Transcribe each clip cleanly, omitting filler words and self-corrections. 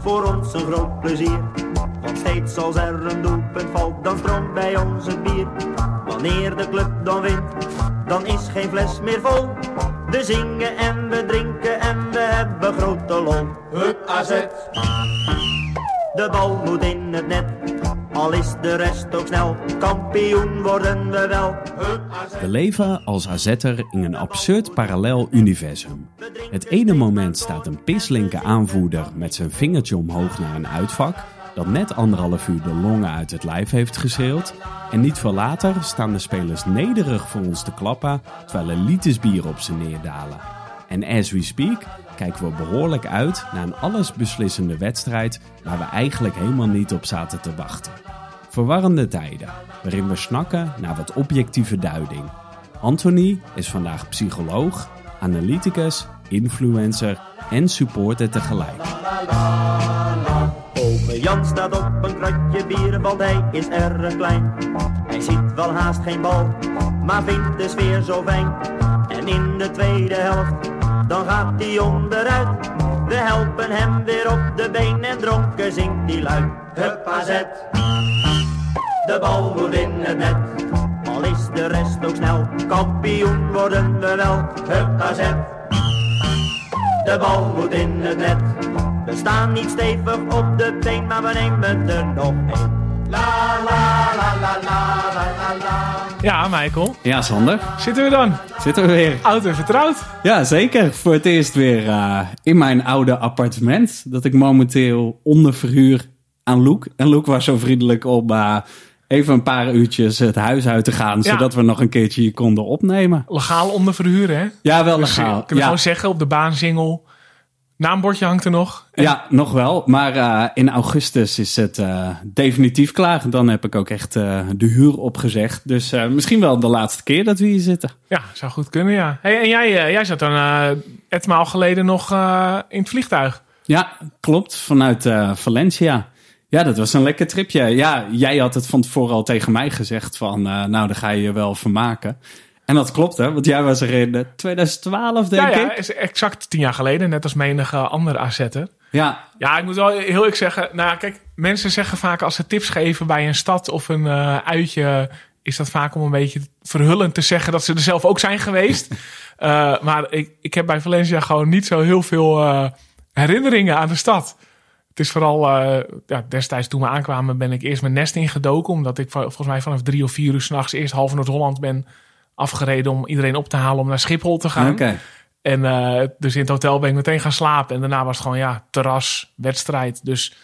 voor ons een groot plezier. Want steeds als er een doelpunt valt, dan stroomt bij ons het bier. Wanneer de club dan wint, dan is geen fles meer vol. We zingen en we drinken en we hebben grote lol. Hup AZ. De bal moet in het net, al is de rest ook snel. Kampioen worden we wel. Hup AZ. We leven als AZ'er in een absurd parallel universum. Het ene moment staat een pislinke aanvoerder met zijn vingertje omhoog naar een uitvak dat net 1,5 uur de longen uit het lijf heeft geschreeuwd. En niet veel later staan de spelers nederig voor ons te klappen terwijl er liters bier op ze neerdalen. En as we speak kijken we behoorlijk uit naar een allesbeslissende wedstrijd waar we eigenlijk helemaal niet op zaten te wachten. Verwarrende tijden, waarin we snakken naar wat objectieve duiding. Anthony is vandaag psycholoog, analyticus, influencer en supporter tegelijk. Ome Jan staat op een kratje bier, want hij is erg klein. Hij ziet wel haast geen bal, maar vindt de sfeer zo fijn. En in de tweede helft, dan gaat hij onderuit. We helpen hem weer op de been en dronken zingt hij luid. Hup AZ, de bal moet in het net. Al is de rest ook snel, kampioen worden we wel. Hup AZ, de bal moet in het net. We staan niet stevig op de been, maar we nemen er nog één. La la la la la la la. Ja, Michael. Ja, Sander. Zitten we dan? Zitten we weer. Oud en vertrouwd. Ja, zeker. Voor het eerst weer in mijn oude appartement. Dat ik momenteel onderverhuur aan Loek. En Loek was zo vriendelijk om even een paar uurtjes het huis uit te gaan. Ja. Zodat we nog een keertje hier konden opnemen. Legaal onderverhuren, hè? Ja, wel legaal. Dus, kunnen we gewoon zeggen op de baanzingel. Naambordje hangt er nog. Ja, nog wel. Maar in augustus is het definitief klaar. Dan heb ik ook echt de huur opgezegd. Dus misschien wel de laatste keer dat we hier zitten. Ja, zou goed kunnen, ja. Hey, en jij zat dan etmaal geleden nog in het vliegtuig. Ja, klopt. Vanuit Valencia. Ja, dat was een lekker tripje. Ja, jij had het van tevoren al tegen mij gezegd van... nou, dan ga je je wel vermaken. En dat klopt, hè? Want jij was er in 2012, denk ik. Ja, is exact 10 jaar geleden. Net als menige andere AZ'er. Ja. Ja, ik moet wel heel eerlijk zeggen... Nou, kijk, mensen zeggen vaak als ze tips geven bij een stad of een uitje... is dat vaak om een beetje verhullend te zeggen dat ze er zelf ook zijn geweest. Maar ik heb bij Valencia gewoon niet zo heel veel herinneringen aan de stad. Het is vooral, destijds toen we aankwamen ben ik eerst mijn nest ingedoken. Omdat ik volgens mij vanaf 3 of 4 uur 's nachts eerst half Noord-Holland ben afgereden om iedereen op te halen om naar Schiphol te gaan. Okay. En dus in het hotel ben ik meteen gaan slapen. En daarna was het gewoon terras, wedstrijd. Dus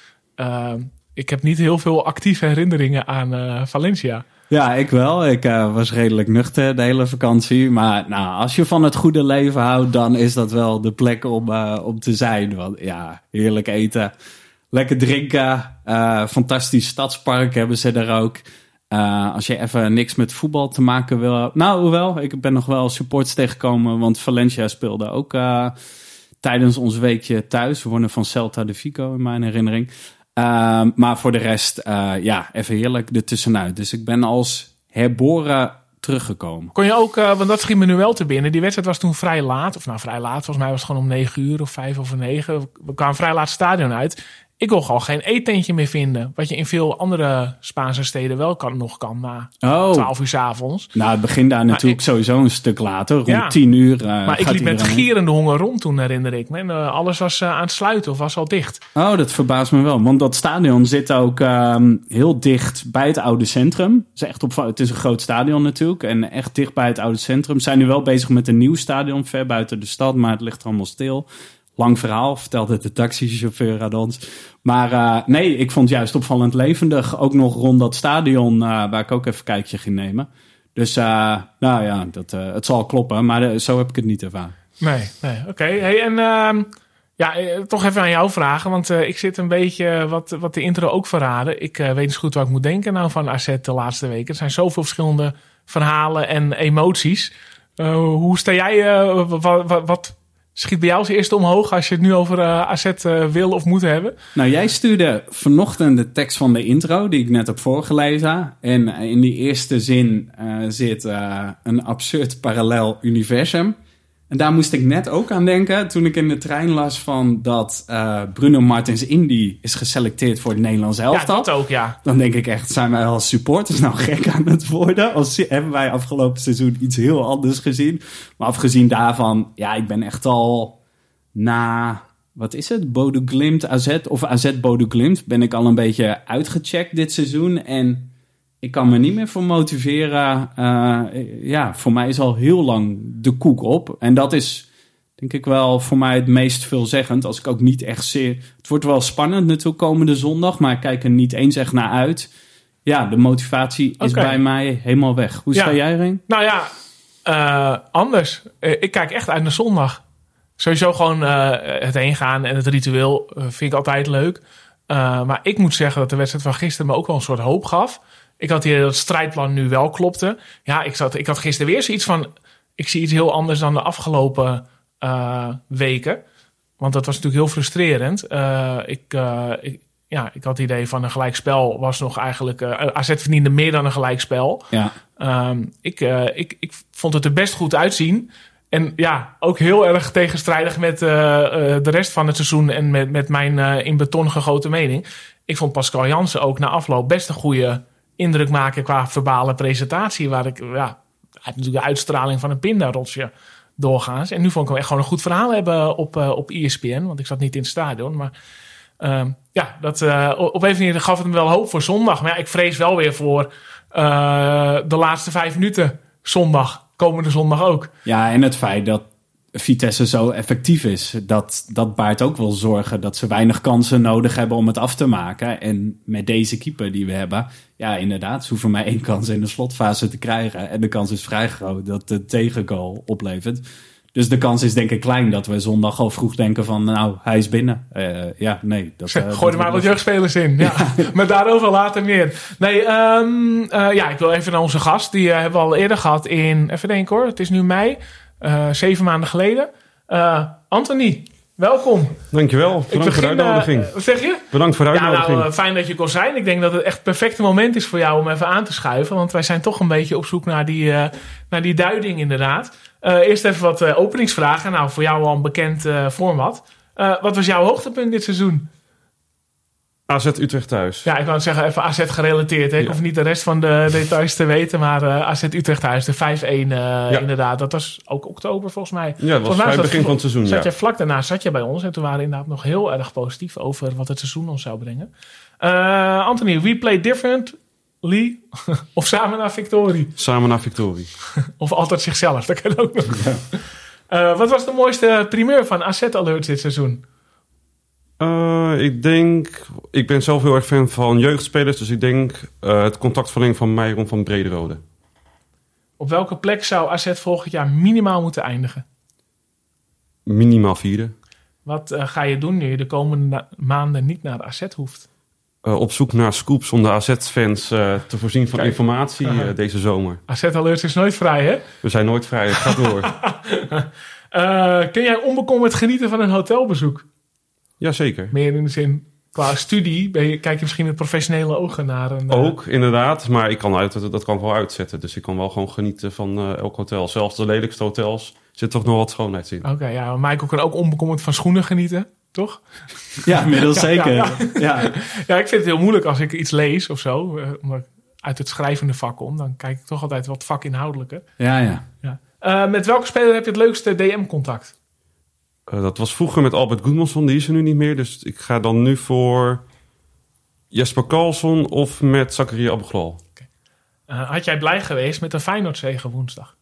ik heb niet heel veel actieve herinneringen aan Valencia. Ja, ik wel. Ik was redelijk nuchter de hele vakantie. Maar nou, als je van het goede leven houdt, dan is dat wel de plek om te zijn. Want ja, heerlijk eten, lekker drinken, fantastisch stadspark hebben ze er ook. Als je even niks met voetbal te maken wil... Nou, hoewel, ik ben nog wel supports tegengekomen... want Valencia speelde ook tijdens ons weekje thuis. We wonnen van Celta de Vigo in mijn herinnering. Maar voor de rest, even heerlijk ertussenuit. Dus ik ben als herboren teruggekomen. Kon je ook, want dat schiet me nu wel te binnen... die wedstrijd was toen vrij laat. Of nou, vrij laat. Volgens mij was het gewoon om 9 uur of 5 over 9. We kwamen vrij laat het stadion uit... Ik wil gewoon geen eetentje meer vinden. Wat je in veel andere Spaanse steden wel nog kan na 12 uur 's avonds. Nou, het begint daar natuurlijk sowieso een stuk later. Rond 10 uur. Maar ik liep met gierende honger rond toen, herinner ik me. En alles was aan het sluiten of was al dicht. Oh, dat verbaast me wel. Want dat stadion zit ook heel dicht bij het oude centrum. Het is een groot stadion natuurlijk. En echt dicht bij het oude centrum. Ze zijn nu wel bezig met een nieuw stadion ver buiten de stad. Maar het ligt er allemaal stil. Lang verhaal, vertelde de taxichauffeur aan ons. Maar nee, ik vond het juist opvallend levendig. Ook nog rond dat stadion waar ik ook even een kijkje ging nemen. Dus het zal kloppen. Maar zo heb ik het niet ervaren. Nee, oké. Hey, en toch even aan jou vragen. Want ik zit een beetje, wat de intro ook verraden. Ik weet niet goed wat ik moet denken nou van AZ de laatste weken. Er zijn zoveel verschillende verhalen en emoties. Hoe sta jij, wat schiet bij jou als eerste omhoog als je het nu over AZ wil of moet hebben? Nou, jij stuurde vanochtend de tekst van de intro die ik net heb voorgelezen. En in die eerste zin zit een absurd parallel universum. En daar moest ik net ook aan denken toen ik in de trein las van dat Bruno Martins Indy is geselecteerd voor het Nederlands elftal. Ja, dat ook, ja. Dan denk ik echt, zijn wij als supporters nou gek aan het worden? Hebben wij afgelopen seizoen iets heel anders gezien? Maar afgezien daarvan, ja, ik ben echt al na, wat is het? Bodo Glimt AZ of AZ Bodo Glimt ben ik al een beetje uitgecheckt dit seizoen. En ik kan me niet meer voor motiveren. Voor mij is al heel lang de koek op. En dat is, denk ik wel, voor mij het meest veelzeggend. Als ik ook niet echt zeer... Het wordt wel spannend natuurlijk komende zondag, maar ik kijk er niet eens echt naar uit. Ja, de motivatie is bij mij helemaal weg. Hoe sta jij erin? Nou ja, anders. Ik kijk echt uit naar zondag. Sowieso gewoon het heen gaan en het ritueel vind ik altijd leuk. Maar ik moet zeggen dat de wedstrijd van gisteren me ook wel een soort hoop gaf. Ik had hier dat het strijdplan nu wel klopte. Ja, ik had gisteren weer zoiets van... Ik zie iets heel anders dan de afgelopen weken. Want dat was natuurlijk heel frustrerend. Ik had het idee van een gelijkspel was nog eigenlijk... AZ verdiende meer dan een gelijkspel. Ja. Ik vond het er best goed uitzien. En ja, ook heel erg tegenstrijdig met de rest van het seizoen... en met mijn in beton gegoten mening. Ik vond Pascal Jansen ook na afloop best een goede indruk maken... qua verbale presentatie. Waar ik, hij heeft natuurlijk de uitstraling van een pindarotsje doorgaans. En nu vond ik hem echt gewoon een goed verhaal hebben op ESPN. Want ik zat niet in het stadion, maar... op een manier gaf het hem wel hoop voor zondag. Maar ja, ik vrees wel weer voor de laatste 5 minuten zondag. Komende zondag ook. Ja, en het feit dat Vitesse zo effectief is, dat baart ook wel zorgen dat ze weinig kansen nodig hebben om het af te maken. En met deze keeper die we hebben, ja inderdaad, ze hoeven maar 1 kans in de slotfase te krijgen. En de kans is vrij groot dat de tegengoal oplevert. Dus de kans is denk ik klein dat we zondag al vroeg denken van... nou, hij is binnen. Gooi er maar wat jeugdspelers in. Ja. Maar daarover later meer. Nee, ik wil even naar onze gast. Die hebben we al eerder gehad in... Even denken hoor, het is nu mei. 7 maanden geleden. Anthony, welkom. Dankjewel, bedankt voor de uitnodiging. Wat zeg je? Bedankt voor de uitnodiging. Ja, fijn dat je kon zijn. Ik denk dat het echt het perfecte moment is voor jou om even aan te schuiven. Want wij zijn toch een beetje op zoek naar die duiding inderdaad. Eerst even wat openingsvragen. Nou, voor jou al een bekend format. Wat was jouw hoogtepunt dit seizoen? AZ Utrecht thuis. Ja, ik wou zeggen even AZ gerelateerd. Hè? Ik hoef niet de rest van de details te weten. Maar AZ Utrecht thuis, de 5-1 inderdaad. Dat was ook oktober volgens mij. Ja, dat was vrij begin van het seizoen. Vlak daarna zat je bij ons. En toen waren we inderdaad nog heel erg positief over wat het seizoen ons zou brengen. Anthony, we play differently of samen naar victorie? Samen naar victorie. Of altijd zichzelf, dat kan ook nog. Ja. Wat was de mooiste primeur van AZ Alerts dit seizoen? Ik ben zelf heel erg fan van jeugdspelers. Dus ik denk het contactverlenging van Meiron van Brederode. Op welke plek zou AZ volgend jaar minimaal moeten eindigen? Minimaal 4e. Wat ga je doen nu je de komende maanden niet naar de AZ hoeft? Op zoek naar scoops om de AZ-fans te voorzien van informatie deze zomer. AZ Alerts is nooit vrij, hè? We zijn nooit vrij, het gaat door. Kun jij onbekommerd genieten van een hotelbezoek? Jazeker. Meer in de zin, qua studie, kijk je misschien met professionele ogen naar een... Ook, inderdaad. Maar dat kan ik wel uitzetten. Dus ik kan wel gewoon genieten van elk hotel. Zelfs de lelijkste hotels zit toch nog wat schoonheid in. Oké, ja. Michael kan ook onbekommerd van schoenen genieten, toch? Ja, inmiddels zeker. Ja, ik vind het heel moeilijk als ik iets lees of zo. Omdat ik uit het schrijvende vak kom. Dan kijk ik toch altijd wat vakinhoudelijker. Ja. Met welke speler heb je het leukste DM-contact? Dat was vroeger met Albert Goedmanson, die is er nu niet meer. Dus ik ga dan nu voor Jesper Karlsson of met Zakaria Aboglal. Okay. Had jij blij geweest met een Feyenoordzege woensdag?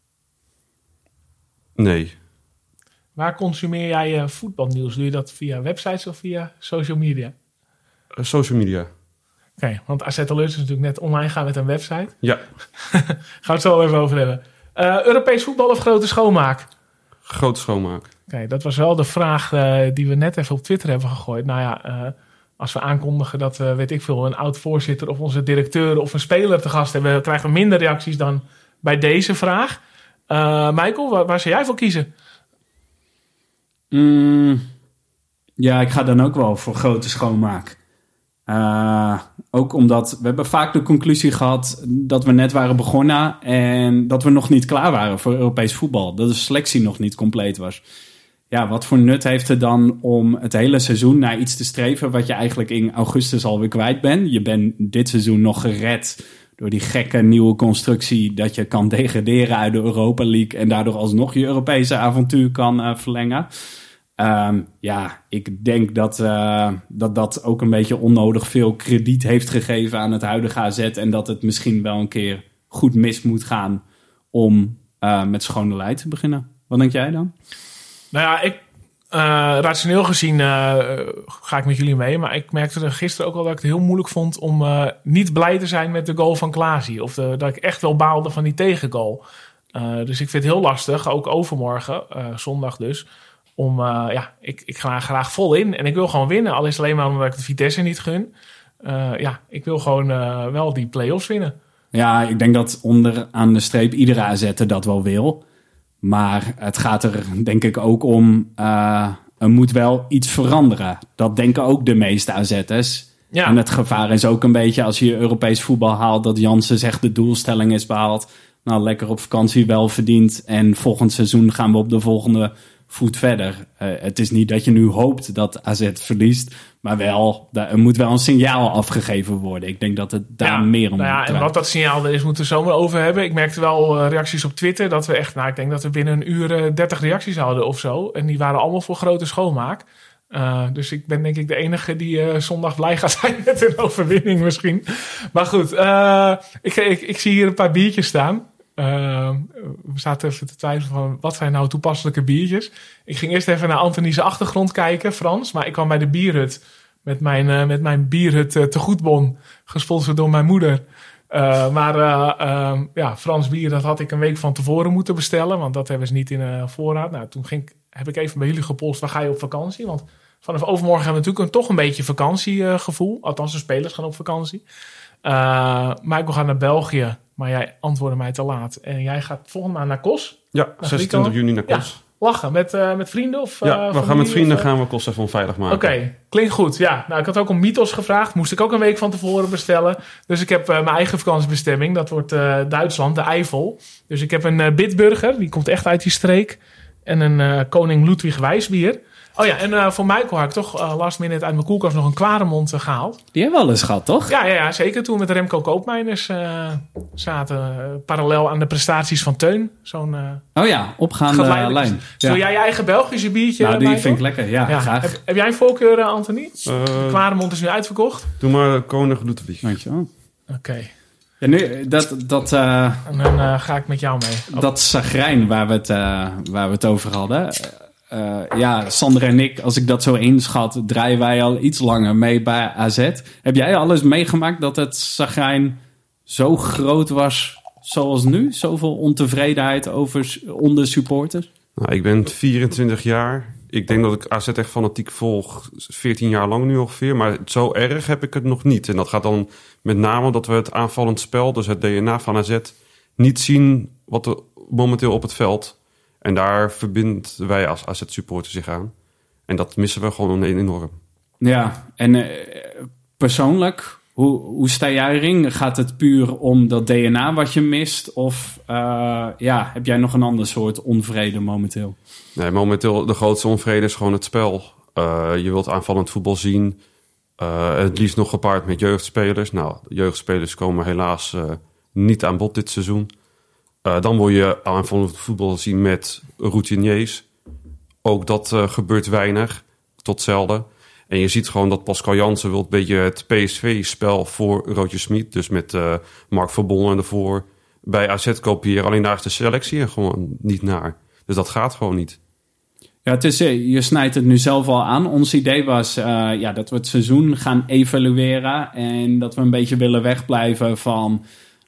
Nee. Waar consumeer jij voetbalnieuws? Doe je dat via websites of via social media? Social media. Oké, want AZ Alerts is natuurlijk net online gaan met een website. Ja. Gaan we het zo even over hebben. Europees voetbal of grote schoonmaak? Grote schoonmaak. Oké, dat was wel de vraag die we net even op Twitter hebben gegooid. Nou ja, als we aankondigen dat weet ik veel, een oud-voorzitter of onze directeur of een speler te gast hebben, krijgen we minder reacties dan bij deze vraag. Michael, waar zou jij voor kiezen? Ja, ik ga dan ook wel voor grote schoonmaak. Ook omdat we hebben vaak de conclusie gehad dat we net waren begonnen en dat we nog niet klaar waren voor Europees voetbal. Dat de selectie nog niet compleet was. Ja, wat voor nut heeft het dan om het hele seizoen naar iets te streven wat je eigenlijk in augustus alweer kwijt bent? Je bent dit seizoen nog gered door die gekke nieuwe constructie dat je kan degraderen uit de Europa League en daardoor alsnog je Europese avontuur kan verlengen. Ik denk dat ook een beetje onnodig veel krediet heeft gegeven aan het huidige AZ en dat het misschien wel een keer goed mis moet gaan om met schone lei te beginnen. Wat denk jij dan? Nou ja, rationeel gezien ga ik met jullie mee. Maar ik merkte er gisteren ook al dat ik het heel moeilijk vond om niet blij te zijn met de goal van Klaasie. Of dat ik echt wel baalde van die tegengoal. Dus ik vind het heel lastig, ook overmorgen, zondag dus. Ik ga graag vol in en ik wil gewoon winnen. Al is het alleen maar omdat ik de Vitesse niet gun. Ik wil gewoon wel die play-offs winnen. Ja, ik denk dat onderaan de streep iedere AZ'er dat wel wil. Maar het gaat er denk ik ook om, er moet wel iets veranderen. Dat denken ook de meeste AZ'ers. Ja. En het gevaar is ook een beetje als je Europees voetbal haalt, dat Jansen zegt de doelstelling is behaald. Nou, lekker op vakantie, wel verdiend. En volgend seizoen gaan we op de volgende voet verder. Het is niet dat je nu hoopt dat AZ verliest, maar wel, er moet wel een signaal afgegeven worden. Ik denk dat het daar meer om draait. En wat dat signaal er is, moeten we zomaar over hebben. Ik merkte wel reacties op Twitter dat we echt, ik denk dat we binnen een uur 30 reacties hadden of zo. En die waren allemaal voor grote schoonmaak. Dus ik ben denk ik de enige die zondag blij gaat zijn met een overwinning misschien. Maar goed, ik zie hier een paar biertjes staan. We zaten even te twijfelen van wat zijn nou toepasselijke biertjes. Ik ging eerst even naar Anthony's achtergrond kijken, Frans. Maar ik kwam bij de bierhut met mijn bierhut tegoedbon, gesponsord door mijn moeder. Frans bier, dat had ik een week van tevoren moeten bestellen, want dat hebben ze niet in voorraad. Nou, toen heb ik even bij jullie gepolst, waar ga je op vakantie? Want vanaf overmorgen hebben we natuurlijk toch een beetje vakantiegevoel. Althans, de spelers gaan op vakantie. Maar ik wil gaan naar België. Maar jij antwoordde mij te laat. En jij gaat volgende maand naar Kos? Ja, 26 juni naar Kos. Ja, lachen. Met vrienden? Of, we gaan met vrienden gaan we Kos even onveilig maken. Oké, klinkt goed. Ja, ik had ook om Mythos gevraagd. Moest ik ook een week van tevoren bestellen. Dus ik heb mijn eigen vakantiebestemming. Dat wordt Duitsland, de Eifel. Dus ik heb een Bitburger. Die komt echt uit die streek. En een Koning Ludwig Wijsbier. Oh ja, en voor Michael had ik toch last minute uit mijn koelkast nog een Kwaremond gehaald. Die hebben we al eens gehad, toch? Ja, zeker. Toen we met Remco Koopmeiners zaten. Parallel aan de prestaties van Teun. Zo'n opgaande lijn. Wil jij je eigen Belgische biertje? Nou, die vind ik lekker. Ja, graag. Heb jij een voorkeur, Anthony? Kwaremond is nu uitverkocht. Doe maar Koning Ludwig. Dankjewel. Oké. Ja, nu, en dan ga ik met jou mee. Dat zagrijn waar we het over hadden. Sander en ik, als ik dat zo inschat, draaien wij al iets langer mee bij AZ. Heb jij al eens meegemaakt dat het zagrijn zo groot was zoals nu? Zoveel ontevredenheid onder supporters? Nou, ik ben 24 jaar. Ik denk dat ik AZ echt fanatiek volg. 14 jaar lang nu ongeveer. Maar zo erg heb ik het nog niet. En dat gaat dan met name omdat we het aanvallend spel, dus het DNA van AZ, niet zien wat er momenteel op het veld. En daar verbinden wij als AZ-supporter zich aan. En dat missen we gewoon enorm. Ja, en persoonlijk, hoe sta jij erin? Gaat het puur om dat DNA wat je mist? Of heb jij nog een ander soort onvrede momenteel? Nee, momenteel de grootste onvrede is gewoon het spel. Je wilt aanvallend voetbal zien. Het liefst nog gepaard met jeugdspelers. Nou, de jeugdspelers komen helaas niet aan bod dit seizoen. Dan wil je aanvallend voetbal zien met routiniers. Ook dat gebeurt weinig, tot zelden. En je ziet gewoon dat Pascal Jansen wil een beetje het PSV-spel voor Roger Smit. Dus met Mark Verbonnen ervoor bij AZ kopiëren. Alleen daar is de selectie er gewoon niet naar. Dus dat gaat gewoon niet. Ja, het is, je snijdt het nu zelf al aan. Ons idee was dat we het seizoen gaan evalueren. En dat we een beetje willen wegblijven van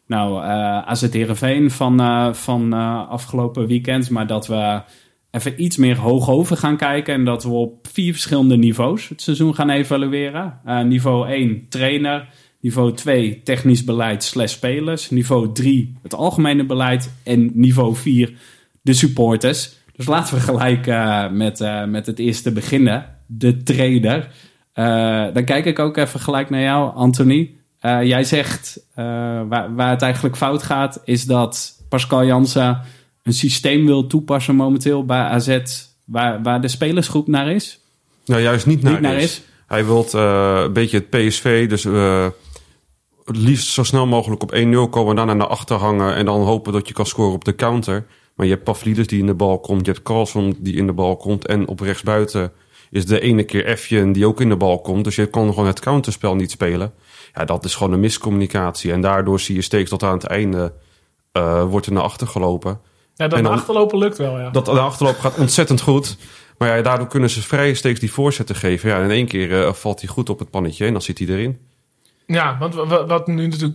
AZ Heerenveen van afgelopen weekend. Maar dat we even iets meer hoog over gaan kijken. En dat we op 4 verschillende niveaus het seizoen gaan evalueren. Niveau 1, trainer. Niveau 2, technisch beleid / spelers. Niveau 3, het algemene beleid. En niveau 4, de supporters. Dus laten we gelijk met het eerste beginnen. De trainer. Dan kijk ik ook even gelijk naar jou, Anthony. Jij zegt, waar het eigenlijk fout gaat, is dat Pascal Jansen een systeem wil toepassen momenteel bij AZ, waar de spelersgroep naar is? Nou, juist niet naar is. Hij wil een beetje het PSV, dus het liefst zo snel mogelijk op 1-0 komen, dan naar achter hangen en dan hopen dat je kan scoren op de counter. Maar je hebt Pavlidis die in de bal komt, je hebt Carlson die in de bal komt en op rechtsbuiten is de ene keer Effjen die ook in de bal komt. Dus je kan gewoon het counterspel niet spelen. Ja, dat is gewoon een miscommunicatie. En daardoor zie je steeds dat aan het einde wordt er naar achter gelopen. Ja, dat naar achterlopen lukt wel, ja. Dat naar achterlopen gaat ontzettend goed. Maar ja, daardoor kunnen ze vrij steeds die voorzetten geven. Ja, en in één keer valt hij goed op het pannetje en dan zit hij erin. Ja, want wat nu natuurlijk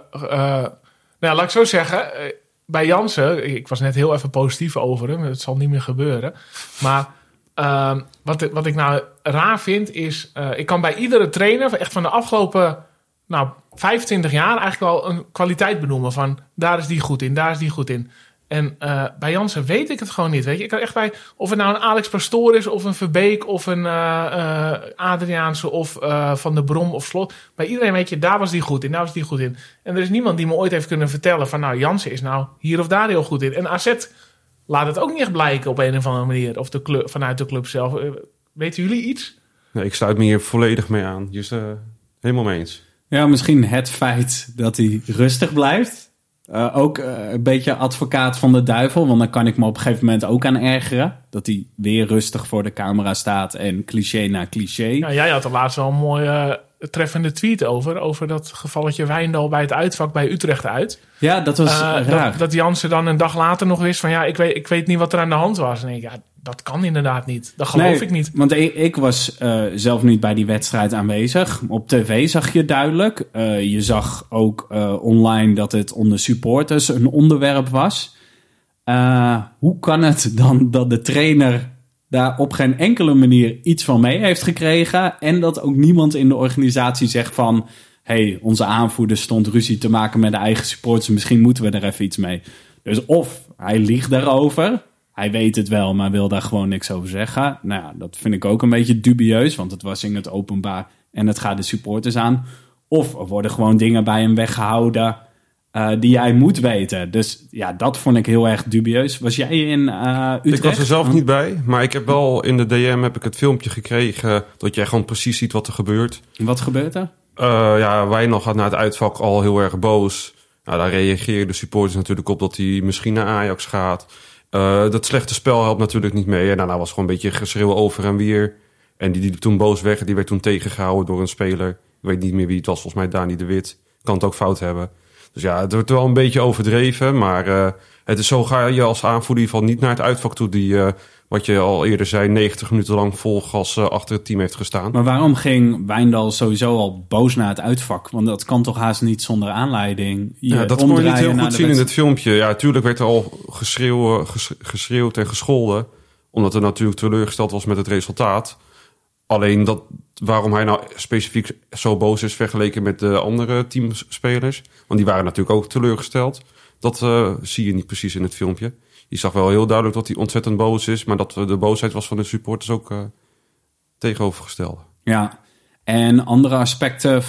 laat ik zo zeggen. Bij Jansen, ik was net heel even positief over hem. Het zal niet meer gebeuren. Maar wat ik nou raar vind is, ik kan bij iedere trainer echt van de afgelopen 25 jaar eigenlijk wel een kwaliteit benoemen van daar is die goed in, daar is die goed in. En bij Jansen weet ik het gewoon niet. Weet je? Ik kan echt bij, of het nou een Alex Pastoor is, of een Verbeek, of een Adriaanse, of Van der Brom of Slot. Bij iedereen weet je, daar was die goed in, daar was die goed in. En er is niemand die me ooit heeft kunnen vertellen van Jansen is nou hier of daar heel goed in. En AZ laat het ook niet echt blijken op een of andere manier. Of de club, vanuit de club zelf. Weten jullie iets? Nee, ik sluit me hier volledig mee aan. Just helemaal mee eens. Ja, misschien het feit dat hij rustig blijft. Ook een beetje advocaat van de duivel. Want dan kan ik me op een gegeven moment ook aan ergeren. Dat hij weer rustig voor de camera staat en cliché na cliché. Ja, jij had er laatst wel een mooie treffende tweet over dat gevalletje Wijndal bij het uitvak bij Utrecht uit. Ja, dat was raar. Dat Jansen dan een dag later nog wist van ik weet niet wat er aan de hand was. En ik dat kan inderdaad niet. Dat geloof ik niet. Want ik was zelf niet bij die wedstrijd aanwezig. Op tv zag je duidelijk. Je zag ook online dat het onder supporters een onderwerp was. Hoe kan het dan dat de trainer daar op geen enkele manier iets van mee heeft gekregen en dat ook niemand in de organisatie zegt van hey, onze aanvoerder stond ruzie te maken met de eigen supporters, misschien moeten we er even iets mee. Dus of hij liegt daarover, hij weet het wel, maar wil daar gewoon niks over zeggen. Nou ja, dat vind ik ook een beetje dubieus, want het was in het openbaar en het gaat de supporters aan. Of er worden gewoon dingen bij hem weggehouden die jij moet weten. Dus ja, dat vond ik heel erg dubieus. Was jij in Utrecht? Ik was er zelf niet bij, maar ik heb wel in de DM heb ik het filmpje gekregen dat jij gewoon precies ziet wat er gebeurt. Wat gebeurt er? Wijnal gaat naar het uitvak al heel erg boos. Nou, daar reageren de supporters natuurlijk op dat hij misschien naar Ajax gaat. Dat slechte spel helpt natuurlijk niet mee. En daarna was gewoon een beetje geschreeuw over en weer. En die toen boos weg, die werd toen tegengehouden door een speler. Ik weet niet meer wie het was, volgens mij Dani de Wit. Kan het ook fout hebben. Dus ja, het wordt wel een beetje overdreven. Maar het is zo, ga je als aanvoerder in ieder geval niet naar het uitvak toe. Wat je al eerder zei, 90 minuten lang vol gas achter het team heeft gestaan. Maar waarom ging Wijndal sowieso al boos naar het uitvak? Want dat kan toch haast niet zonder aanleiding? Dat kon je niet heel goed zien in het filmpje. Ja, natuurlijk werd er al geschreeuwd en gescholden. Omdat er natuurlijk teleurgesteld was met het resultaat. Alleen waarom hij nou specifiek zo boos is vergeleken met de andere teamspelers. Want die waren natuurlijk ook teleurgesteld. Dat zie je niet precies in het filmpje. Je zag wel heel duidelijk dat hij ontzettend boos is. Maar dat de boosheid was van de supporters ook tegenovergesteld. Ja, en andere aspecten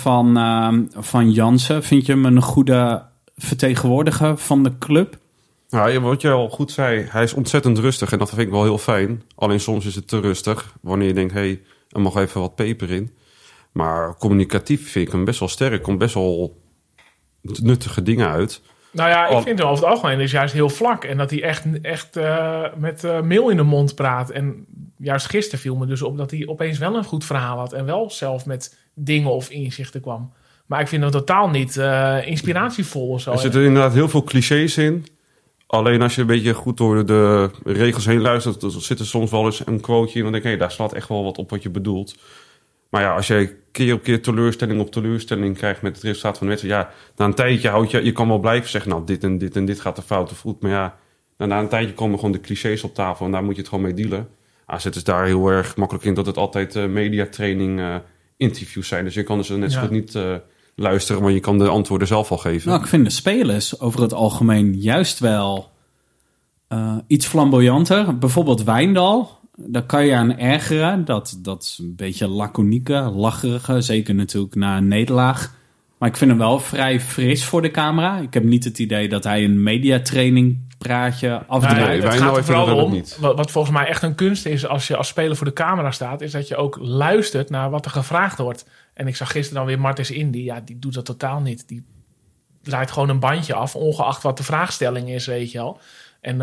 van Jansen. Vind je hem een goede vertegenwoordiger van de club? Nou, wat je al goed zei, hij is ontzettend rustig. En dat vind ik wel heel fijn. Alleen soms is het te rustig. Wanneer je denkt, hey, er mag even wat peper in. Maar communicatief vind ik hem best wel sterk. Er komt best wel nuttige dingen uit. Nou ja, ik vind hem over het algemeen dus juist heel vlak. En dat hij echt met meel in de mond praat. En juist gisteren viel me dus op dat hij opeens wel een goed verhaal had. En wel zelf met dingen of inzichten kwam. Maar ik vind hem totaal niet inspiratievol of zo. Er zitten inderdaad heel veel clichés in. Alleen als je een beetje goed door de regels heen luistert, dan zit er soms wel eens een quoteje in. Dan denk ik, daar slaat echt wel wat op wat je bedoelt. Maar ja, als je keer op keer teleurstelling op teleurstelling krijgt met het resultaat van de wedstrijd. Ja, na een tijdje je kan wel blijven zeggen, nou, dit en dit en dit gaat er fout of goed. Maar ja, na een tijdje komen gewoon de clichés op tafel en daar moet je het gewoon mee dealen. AZ is daar heel erg makkelijk in dat het altijd mediatraining interviews zijn. Dus je kan dus net zo goed niet luisteren, maar je kan de antwoorden zelf al geven. Nou, ik vind de spelers over het algemeen juist wel iets flamboyanter. Bijvoorbeeld Wijndal. daar kan je aan ergeren. Dat een beetje laconieke, lacherige. Zeker natuurlijk na een nederlaag. Maar ik vind hem wel vrij fris voor de camera. Ik heb niet het idee dat hij een mediatraining praatje afdraait. Nee, het gaat er vooral om, wat volgens mij echt een kunst is als je als speler voor de camera staat, is dat je ook luistert naar wat er gevraagd wordt. En ik zag gisteren dan weer Martens Indy. Ja, die doet dat totaal niet. Die draait gewoon een bandje af, ongeacht wat de vraagstelling is, weet je wel. En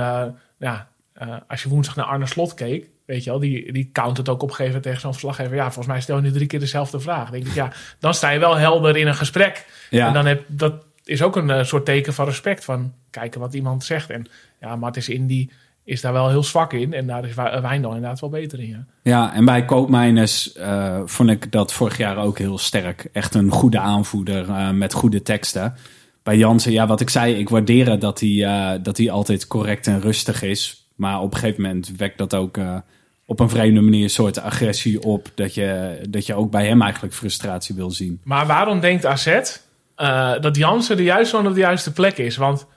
als je woensdag naar Arne Slot keek, weet je wel, die count het ook op een gegeven moment tegen zo'n verslaggever. Ja, volgens mij stel je nu 3 keer dezelfde vraag. Dan denk ik, ja, dan sta je wel helder in een gesprek. Ja. En dan dat is ook een soort teken van respect, van kijken wat iemand zegt. En ja, Martens Indy is daar wel heel zwak in. En daar is Wijndal inderdaad wel beter in. Ja, en bij Koopmeiners vond ik dat vorig jaar ook heel sterk. Echt een goede aanvoerder met goede teksten. Bij Jansen, ja, wat ik zei, ik waardeer dat hij altijd correct en rustig is. Maar op een gegeven moment wekt dat ook op een vreemde manier een soort agressie op. Dat je ook bij hem eigenlijk frustratie wil zien. Maar waarom denkt AZ dat Jansen de juiste man op de juiste plek is? Want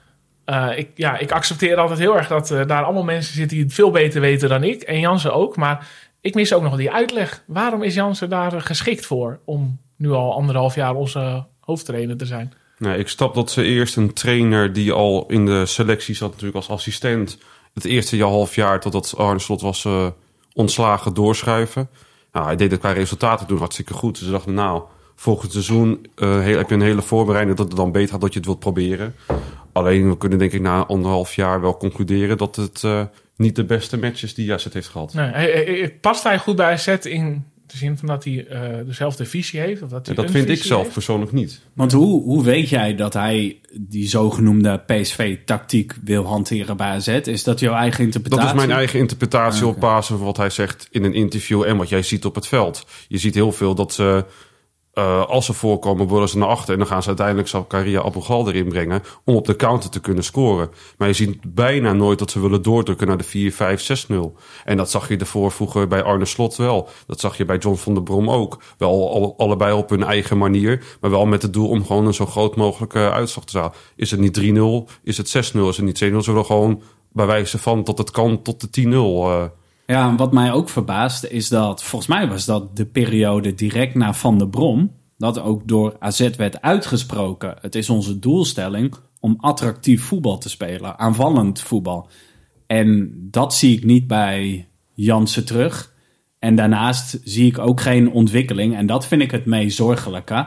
ik accepteer altijd heel erg dat daar allemaal mensen zitten die het veel beter weten dan ik. En Jansen ook. Maar ik mis ook nog die uitleg. Waarom is Jansen daar geschikt voor om nu al 1,5 jaar onze hoofdtrainer te zijn? Nee, ik snap dat ze eerst een trainer die al in de selectie zat natuurlijk als assistent het eerste half jaar totdat Arne Slot was ontslagen doorschuiven. Nou, hij deed het qua resultaten toen hartstikke goed. Dus ze dachten, nou, volgend seizoen heb je een hele voorbereiding dat het dan beter gaat dat je het wilt proberen. Alleen we kunnen denk ik na 1,5 jaar wel concluderen dat het niet de beste match is die AZ heeft gehad. Nee, past hij goed bij AZ in de zin van dat hij dezelfde visie heeft? Of dat vind ik zelf persoonlijk niet. Want hoe weet jij dat hij die zogenoemde PSV-tactiek wil hanteren bij AZ? Is dat jouw eigen interpretatie? Dat is mijn eigen interpretatie op basis van wat hij zegt in een interview en wat jij ziet op het veld. Je ziet heel veel dat ze, als ze voorkomen, worden ze naar achter. En dan gaan ze uiteindelijk Zakaria Abou-Ghal erin brengen om op de counter te kunnen scoren. Maar je ziet bijna nooit dat ze willen doordrukken naar de 4-5-6-0. En dat zag je ervoor vroeger bij Arne Slot wel. Dat zag je bij John van der Brom ook. Wel allebei op hun eigen manier. Maar wel met het doel om gewoon een zo groot mogelijke uitslag te halen. Is het niet 3-0? Is het 6-0? Is het niet 7-0? Zullen we gewoon bij wijze van tot het kan tot de 10-0... Ja, en wat mij ook verbaast is dat, volgens mij was dat de periode direct na Van der Brom, dat ook door AZ werd uitgesproken. Het is onze doelstelling om attractief voetbal te spelen, aanvallend voetbal. En dat zie ik niet bij Jansen terug. En daarnaast zie ik ook geen ontwikkeling. En dat vind ik het meest zorgelijke.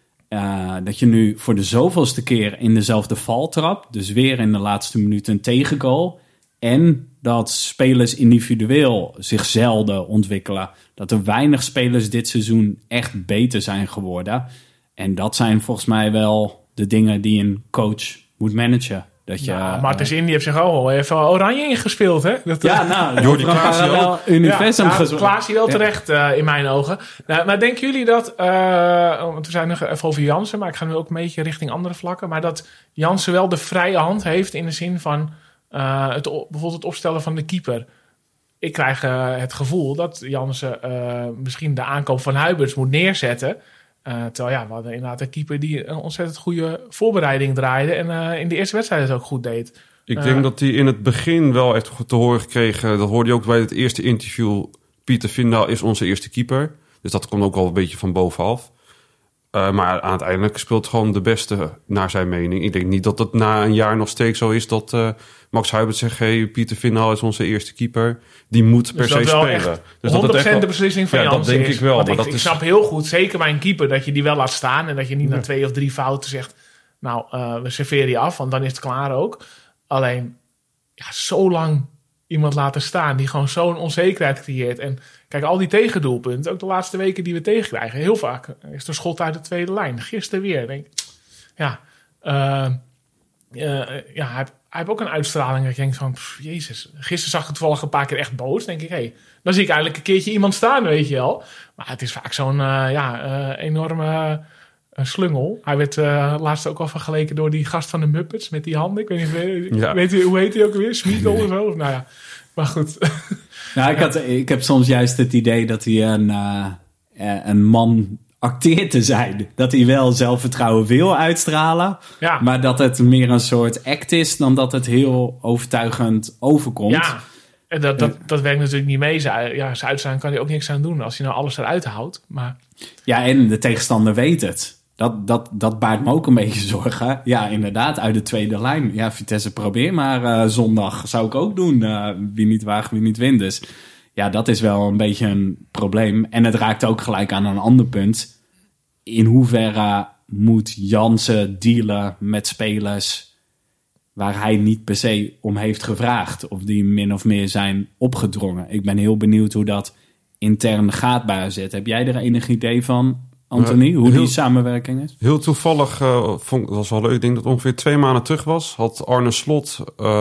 Dat je nu voor de zoveelste keer in dezelfde val trapt. Dus weer in de laatste minuut een tegengoal. En dat spelers individueel zich zelden ontwikkelen. Dat er weinig spelers dit seizoen echt beter zijn geworden. En dat zijn volgens mij wel de dingen die een coach moet managen. Martens Indy heeft zich al even oranje ingespeeld, hè? Jordi Klaasie wel. Universum Klaasie wel terecht in mijn ogen. Maar denken jullie dat, want we zijn nog even over Jansen, maar ik ga nu ook een beetje richting andere vlakken, maar dat Jansen wel de vrije hand heeft in de zin van bijvoorbeeld het opstellen van de keeper. Ik krijg het gevoel dat Jansen misschien de aankoop van Huiberts moet neerzetten. Terwijl we hadden inderdaad een keeper die een ontzettend goede voorbereiding draaide en in de eerste wedstrijd het ook goed deed. Ik denk dat hij in het begin wel echt te horen gekregen, dat hoorde je ook bij het eerste interview, Pieter Vindaal is onze eerste keeper. Dus dat komt ook wel een beetje van bovenaf. Maar uiteindelijk speelt gewoon de beste naar zijn mening. Ik denk niet dat het na een jaar nog steeds zo is dat Max Huiberts zegt, hey, Pieter Vindaal is onze eerste keeper. Die moet per se spelen. Dus 100% dat het de beslissing van Jansen dat denk ik wel. Want ik snap heel goed, zeker bij een keeper, dat je die wel laat staan. En dat je niet na 2 of 3 fouten zegt, nou, we serveren je af, want dan is het klaar ook. Alleen, zo lang iemand laten staan die gewoon zo'n onzekerheid creëert. En kijk, al die tegendoelpunten, ook de laatste weken die we tegenkrijgen, heel vaak is er schot uit de tweede lijn. Gisteren weer, denk ik. Hij heeft ook een uitstraling dat je denkt van, jezus. Gisteren zag ik het toevallig een paar keer echt boos. Denk ik, dan zie ik eigenlijk een keertje iemand staan, weet je wel. Maar het is vaak zo'n enorme slungel. Hij werd laatst ook al vergeleken door die gast van de Muppets met die handen. Ik weet niet, weet u, hoe heet hij ook weer? Smeagol of zo? Nou ja, maar goed. Nou, ik heb soms juist het idee dat hij een man acteert te zijn. Dat hij wel zelfvertrouwen wil uitstralen. Ja. Maar dat het meer een soort act is dan dat het heel overtuigend overkomt. Ja. En dat werkt natuurlijk niet mee. Zuid-Zaan kan hij ook niks aan doen als hij nou alles eruit houdt. Maar... Ja, en de tegenstander weet het. Dat baart me ook een beetje zorgen. Ja, inderdaad, uit de tweede lijn. Ja, Vitesse probeer maar zondag. Zou ik ook doen. Wie niet waagt, wie niet wint. Dus ja, dat is wel een beetje een probleem. En het raakt ook gelijk aan een ander punt. In hoeverre moet Jansen dealen met spelers waar hij niet per se om heeft gevraagd, of die min of meer zijn opgedrongen? Ik ben heel benieuwd hoe dat intern gaat bij AZ. Heb jij er enig idee van, Anthony, hoe die samenwerking is? Heel toevallig, dat was wel leuk, ik denk dat ongeveer 2 maanden terug was, had Arne Slot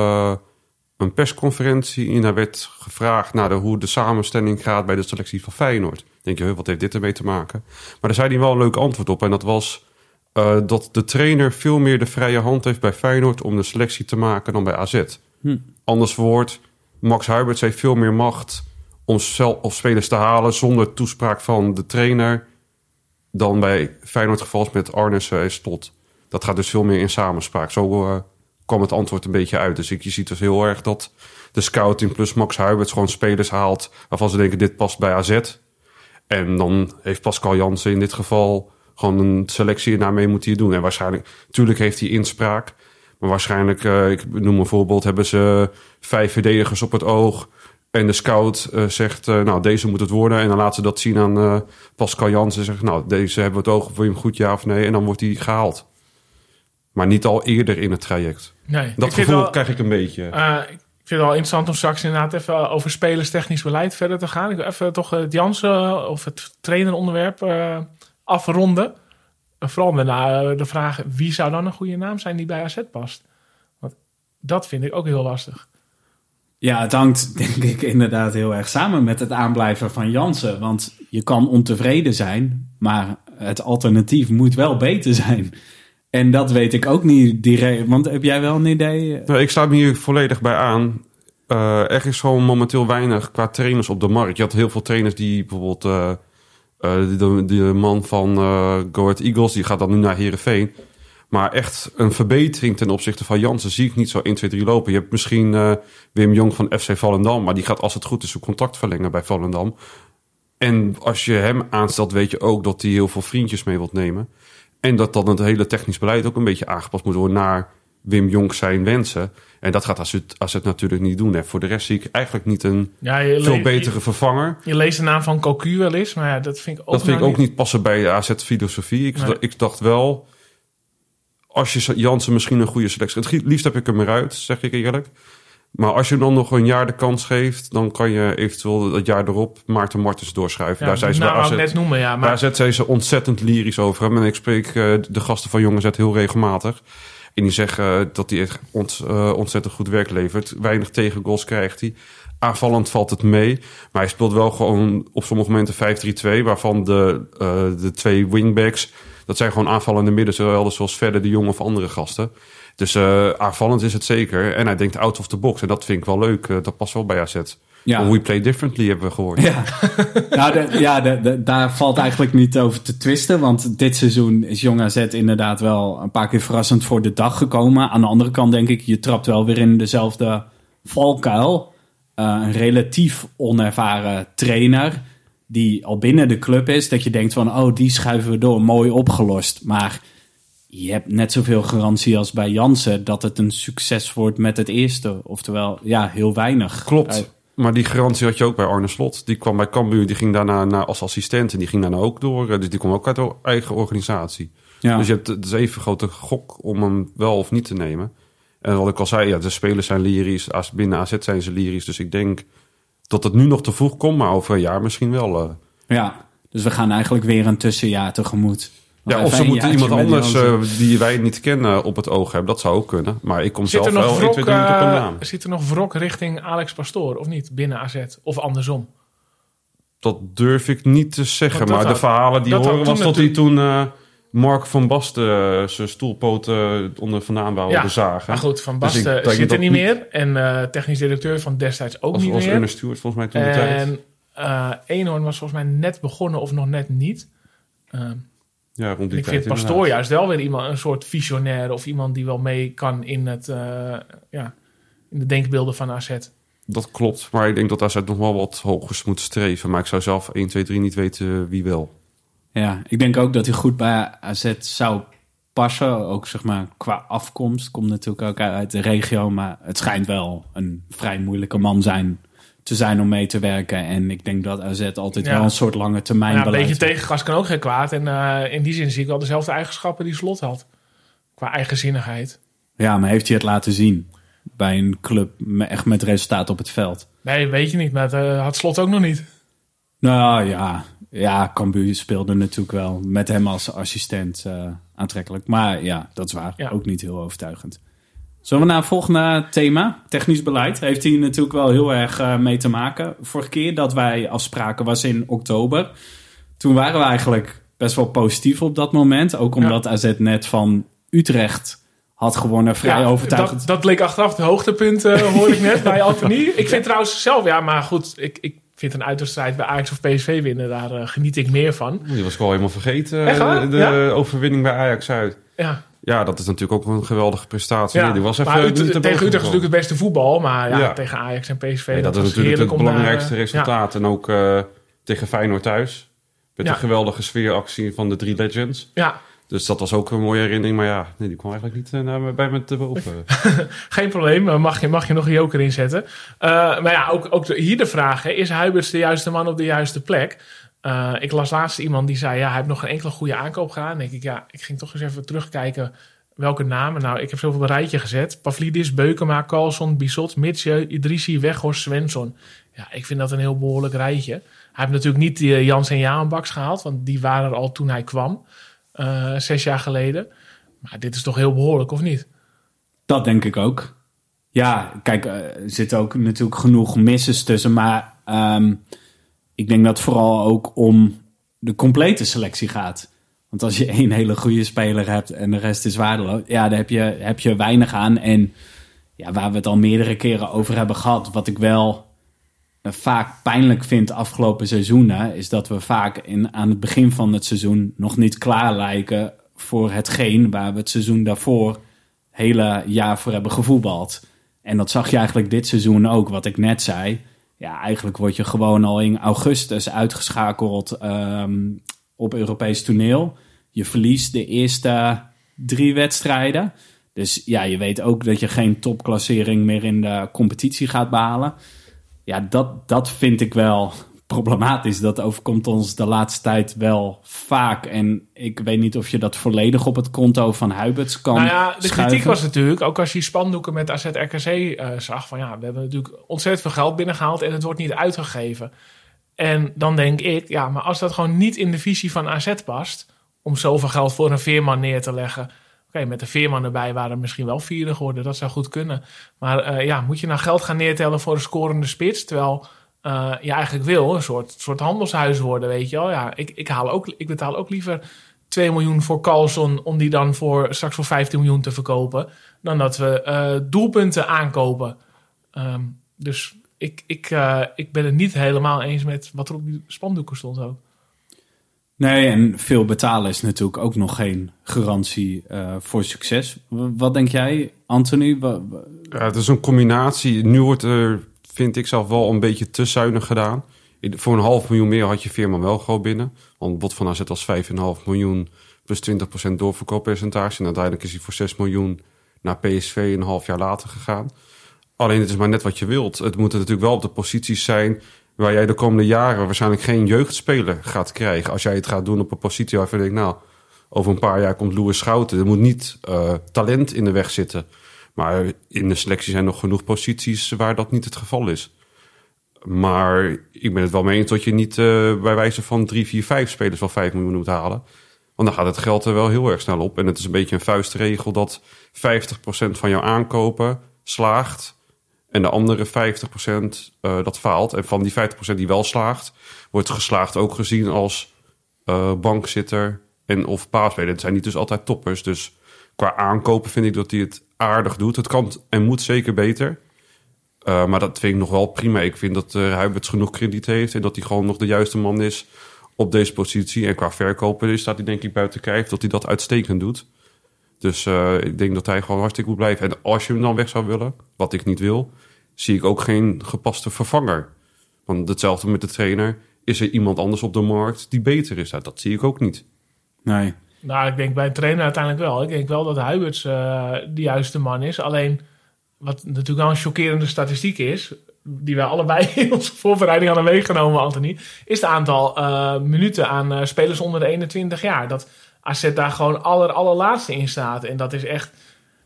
een persconferentie en daar werd gevraagd naar hoe de samenstelling gaat bij de selectie van Feyenoord. Dan denk je, wat heeft dit ermee te maken? Maar daar zei hij wel een leuk antwoord op en dat was dat de trainer veel meer de vrije hand heeft bij Feyenoord om de selectie te maken dan bij AZ. Anders verwoord, Max Huiberts heeft veel meer macht om spelers te halen zonder toespraak van de trainer dan bij Feyenoord geval met Arnes en Slot. Dat gaat dus veel meer in samenspraak. Zo kwam het antwoord een beetje uit. Dus je ziet dus heel erg dat de scouting plus Max Huiberts gewoon spelers haalt waarvan ze denken dit past bij AZ. En dan heeft Pascal Jansen in dit geval gewoon een selectie en daarmee moet hij het doen. En waarschijnlijk, natuurlijk heeft hij inspraak. Maar waarschijnlijk, ik noem een voorbeeld, hebben ze 5 verdedigers op het oog. En de scout zegt, nou, deze moet het worden. En dan laten ze dat zien aan Pascal Jansen. En zegt, nou, deze hebben we het oog. Wil je hem goed, ja of nee? En dan wordt hij gehaald. Maar niet al eerder in het traject. Nee, dat gevoel krijg ik een beetje. Ik vind het wel interessant om straks inderdaad even over spelerstechnisch beleid verder te gaan. Ik wil even toch het Jansen of het traineronderwerp afronden. Vooral met de vraag, wie zou dan een goede naam zijn die bij AZ past? Want dat vind ik ook heel lastig. Ja, het hangt denk ik inderdaad heel erg samen met het aanblijven van Jansen. Want je kan ontevreden zijn, maar het alternatief moet wel beter zijn. En dat weet ik ook niet direct. Want heb jij wel een idee? Ik sluit me hier volledig bij aan. Er is gewoon momenteel weinig qua trainers op de markt. Je had heel veel trainers die bijvoorbeeld de man van Go Ahead Eagles, die gaat dan nu naar Heerenveen. Maar echt een verbetering ten opzichte van Jansen zie ik niet zo 1, 2, 3 lopen. Je hebt misschien Wim Jong van FC Volendam, maar die gaat als het goed is zijn contract verlengen bij Volendam. En als je hem aanstelt, weet je ook dat hij heel veel vriendjes mee wilt nemen. En dat dan het hele technisch beleid ook een beetje aangepast moet worden naar Wim Jong zijn wensen. En dat gaat AZ natuurlijk niet doen. Hè. Voor de rest zie ik eigenlijk niet een veel betere vervanger. Je leest de naam van Cocu wel eens, maar ja, dat vind ik ook, dat vind ik ook niet passen bij de AZ-filosofie. Ik dacht wel, als je Jansen misschien een goede selectie... Het liefst heb ik hem eruit, zeg ik eerlijk. Maar als je dan nog een jaar de kans geeft, dan kan je eventueel het jaar erop Maarten Martens doorschuiven. Ja, daar zijn ze net noemen, ja. Maar AZ zijn ze ontzettend lyrisch over hem. En ik spreek de gasten van Jong AZ heel regelmatig. En die zeggen dat hij echt ontzettend goed werk levert. Weinig tegengoals krijgt hij. Aanvallend valt het mee. Maar hij speelt wel gewoon op sommige momenten 5-3-2. Waarvan de 2 wingbacks, dat zijn gewoon aanvallende middenvelden zoals Verder de Jong of andere gasten. Dus aanvallend is het zeker. En hij denkt out of the box. En dat vind ik wel leuk. Dat past wel bij AZ. Ja. We play differently hebben we gehoord. Ja, daar valt eigenlijk niet over te twisten. Want dit seizoen is Jong AZ inderdaad wel een paar keer verrassend voor de dag gekomen. Aan de andere kant denk ik, je trapt wel weer in dezelfde valkuil. Een relatief onervaren trainer die al binnen de club is. Dat je denkt van, oh, die schuiven we door. Mooi opgelost. Maar je hebt net zoveel garantie als bij Jansen dat het een succes wordt met het eerste. Oftewel, ja, heel weinig. Klopt. Maar die garantie had je ook bij Arne Slot. Die kwam bij Cambuur, die ging daarna als assistent en die ging daarna ook door. Dus die kwam ook uit de eigen organisatie. Ja. Dus je hebt het is even grote gok om hem wel of niet te nemen. En wat ik al zei, ja, de spelers zijn lyrisch. Binnen AZ zijn ze lyrisch. Dus ik denk dat het nu nog te vroeg komt, maar over een jaar misschien wel. Ja, dus we gaan eigenlijk weer een tussenjaar tegemoet. Ja, of ze moeten iemand anders die wij niet kennen op het oog hebben. Dat zou ook kunnen. Maar ik kom zelf wel 1, 2, 3 op een naam. Zit er nog wrok richting Alex Pastoor of niet binnen AZ? Of andersom? Dat durf ik niet te zeggen. Maar de verhalen die horen was dat hij toen Mark van Basten zijn stoelpoten onder vandaan wou bezagen. Maar goed, Van Basten dus zit er niet meer. En technisch directeur van destijds ook niet meer. Als Ernest Stewart volgens mij toen de tijd. En Eenhoorn was volgens mij net begonnen of nog net niet. Ja, rond die ik vind Pastoor juist wel weer iemand, een soort visionair of iemand die wel mee kan in het in de denkbeelden van AZ. Dat klopt, maar ik denk dat AZ nog wel wat hoger moet streven. Maar ik zou zelf 1, 2, 3 niet weten wie wel. Ja, ik denk ook dat hij goed bij AZ zou passen. Ook zeg maar qua afkomst. Komt natuurlijk ook uit de regio. Maar het schijnt wel een vrij moeilijke man te zijn om mee te werken. En ik denk dat AZ altijd wel een soort lange termijn beleid. Een beetje tegengas kan ook geen kwaad. En in die zin zie ik wel dezelfde eigenschappen die Slot had. Qua eigenzinnigheid. Ja, maar heeft hij het laten zien bij een club echt met resultaat op het veld? Nee, weet je niet. Maar dat had Slot ook nog niet. Nou ja, Cambuur speelde natuurlijk wel met hem als assistent aantrekkelijk. Maar ja, dat is waar. Ja. Ook niet heel overtuigend. Zullen we naar het volgende thema? Technisch beleid. Heeft hier natuurlijk wel heel erg mee te maken. Vorige keer dat wij afspraken was in oktober. Toen waren we eigenlijk best wel positief op dat moment. Ook omdat AZ net van Utrecht had gewonnen, vrij overtuigend. Dat bleek achteraf het hoogtepunt, hoorde ik net bij Anthony. Ik vind trouwens zelf, maar goed, ik vind een uitwedstrijd bij Ajax of PSV winnen, daar geniet ik meer van. Die was ik wel helemaal vergeten, de overwinning bij Ajax uit. Ja, dat is natuurlijk ook een geweldige prestatie. Ja, die was even tegen Utrecht is natuurlijk het beste voetbal, maar tegen Ajax en PSV... dat is natuurlijk het belangrijkste resultaat. En ook tegen Feyenoord thuis. Met een geweldige sfeeractie van de 3 Legends. Ja. Dus dat was ook een mooie herinnering. Maar die kwam eigenlijk niet bij me te boven. Geen probleem. Mag je nog een joker inzetten. Maar ook hier de vraag. Is Huiberts de juiste man op de juiste plek? Ik las laatst iemand die zei... hij heeft nog geen enkele goede aankoop gedaan. Dan denk ik ging toch eens even terugkijken welke namen. Nou, ik heb zoveel op een rijtje gezet. Pavlidis, Beukema, Carlson, Bissot, Mitsje, Idrissi, Weghorst, Svensson. Ja, ik vind dat een heel behoorlijk rijtje. Hij heeft natuurlijk niet Jans en Jaanbaks gehaald. Want die waren er al toen hij kwam. 6 jaar geleden. Maar dit is toch heel behoorlijk, of niet? Dat denk ik ook. Ja, kijk, er zitten ook natuurlijk genoeg misses tussen. Maar ik denk dat het vooral ook om de complete selectie gaat. Want als je 1 hele goede speler hebt en de rest is waardeloos... ja, daar heb je weinig aan. En waar we het al meerdere keren over hebben gehad... wat ik wel vaak pijnlijk vind de afgelopen seizoenen... is dat we vaak aan het begin van het seizoen nog niet klaar lijken... voor hetgeen waar we het seizoen daarvoor hele jaar voor hebben gevoetbald. En dat zag je eigenlijk dit seizoen ook, wat ik net zei. Ja, eigenlijk word je gewoon al in augustus uitgeschakeld op Europees toneel. Je verliest de eerste 3 wedstrijden. Dus ja, je weet ook dat je geen topklassering meer in de competitie gaat behalen. Ja, dat vind ik wel problematisch. Dat overkomt ons de laatste tijd wel vaak. En ik weet niet of je dat volledig op het konto van Huiberts kan de kritiek was natuurlijk, ook als je spandoeken met AZ RKC zag... van we hebben natuurlijk ontzettend veel geld binnengehaald... en het wordt niet uitgegeven. En dan denk ik, maar als dat gewoon niet in de visie van AZ past... om zoveel geld voor een Veerman neer te leggen... Oké, met de Veerman erbij waren misschien wel 4 geworden. Dat zou goed kunnen. Maar moet je nou geld gaan neertellen voor een scorende spits... terwijl je eigenlijk wil een soort handelshuis worden, weet je wel. Ja, ik betaal ook liever 2 miljoen voor Carlson... om die dan straks voor 15 miljoen te verkopen... dan dat we doelpunten aankopen. Dus ik ben het niet helemaal eens met wat er op die spandoeken stond ook. Nee, en veel betalen is natuurlijk ook nog geen garantie voor succes. Wat denk jij, Anthony? Ja, het is een combinatie. Nu wordt er, vind ik zelf, wel een beetje te zuinig gedaan. Voor een 500.000 meer had je Veerman wel gewoon binnen. Want het bod van AZ was 5,5 miljoen plus 20% doorverkooppercentage. En uiteindelijk is hij voor 6 miljoen naar PSV een half jaar later gegaan. Alleen het is maar net wat je wilt. Het moeten natuurlijk wel op de posities zijn... waar jij de komende jaren waarschijnlijk geen jeugdspeler gaat krijgen. Als jij het gaat doen op een positie waarvan je denkt... over een paar jaar komt Louis Schouten. Er moet niet talent in de weg zitten. Maar in de selectie zijn nog genoeg posities waar dat niet het geval is. Maar ik ben het wel mee eens dat je niet bij wijze van 3, 4, 5 spelers wel 5 miljoen moet halen. Want dan gaat het geld er wel heel erg snel op. En het is een beetje een vuistregel dat 50% van jouw aankopen slaagt... en de andere 50% dat faalt. En van die 50% die wel slaagt... wordt geslaagd ook gezien als bankzitter en of paasspeler. Het zijn niet dus altijd toppers. Dus qua aankopen vind ik dat hij het aardig doet. Het kan en moet zeker beter. Maar dat vind ik nog wel prima. Ik vind dat Huiberts genoeg krediet heeft... en dat hij gewoon nog de juiste man is op deze positie. En qua verkopen staat hij denk ik buiten kijf... dat hij dat uitstekend doet. Dus ik denk dat hij gewoon hartstikke goed blijft. En als je hem dan weg zou willen, wat ik niet wil... zie ik ook geen gepaste vervanger. Want hetzelfde met de trainer. Is er iemand anders op de markt die beter is? Nou, dat zie ik ook niet. Nee. Nou, ik denk bij een trainer uiteindelijk wel. Ik denk wel dat Huiberts de juiste man is. Alleen, wat natuurlijk wel een chockerende statistiek is, die wij allebei in onze voorbereiding hadden meegenomen, Anthony, is het aantal minuten aan spelers onder de 21 jaar. Dat AZ daar gewoon allerlaatste in staat. En dat is echt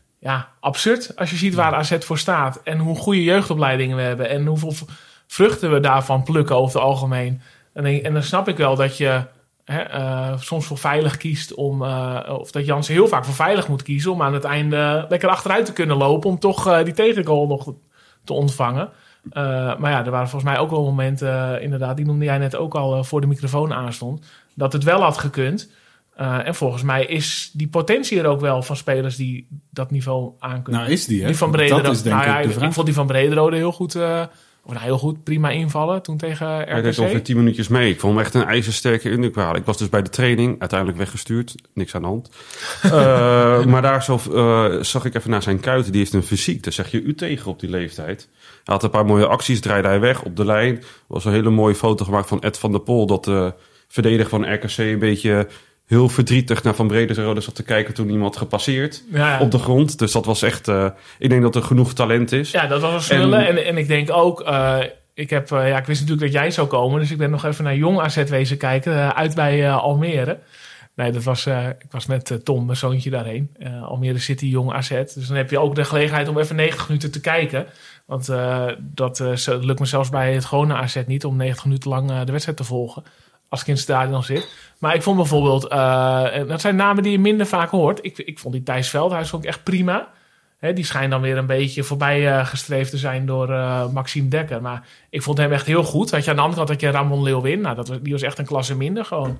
absurd als je ziet waar AZ voor staat. En hoe goede jeugdopleidingen we hebben. En hoeveel vruchten we daarvan plukken over het algemeen. En dan snap ik wel dat je soms voor veilig kiest of dat Jansen heel vaak voor veilig moet kiezen om aan het einde lekker achteruit te kunnen lopen om toch die tegengoal nog te ontvangen. Maar er waren volgens mij ook wel momenten, inderdaad, die noemde jij net ook al voor de microfoon aanstond, dat het wel had gekund. En volgens mij is die potentie er ook wel van spelers die dat niveau aankunnen. Nou, is die, hè? Die van Brederode, dat is denk ik de vraag. Ik vond die van Brederode heel goed. Heel goed, prima invallen toen tegen RKC. Hij deed ongeveer 10 minuutjes mee. Ik vond hem echt een ijzersterke indruk. Ik was dus bij de training, uiteindelijk weggestuurd. Niks aan de hand. Maar daar zag ik even naar zijn kuiten. Die heeft een fysiek. Daar zeg je u tegen op die leeftijd. Hij had een paar mooie acties, draaide hij weg op de lijn. Er was een hele mooie foto gemaakt van Ed van der Pol. Dat de verdediger van RKC een beetje heel verdrietig naar Van Brederode zat te kijken toen iemand gepasseerd op de grond. Dus dat was echt, ik denk dat er genoeg talent is. Ja, dat was een smullen. En ik denk ook, ik wist natuurlijk dat jij zou komen. Dus ik ben nog even naar Jong AZ wezen kijken, uit bij Almere. Nee, ik was met Tom, mijn zoontje, daarheen. Almere City, Jong AZ. Dus dan heb je ook de gelegenheid om even 90 minuten te kijken. Want dat lukt me zelfs bij het gewone AZ niet om 90 minuten lang de wedstrijd te volgen. Als ik in het stadion zit. Maar ik vond bijvoorbeeld, dat zijn namen die je minder vaak hoort. Ik vond die Thijs Veldhuis vond ik echt prima. Die schijnt dan weer een beetje voorbij gestreefd te zijn door Maxime Dekker. Maar ik vond hem echt heel goed. Had je aan de andere kant had je Ramon Leeuwin. Nou, die was echt een klasse minder gewoon.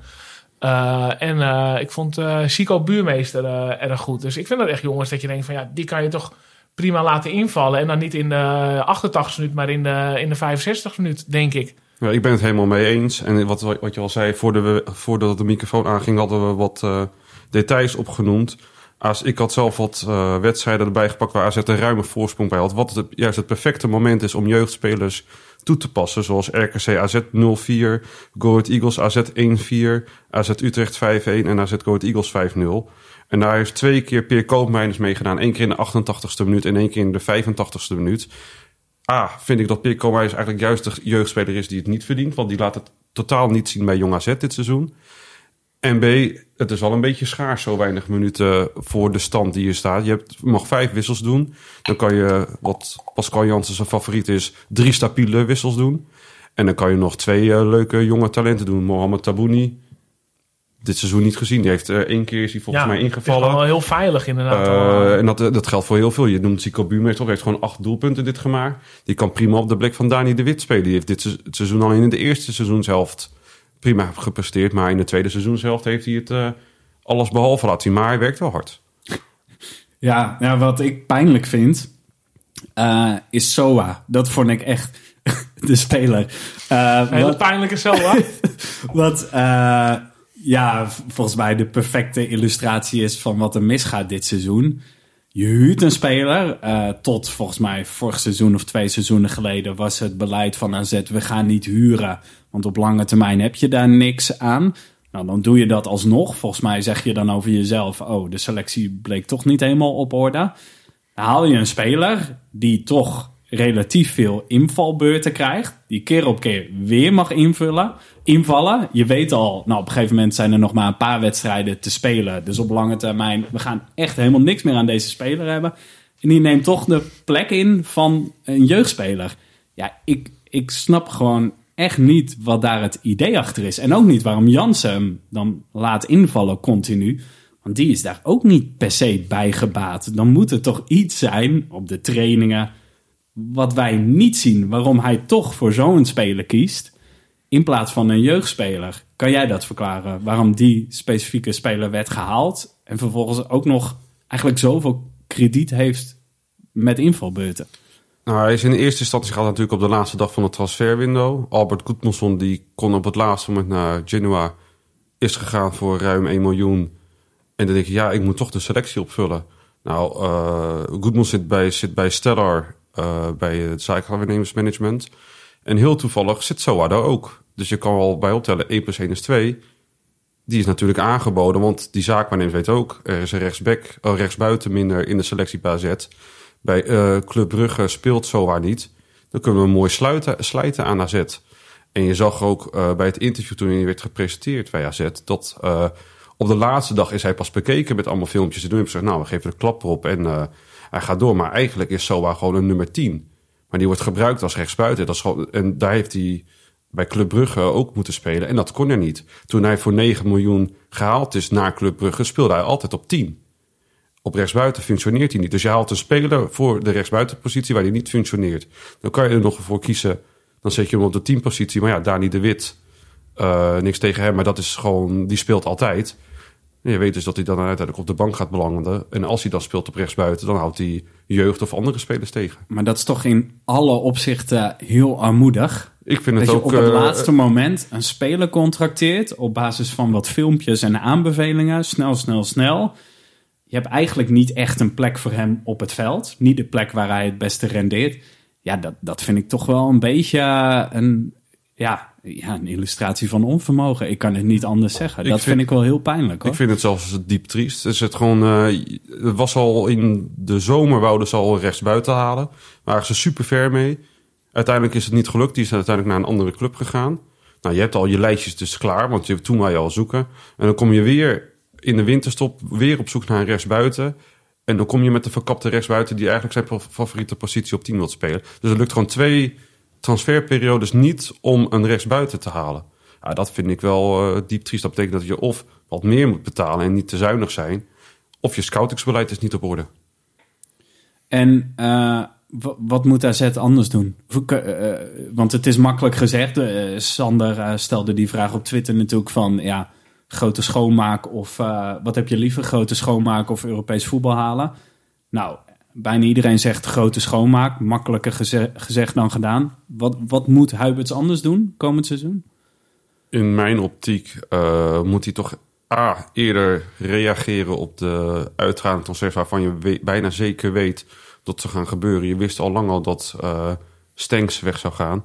Ik vond Chico Buurmeester erg goed. Dus ik vind dat echt jongens dat je denkt van die kan je toch prima laten invallen. En dan niet in de 88 minuut, maar in de 65 minuut, denk ik. Ja, ik ben het helemaal mee eens. En wat je al zei, voordat de microfoon aanging, hadden we wat details opgenoemd. Ik had zelf wat wedstrijden erbij gepakt waar AZ een ruime voorsprong bij had. Wat juist het perfecte moment is om jeugdspelers toe te passen. Zoals RKC AZ 0-4, Go Ahead Eagles AZ 1-4, AZ Utrecht 5-1 en AZ Go Ahead Eagles 5-0. En daar heeft 2 keer Peer Koopmeiners meegedaan. 1 keer in de 88ste minuut en 1 keer in de 85ste minuut. Vind ik dat Peer Koopmeiners eigenlijk juist de jeugdspeler is die het niet verdient. Want die laat het totaal niet zien bij Jong AZ dit seizoen. En B, het is wel een beetje schaars, zo weinig minuten voor de stand die je staat. Je mag 5 wissels doen. Dan kan je, wat Pascal Jansen zijn favoriet is, 3 stabiele wissels doen. En dan kan je nog 2 leuke jonge talenten doen. Mohamed Tabouni, dit seizoen niet gezien. Die heeft 1 keer is hij volgens mij ingevallen. Het is wel heel veilig inderdaad. En dat geldt voor heel veel. Je noemt Zico Buurmeester, heeft gewoon 8 doelpunten dit gemaakt. Die kan prima op de plek van Dani de Wit spelen. Die heeft dit seizoen al in de eerste seizoenshelft prima gepresteerd. Maar in de tweede seizoenshelft heeft hij het alles behalve laten zien. Maar hij werkt wel hard. Ja, wat ik pijnlijk vind, is Soa. Dat vond ik echt de speler. Hele pijnlijke Soa. Wat volgens mij de perfecte illustratie is van wat er misgaat dit seizoen. Je huurt een speler. Tot volgens mij vorig seizoen of 2 seizoenen geleden was het beleid van AZ: we gaan niet huren, want op lange termijn heb je daar niks aan. Nou, dan doe je dat alsnog. Volgens mij zeg je dan over jezelf: oh, de selectie bleek toch niet helemaal op orde. Dan haal je een speler die toch relatief veel invalbeurten krijgt, die keer op keer weer mag invallen. Je weet al, op een gegeven moment zijn er nog maar een paar wedstrijden te spelen. Dus op lange termijn, we gaan echt helemaal niks meer aan deze speler hebben. En die neemt toch de plek in van een jeugdspeler. Ja, ik snap gewoon echt niet wat daar het idee achter is. En ook niet waarom Jansen hem dan laat invallen continu. Want die is daar ook niet per se bij gebaat. Dan moet er toch iets zijn op de trainingen wat wij niet zien, waarom hij toch voor zo'n speler kiest in plaats van een jeugdspeler. Kan jij dat verklaren? Waarom die specifieke speler werd gehaald en vervolgens ook nog eigenlijk zoveel krediet heeft met invalbeurten? Nou, hij is in de eerste instantie gaat natuurlijk op de laatste dag van het transferwindow. Albert Goedmanson, die kon op het laatste moment naar Genoa, is gegaan voor ruim 1 miljoen. En dan denk je, ik moet toch de selectie opvullen. Nou, Goedmanson zit bij Stellar. bij het zaakwaarnemersmanagement. En heel toevallig zit SOA daar ook. Dus je kan wel bij optellen, 1 + 1 is 2. Die is natuurlijk aangeboden, want die zaakwaarnemers weet ook. Er is een rechtsbuiten minder in de selectie bij AZ. Bij Club Brugge speelt SOA niet. Dan kunnen we mooi slijten aan AZ. En je zag ook bij het interview toen hij werd gepresenteerd bij AZ... dat op de laatste dag is hij pas bekeken met allemaal filmpjes. En toen hebben ze gezegd, we geven de klap erop en hij gaat door. Maar eigenlijk is SOA gewoon een nummer 10. Maar die wordt gebruikt als rechtsbuiten. Dat is gewoon, en daar heeft hij bij Club Brugge ook moeten spelen. En dat kon er niet. Toen hij voor 9 miljoen gehaald is naar Club Brugge... speelde hij altijd op 10. Op rechtsbuiten functioneert hij niet. Dus je haalt een speler voor de rechtsbuitenpositie... waar hij niet functioneert. Dan kan je er nog voor kiezen. Dan zet je hem op de 10-positie. Maar ja, Dani de Wit... niks tegen hem, maar dat is gewoon... die speelt altijd. En je weet dus dat hij dan uiteindelijk op de bank gaat belanden. En als hij dan speelt op rechtsbuiten... dan houdt hij jeugd of andere spelers tegen. Maar dat is toch in alle opzichten heel armoedig? Ik vind het dat ook... je op het laatste moment een speler contracteert... op basis van wat filmpjes en aanbevelingen. Snel. Je hebt eigenlijk niet echt een plek voor hem op het veld. Niet de plek waar hij het beste rendeert. Ja, dat vind ik toch wel een beetje een illustratie van onvermogen. Ik kan het niet anders zeggen. Vind ik wel heel pijnlijk, hoor. Ik vind het zelfs diep triest. Het was al in de zomer wouden ze al rechtsbuiten halen. Waren ze super ver mee. Uiteindelijk is het niet gelukt. Die is uiteindelijk naar een andere club gegaan. Nou, je hebt al je lijstjes dus klaar, want toen wou je al zoeken. En dan kom je weer in de winterstop weer op zoek naar een rechtsbuiten. En dan kom je met de verkapte rechtsbuiten die eigenlijk zijn favoriete positie op 10 wilt spelen. Dus het lukt gewoon 2 transferperiodes niet om een rechtsbuiten te halen. Ja, dat vind ik wel diep triest. Dat betekent dat je of wat meer moet betalen en niet te zuinig zijn, of je scoutingsbeleid is niet op orde. En wat moet AZ anders doen? Want het is makkelijk gezegd. Sander stelde die vraag op Twitter natuurlijk van... ja, grote schoonmaak of wat heb je liever? Grote schoonmaak of Europees voetbal halen? Nou, bijna iedereen zegt grote schoonmaak. Makkelijker gezegd dan gedaan. Wat moet Huiberts anders doen komend seizoen? In mijn optiek moet hij toch eerder reageren op de uitgaande transfers... waarvan je bijna zeker weet dat ze gaan gebeuren. Je wist al lang dat Stenks weg zou gaan.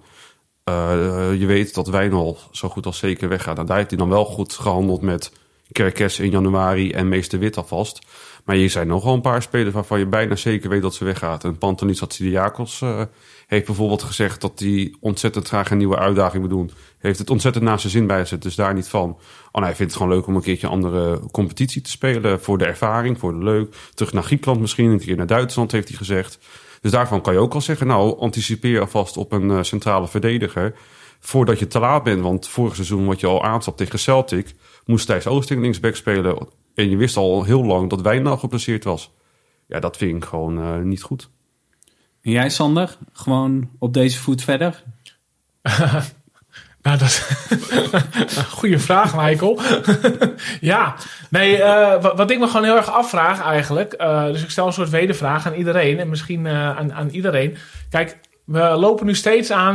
Je weet dat Wijnal zo goed als zeker weggaat. Nou, daar heeft hij dan wel goed gehandeld met Kerkes in januari en Meester Wit alvast. Maar hier zijn nog wel een paar spelers waarvan je bijna zeker weet dat ze weggaat. En Pantelis Hatsidiakos heeft bijvoorbeeld gezegd dat hij ontzettend graag een nieuwe uitdaging wil doen. Heeft het ontzettend naar zijn zin bij zit, dus daar niet van. Hij vindt het gewoon leuk om een keertje een andere competitie te spelen. Voor de ervaring, voor de leuk. Terug naar Griekenland misschien, een keer naar Duitsland heeft hij gezegd. Dus daarvan kan je ook al zeggen, anticipeer alvast op een centrale verdediger voordat je te laat bent. Want vorig seizoen wat je al aanstapt tegen Celtic, moest Thijs Oosting linksback spelen. En je wist al heel lang dat Wijnal geblesseerd was. Ja, dat vind ik gewoon niet goed. En jij, Sander? Gewoon op deze voet verder? Nou, dat is een goede vraag, Michael. Ja, nee, wat ik me gewoon heel erg afvraag eigenlijk... dus ik stel een soort wedervraag aan iedereen... en misschien aan iedereen. Kijk, we lopen nu steeds aan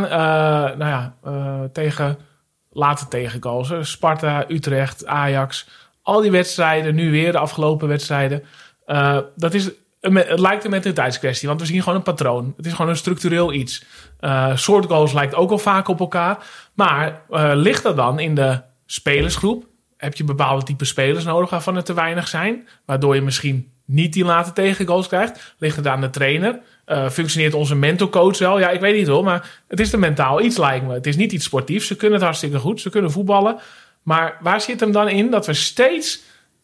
tegen late tegengoals. Sparta, Utrecht, Ajax... al die wedstrijden, nu weer de afgelopen wedstrijden... Het lijkt een mentaliteitskwestie, want we zien gewoon een patroon. Het is gewoon een structureel iets. Soort goals lijkt ook al vaak op elkaar. Maar ligt er dan in de spelersgroep? Heb je bepaalde type spelers nodig waarvan er te weinig zijn? Waardoor je misschien niet die late tegengoals krijgt? Ligt het aan de trainer? Functioneert onze mental coach wel? Ja, ik weet niet hoor, maar het is de mentaal iets lijkt me. Het is niet iets sportiefs. Ze kunnen het hartstikke goed. Ze kunnen voetballen. Maar waar zit hem dan in dat we steeds...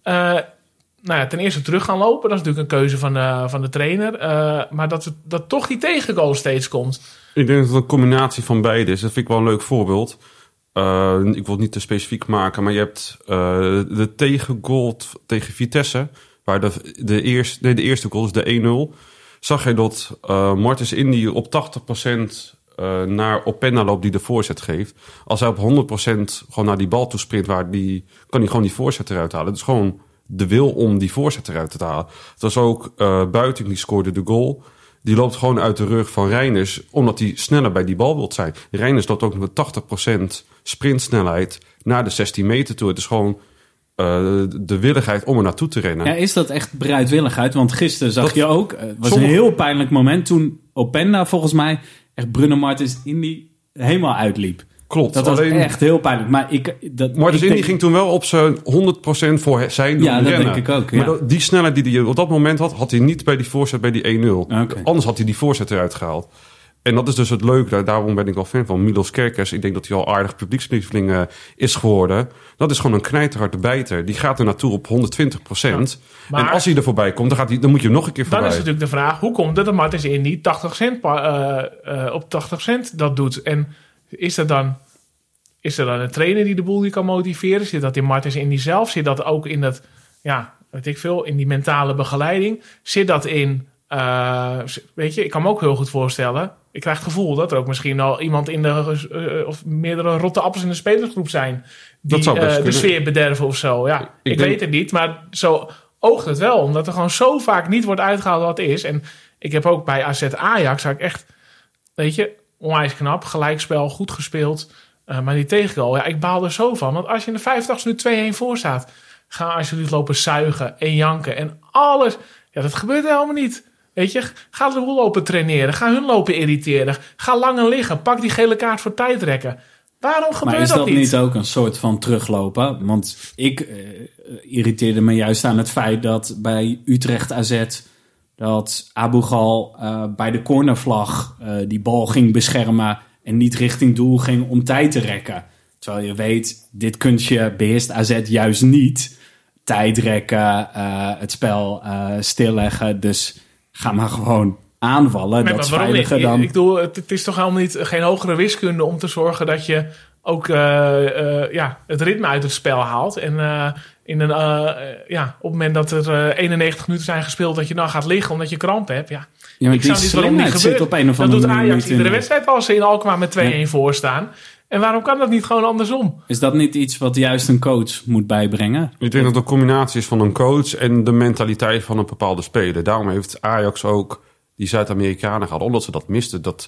ten eerste terug gaan lopen. Dat is natuurlijk een keuze van de trainer. Maar dat toch die tegengoal steeds komt. Ik denk dat het een combinatie van beide is. Dat vind ik wel een leuk voorbeeld. Ik wil het niet te specifiek maken. Maar je hebt de tegengoal tegen Vitesse. Waar de eerste goal is de 1-0. Zag je dat Martens Indy op 80% naar Openda loopt die de voorzet geeft. Als hij op 100% gewoon naar die bal toe sprint, kan hij gewoon die voorzet eruit halen. Het is gewoon de wil om die voorzet eruit te halen. Het was ook Buiting die scoorde de goal. Die loopt gewoon uit de rug van Reiners, omdat hij sneller bij die bal wilt zijn. Reiners loopt ook met 80% sprintsnelheid naar de 16 meter toe. Het is gewoon de willigheid om er naartoe te rennen. Ja, is dat echt bereidwilligheid? Want gisteren zag je ook, het was een heel pijnlijk moment toen Openda volgens mij echt Bruno Martins Indy helemaal uitliep. Klopt. Dat was echt heel pijnlijk. Maar Martins Indy ging toen wel op zijn 100% voor zijn doen rennen. Ja, dat denk ik ook. Ja. Maar die snelheid die hij op dat moment had hij niet bij die voorzet bij die 1-0. Okay. Anders had hij die voorzet eruit gehaald. En dat is dus het leuke. Daarom ben ik wel fan van Milos Kerkers. Ik denk dat hij al aardig publiekslieveling is geworden. Dat is gewoon een knijterharde bijter. Die gaat er naartoe op 120%. Ja, en als hij er voorbij komt, dan moet je hem nog een keer voorbij. Dan is natuurlijk de vraag, hoe komt het dat Martins Indy 80 cent op 80 cent dat doet? En is er dan een trainer die de boel die kan motiveren? Zit dat in Martins Indy zelf? Zit dat ook in dat, weet ik veel, in die mentale begeleiding? Zit dat in, weet je, ik kan me ook heel goed voorstellen. Ik krijg het gevoel dat er ook misschien al iemand in of meerdere rotte appels in de spelersgroep zijn die de sfeer bederven of zo. Ja, ik weet het niet, maar zo oogt het wel, omdat er gewoon zo vaak niet wordt uitgehaald wat het is. En ik heb ook bij AZ Ajax, ik echt, weet je, onwijs knap, gelijkspel, goed gespeeld. Maar die tegengoal, ik baal er zo van. Want als je in de 85e nu 2-1 voor staat, ga alsjeblieft lopen zuigen en janken en alles. Ja, dat gebeurt helemaal niet. Weet je, ga de boel lopen traineren. Ga hun lopen irriteren. Ga langer liggen. Pak die gele kaart voor tijdrekken. Waarom gebeurt dat niet? Maar is dat niet ook een soort van teruglopen? Want ik irriteerde me juist aan het feit dat bij Utrecht AZ dat Abughal bij de cornervlag die bal ging beschermen en niet richting doel ging om tijd te rekken. Terwijl je weet, dit kunstje beheerst AZ juist niet. Tijd rekken, het spel stilleggen. Dus ga maar gewoon aanvallen. Nee, dat is veiliger dan. Ik bedoel, het is toch helemaal niet geen hogere wiskunde om te zorgen dat je ook het ritme uit het spel haalt. En op het moment dat er 91 minuten zijn gespeeld, dat je dan gaat liggen omdat je kramp hebt. Ja, ik zou niet waarom niet gebeurt. Op een of andere dat doet Ajax iedere wedstrijd als ze in Alkmaar met 2-1 voor staan. En waarom kan dat niet gewoon andersom? Is dat niet iets wat juist een coach moet bijbrengen? Ik denk dat het een combinatie is van een coach en de mentaliteit van een bepaalde speler. Daarom heeft Ajax ook die Zuid-Amerikanen gehad, omdat ze dat misten. Dat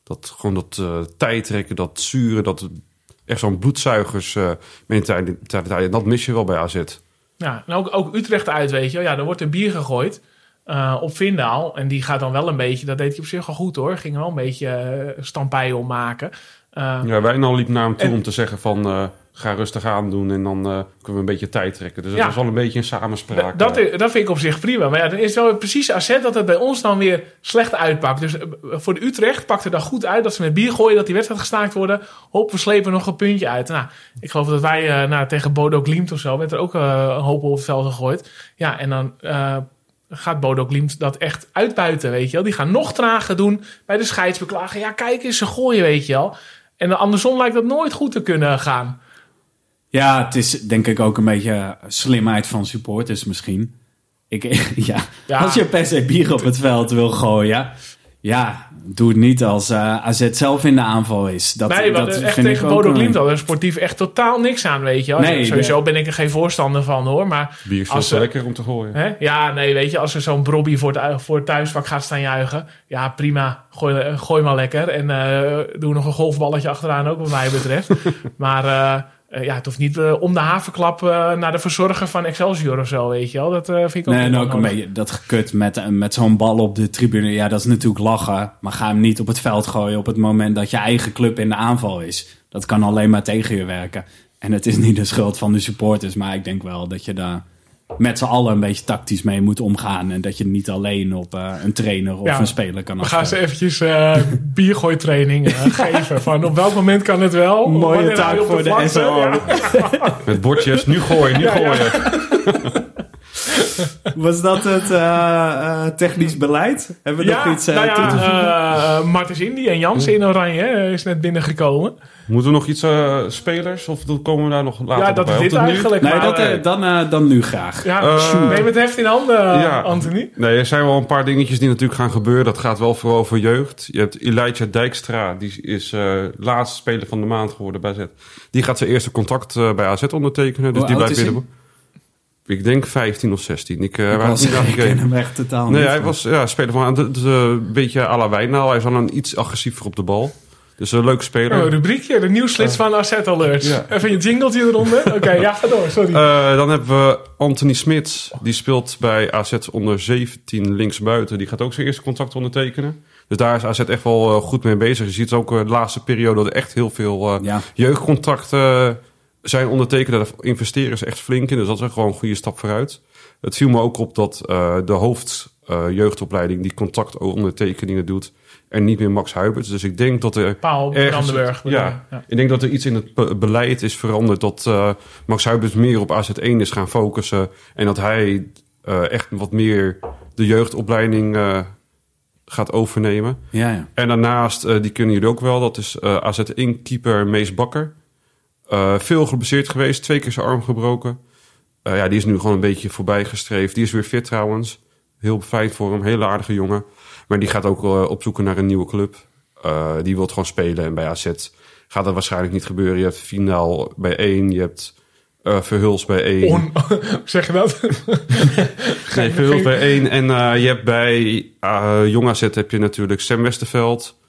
tijdrekken, dat zuren, dat echt zo'n bloedzuigers mentaliteit. Dat mis je wel bij AZ. Ja, en ook Utrecht uit, weet je. Ja, er wordt een bier gegooid op Vindaal. En die gaat dan wel een beetje, dat deed hij op zich wel goed hoor. Ging wel een beetje stampij om maken. Wijnald liep naar hem toe om te zeggen van ga rustig aan doen en dan kunnen we een beetje tijd trekken. Dus dat was wel een beetje een samenspraak. Dat vind ik op zich prima. Maar ja, dan is het wel precies AZ dat het bij ons dan weer slecht uitpakt. Dus voor de Utrecht pakt het dan goed uit dat ze met bier gooien, dat die wedstrijd gestaakt worden. Hop, we slepen nog een puntje uit. Nou, ik geloof dat wij tegen Bodo Glimt of zo werd er ook een hoop op het veld gegooid. Ja, en dan gaat Bodo Glimt dat echt uitbuiten, weet je wel. Die gaan nog trager doen bij de scheidsbeklager. Ja, kijk eens, ze gooien, weet je wel. En andersom lijkt dat nooit goed te kunnen gaan. Ja, het is denk ik ook een beetje slimheid van supporters misschien. Als je per se bier op het veld wil gooien, doe het niet als AZ zelf in de aanval is. Dat echt tegen Bodo Glimt had er sportief echt totaal niks aan, weet je wel. Nee, sowieso ben ik er geen voorstander van, hoor. Maar bier is veel te lekker om te gooien. Hè? Ja, nee, weet je, als er zo'n Brobby voor het thuisvak gaat staan juichen, ja, prima, gooi maar lekker. En doe nog een golfballetje achteraan ook, wat mij betreft. Maar het hoeft niet om de haverklap naar de verzorger van Excelsior of zo, weet je wel. Dat vind ik ook niet. Nee, ook een beetje dat gekut met zo'n bal op de tribune. Ja, dat is natuurlijk lachen. Maar ga hem niet op het veld gooien op het moment dat je eigen club in de aanval is. Dat kan alleen maar tegen je werken. En het is niet de schuld van de supporters. Maar ik denk wel dat je daar met z'n allen een beetje tactisch mee moet omgaan. En dat je niet alleen op een trainer of een speler kan afstellen. We gaan ze eventjes biergooitraining geven. Van op welk moment kan het wel? Mooie taak voor de SL. Ja. Met bordjes, nu gooien, gooien. Was dat het technisch beleid? Hebben we nog iets toe te voegen? Martins Indy en Jansen in oranje is net binnengekomen. Moeten we nog iets spelers? Of komen we daar nog later bij? Ja, dat is dit eigenlijk. Nee, dan nu graag. Ja, neem het heft in handen, Anthony. Nee, er zijn wel een paar dingetjes die natuurlijk gaan gebeuren. Dat gaat wel vooral over jeugd. Je hebt Elijah Dijkstra. Die is laatste speler van de maand geworden bij AZ. Die gaat zijn eerste contract bij AZ ondertekenen. Dus die blijft binnen. Ik denk 15 of 16. Ik ken hem echt totaal niet. Nee, hij was speler van een beetje à la Wijnal. Hij is dan iets agressiever op de bal. Dus een leuke speler. Oh, rubriekje, de nieuwslist van Asset Alerts. Ja. Even je jingletje eronder. Oké, ja, ga door, sorry. Dan hebben we Anthony Smits. Die speelt bij AZ onder 17 linksbuiten. Die gaat ook zijn eerste contract ondertekenen. Dus daar is AZ echt wel goed mee bezig. Je ziet ook de laatste periode dat er echt heel veel jeugdcontracten zijn ondertekend. Daar investeren ze echt flink in. Dus dat is gewoon een goede stap vooruit. Het viel me ook op dat de hoofdjeugdopleiding die contractondertekeningen doet en niet meer Max Huiberts. Dus ik denk dat er Paul Brandenburg. Ik denk dat er iets in het beleid is veranderd dat Max Huiberts meer op AZ1 is gaan focussen en dat hij echt wat meer de jeugdopleiding gaat overnemen. Ja. En daarnaast, die kunnen jullie ook wel, dat is AZ1-keeper Mees Bakker. Veel geblesseerd geweest, 2 keer zijn arm gebroken. Die is nu gewoon een beetje voorbij gestreefd. Die is weer fit trouwens. Heel fijn voor hem, hele aardige jongen. Maar die gaat ook op zoek naar een nieuwe club. Die wil gewoon spelen. En bij AZ gaat dat waarschijnlijk niet gebeuren. Je hebt Finaal bij 1, je hebt Verhuls bij 1. Hoe zeg je dat? Nee, Verhuls bij 1. En je hebt bij Jong AZ heb je natuurlijk Sam Westerveld.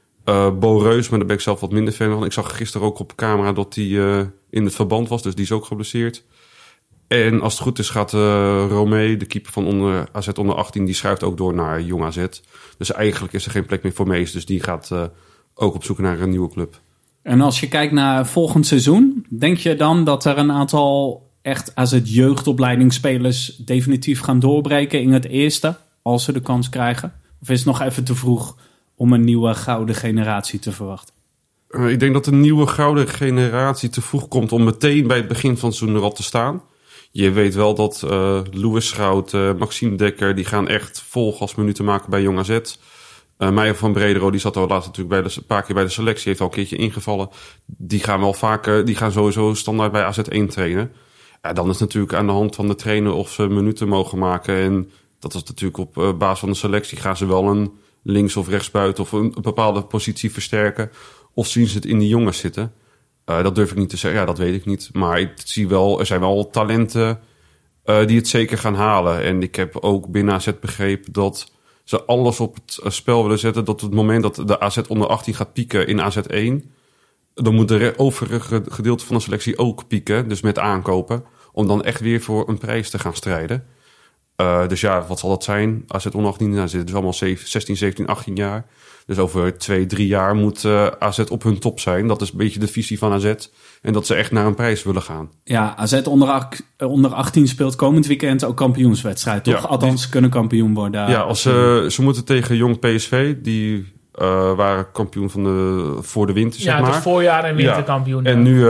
Bo Reus, maar daar ben ik zelf wat minder fan van. Ik zag gisteren ook op camera dat hij in het verband was. Dus die is ook geblesseerd. En als het goed is gaat Romee, de keeper van AZ onder 18... die schuift ook door naar Jong AZ. Dus eigenlijk is er geen plek meer voor Mees. Dus die gaat ook op zoek naar een nieuwe club. En als je kijkt naar volgend seizoen, denk je dan dat er een aantal echt AZ-jeugdopleidingsspelers definitief gaan doorbreken in het eerste, als ze de kans krijgen? Of is het nog even te vroeg om een nieuwe gouden generatie te verwachten? Ik denk dat de nieuwe gouden generatie te vroeg komt om meteen bij het begin van het seizoen erop te staan. Je weet wel dat Louis Schout, Maxime Dekker, die gaan echt vol gas minuten maken bij Jong AZ. Meijer van Bredero, die zat al laatst natuurlijk een paar keer bij de selectie, heeft al een keertje ingevallen. Die gaan wel vaker, die gaan sowieso standaard bij AZ1 trainen. Dan is het natuurlijk aan de hand van de trainer of ze minuten mogen maken. En dat is natuurlijk op basis van de selectie. Gaan ze wel een links- of rechtsbuiten of een bepaalde positie versterken? Of zien ze het in die jongens zitten? Dat durf ik niet te zeggen. Ja, dat weet ik niet. Maar ik zie wel, er zijn wel talenten die het zeker gaan halen. En ik heb ook binnen AZ begrepen dat ze alles op het spel willen zetten. Dat op het moment dat de AZ onder 18 gaat pieken in AZ1... dan moet de overige gedeelte van de selectie ook pieken. Dus met aankopen. Om dan echt weer voor een prijs te gaan strijden. Dus ja, wat zal dat zijn? AZ onder 18, nou, zitten dus allemaal 16, 17, 18 jaar. Dus over 2-3 jaar moet AZ op hun top zijn. Dat is een beetje de visie van AZ. En dat ze echt naar een prijs willen gaan. Ja, AZ onder 18 speelt komend weekend ook kampioenswedstrijd, toch? Ja, Althans, ze kunnen kampioen worden. Ja, als ze moeten tegen Jong PSV. Die waren kampioen voor de winter, zeg maar. Ja, het voorjaar en winterkampioen. Ja. En nu,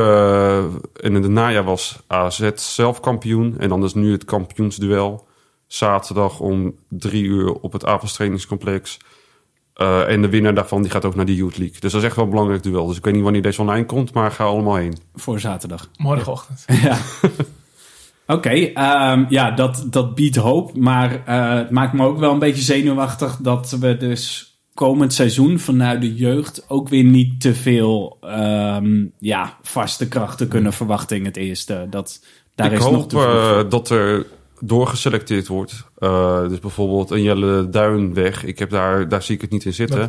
in het najaar was AZ zelf kampioen. En dan is nu het kampioensduel. Zaterdag om 3 uur op het Avals trainingscomplex. En de winnaar daarvan die gaat ook naar de Youth League. Dus dat is echt wel een belangrijk duel. Dus ik weet niet wanneer deze online komt, maar ga allemaal heen. Voor zaterdag. Morgenochtend. Ja. Oké, dat biedt hoop. Maar het maakt me ook wel een beetje zenuwachtig dat we dus komend seizoen vanuit de jeugd ook weer niet te veel vaste krachten kunnen verwachten in het eerste. Ik hoop dat er doorgeselecteerd wordt. Dus bijvoorbeeld een Jelle Duinweg. Daar zie ik het niet in zitten.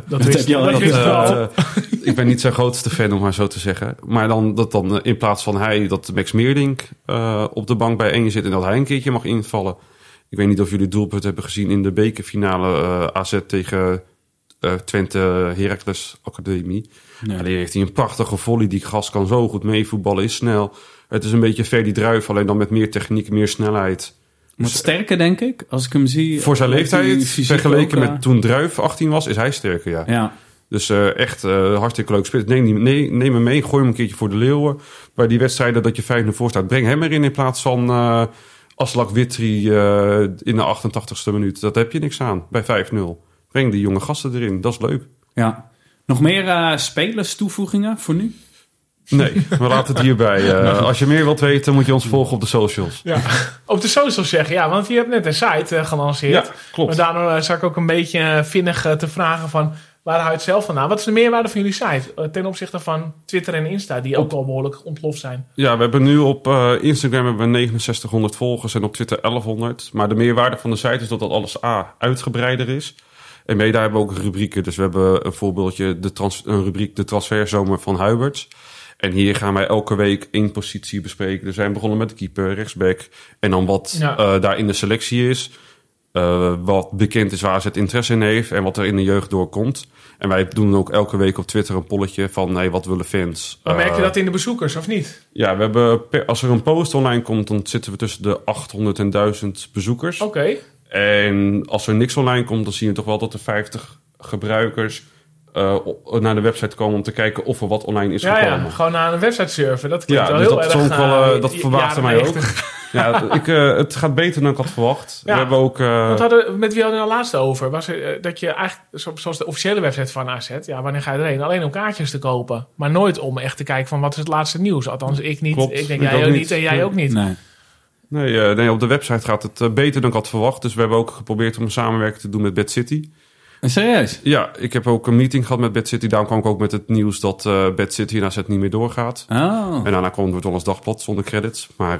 Ik ben niet zijn grootste fan, om maar zo te zeggen. Maar dan in plaats van dat Max Meerdink op de bank bij 1 zit en dat hij een keertje mag invallen. Ik weet niet of jullie het doelpunt hebben gezien in de bekerfinale AZ tegen Twente Heracles Academie. Nee. Alleen heeft hij een prachtige volley. Die gast kan zo goed meevoetballen, is snel. Het is een beetje Ferdy Druijf, alleen dan met meer techniek, meer snelheid. Wat sterker, denk ik, als ik hem zie. Voor zijn leeftijd, vergeleken met toen Druijf 18 was, is hij sterker, ja. Dus echt hartstikke leuk spits. Neem hem mee, gooi hem een keertje voor de leeuwen. Bij die wedstrijden dat je 5-0 voor staat, breng hem erin in plaats van Aslak Witry in de 88ste minuut. Dat heb je niks aan bij 5-0. Breng die jonge gasten erin, dat is leuk. Ja. Nog meer spelers toevoegingen voor nu? Nee, we laten het hierbij. Als je meer wilt weten, moet je ons volgen op de socials. Ja, op de socials zeggen, ja, want je hebt net een site gelanceerd. Ja, klopt. Maar daardoor zag ik ook een beetje vinnig te vragen van, waar hou je het zelf vandaan? Wat is de meerwaarde van jullie site ten opzichte van Twitter en Insta, die ook al behoorlijk ontploft zijn? Ja, we hebben nu op Instagram hebben we 6900 volgers en op Twitter 1100. Maar de meerwaarde van de site is dat alles uitgebreider is. En daar hebben we ook rubrieken. Dus we hebben een voorbeeldje, een rubriek de transferzomer van Huiberts. En hier gaan wij elke week 1 positie bespreken. Dus we zijn begonnen met de keeper, rechtsback. En dan wat daar in de selectie is. Wat bekend is waar ze het interesse in heeft. En wat er in de jeugd doorkomt. En wij doen ook elke week op Twitter een polletje van wat willen fans. Maar merk je dat in de bezoekers of niet? Ja, we hebben als er een post online komt, dan zitten we tussen de 800 en 1000 bezoekers. Oké. En als er niks online komt, dan zie je toch wel dat er 50 gebruikers naar de website komen om te kijken of er wat online is gekomen. Ja, gewoon naar een website surfen. Dat klinkt wel dus heel erg... dat verbaasde mij ook. Ja, het gaat beter dan ik had verwacht. Ja. We hebben ook... Met wie hadden we het laatste over? Was dat je eigenlijk, zoals de officiële website van AZ... Ja, wanneer ga je erheen? Alleen om kaartjes te kopen. Maar nooit om echt te kijken van wat is het laatste nieuws. Althans, ik niet. Klopt, ik denk jij ook niet en jij ook niet. Nee, op de website gaat het beter dan ik had verwacht. Dus we hebben ook geprobeerd om een samenwerking te doen met Bad City. Serieus? Ja, ik heb ook een meeting gehad met Bad City. Daarom kwam ik ook met het nieuws dat Bad City en AZ niet meer doorgaat. Oh. En daarna kwam het Noord-Hollands Dagblad zonder credits. Maar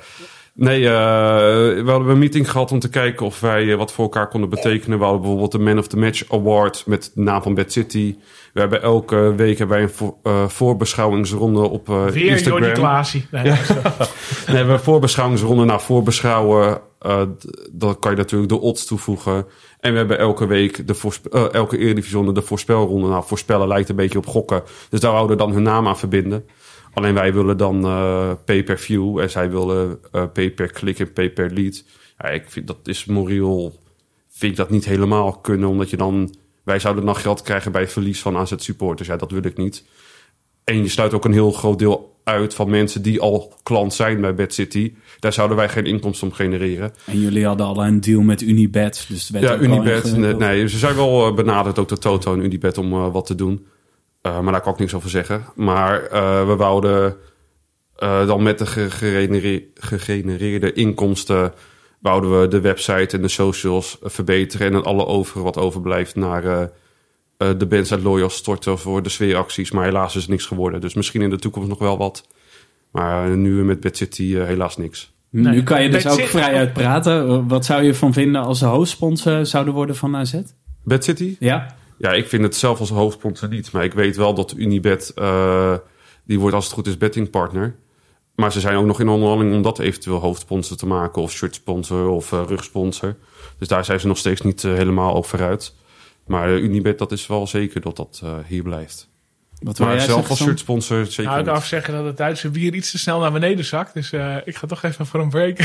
we hadden een meeting gehad om te kijken of wij wat voor elkaar konden betekenen. We hadden bijvoorbeeld de Man of the Match Award met de naam van Bad City. We hebben elke week een voorbeschouwingsronde op Weer Instagram. Jordi Klaasie. Nee, we hebben een voorbeschouwingsronde. Nou, voorbeschouwen, dan kan je natuurlijk de odds toevoegen. En we hebben elke week elke Eredivisie de voorspelronde. Nou, voorspellen lijkt een beetje op gokken. Dus daar houden we dan hun naam aan verbinden. Alleen wij willen dan pay-per-view en zij willen pay-per-click en pay-per-lead. Ja, ik vind dat is moreel, vind ik dat niet helemaal kunnen, omdat wij zouden dan geld krijgen bij het verlies van AZ-supporters. Ja, dat wil ik niet. En je sluit ook een heel groot deel uit van mensen die al klant zijn bij Bad City. Daar zouden wij geen inkomsten om genereren. En jullie hadden al een deal met Unibet. Dus het werd Unibet. Nee, ze zijn wel benaderd, ook de Toto en Unibet, om wat te doen. Maar daar kan ik niks over zeggen. Maar we wouden dan met de gegenereerde inkomsten... wouden we de website en de socials verbeteren... en dan alle overige wat overblijft naar de bands uit Loyal storten... voor de sfeeracties. Maar helaas is het niks geworden. Dus misschien in de toekomst nog wel wat. Maar nu met Bad City helaas niks. Nee, nu kan je dus ook vrij uitpraten. Wat zou je ervan vinden als ze hoofdsponsor zouden worden van AZ? Bad City? Ja. Ja, ik vind het zelf als hoofdsponsor niet. Maar ik weet wel dat Unibet, die wordt als het goed is bettingpartner. Maar ze zijn ook nog in onderhandeling om dat eventueel hoofdsponsor te maken. Of shirtsponsor of rugsponsor. Dus daar zijn ze nog steeds niet helemaal over uit. Maar Unibet, dat is wel zeker dat hier blijft. Maar zelf als shirtsponsor zeker ik kan zeggen dat het Duitse bier iets te snel naar beneden zakt. Dus ik ga toch even voor een break.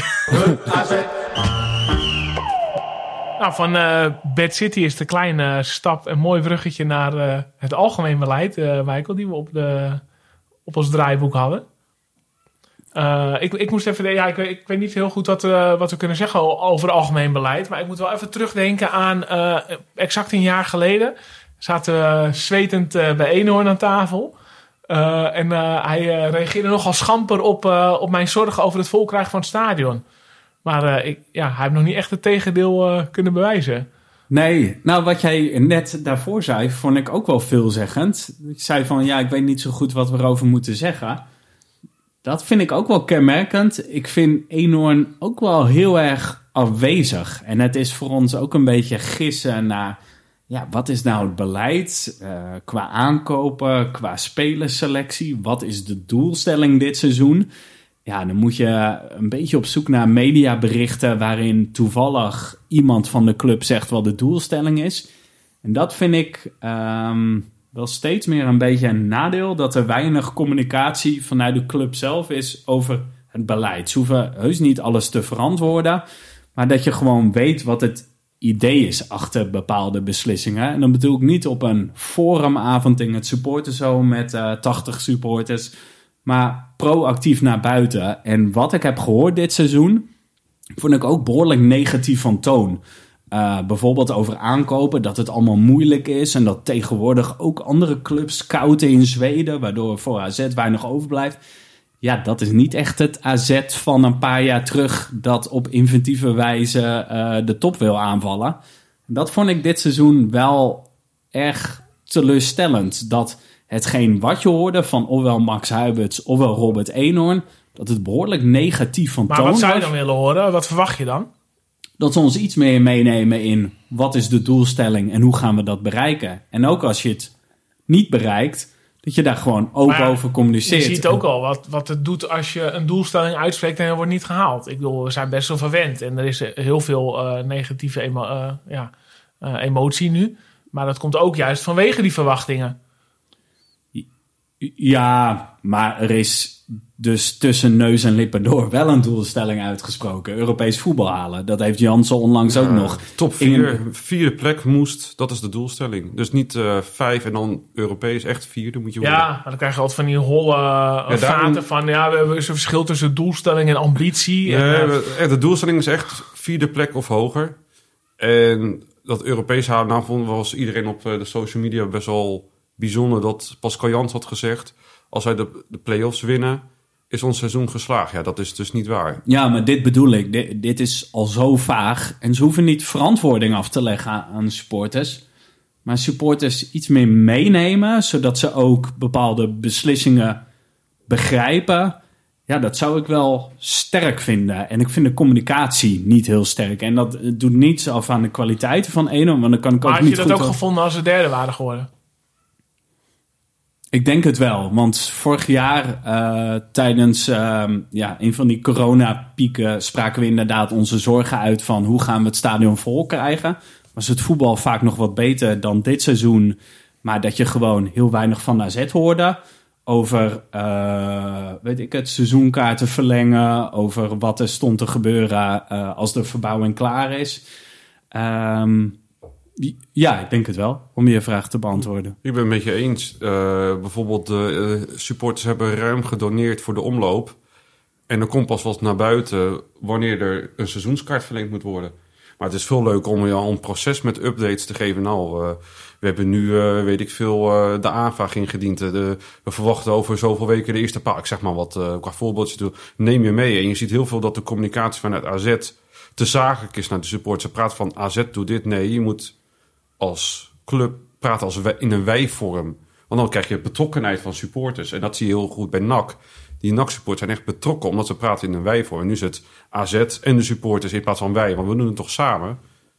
Nou, van Bad City is de kleine stap een mooi bruggetje naar het algemeen beleid, Michael, die we op ons draaiboek hadden. Ik moest even... ik weet niet heel goed wat we kunnen zeggen over algemeen beleid. Maar ik moet wel even terugdenken aan exact een jaar geleden. Zaten we zwetend bij Eenhoorn aan tafel. En hij reageerde nogal schamper op mijn zorgen over het volkrijgen van het stadion. Maar hij heeft nog niet echt het tegendeel kunnen bewijzen. Nee, nou wat jij net daarvoor zei, vond ik ook wel veelzeggend. Ik zei van, ik weet niet zo goed wat we erover moeten zeggen. Dat vind ik ook wel kenmerkend. Ik vind Eenhoorn ook wel heel erg afwezig. En het is voor ons ook een beetje gissen naar... wat is nou het beleid qua aankopen, qua spelerselectie? Wat is de doelstelling dit seizoen? Ja, dan moet je een beetje op zoek naar mediaberichten... waarin toevallig iemand van de club zegt wat de doelstelling is. En dat vind ik wel steeds meer een beetje een nadeel... dat er weinig communicatie vanuit de club zelf is over het beleid. Ze hoeven heus niet alles te verantwoorden... maar dat je gewoon weet wat het idee is achter bepaalde beslissingen. En dan bedoel ik niet op een forumavond in het supportershome met 80 supporters... maar proactief naar buiten. En wat ik heb gehoord dit seizoen... vond ik ook behoorlijk negatief van toon. Bijvoorbeeld over aankopen, dat het allemaal moeilijk is... en dat tegenwoordig ook andere clubs scouten in Zweden... waardoor voor AZ weinig overblijft. Ja, dat is niet echt het AZ van een paar jaar terug... dat op inventieve wijze de top wil aanvallen. Dat vond ik dit seizoen wel erg teleurstellend... dat hetgeen wat je hoorde van ofwel Max Huiberts ofwel Robert Eenhoorn... dat het behoorlijk negatief van toon was. Maar wat zou je dan willen horen? Wat verwacht je dan? dat ze ons iets meer meenemen in wat is de doelstelling en hoe gaan we dat bereiken. En ook als je het niet bereikt, dat je daar gewoon open over communiceert. Je ziet ook al wat het doet als je een doelstelling uitspreekt en er wordt niet gehaald. Ik bedoel, we zijn best wel verwend en er is heel veel negatieve emotie nu. Maar dat komt ook juist vanwege die verwachtingen. Ja, maar er is dus tussen neus en lippen door wel een doelstelling uitgesproken. Europees voetbal halen. Dat heeft Jansen onlangs ook nog. Top 4, vierde plek moest. Dat is de doelstelling. Dus niet 5 en dan Europees. Echt 4, moet je worden. Ja, maar dan krijg je altijd van die holle vaten van... Ja, we hebben een verschil tussen doelstelling en ambitie. De doelstelling is echt 4e plek of hoger. En dat Europees halen, nou was iedereen op de social media best wel bijzonder dat Pascal Jans had gezegd, als wij de play-offs winnen, is ons seizoen geslaagd. Ja, dat is dus niet waar. Ja, maar dit bedoel ik. Dit is al zo vaag. En ze hoeven niet verantwoording af te leggen aan de supporters. Maar supporters iets meer meenemen, zodat ze ook bepaalde beslissingen begrijpen. Ja, dat zou ik wel sterk vinden. En ik vind de communicatie niet heel sterk. En dat doet niets af aan de kwaliteiten van Eenhoorn. Want dan kan ik ook maar niet had je dat ook gevonden als ze derde waren geworden? Ik denk het wel, want vorig jaar tijdens een van die coronapieken spraken we inderdaad onze zorgen uit van hoe gaan we het stadion vol krijgen. Was het voetbal vaak nog wat beter dan dit seizoen, maar dat je gewoon heel weinig van AZ hoorde. Over, seizoenkaarten verlengen, over wat er stond te gebeuren als de verbouwing klaar is. Ja, ik denk het wel, om je vraag te beantwoorden. Ik ben het met je eens. Bijvoorbeeld de supporters hebben ruim gedoneerd voor de omloop. En dan komt pas wat naar buiten wanneer er een seizoenskaart verlengd moet worden. Maar het is veel leuker om je al een proces met updates te geven. Nou, we hebben nu, de aanvraag ingediend. We verwachten over zoveel weken de eerste paar. Ik zeg maar wat qua voorbeeldje toe. Neem je mee. En je ziet heel veel dat de communicatie vanuit AZ te zakelijk is naar de supporters. Ze praten van AZ doet dit. Nee, je moet als club praten in een wij-vorm. Want dan krijg je betrokkenheid van supporters. En dat zie je heel goed bij NAC. Die NAC-supporters zijn echt betrokken omdat ze praten in een wij-vorm. En nu is het AZ en de supporters in plaats van wij. Want we doen het toch samen.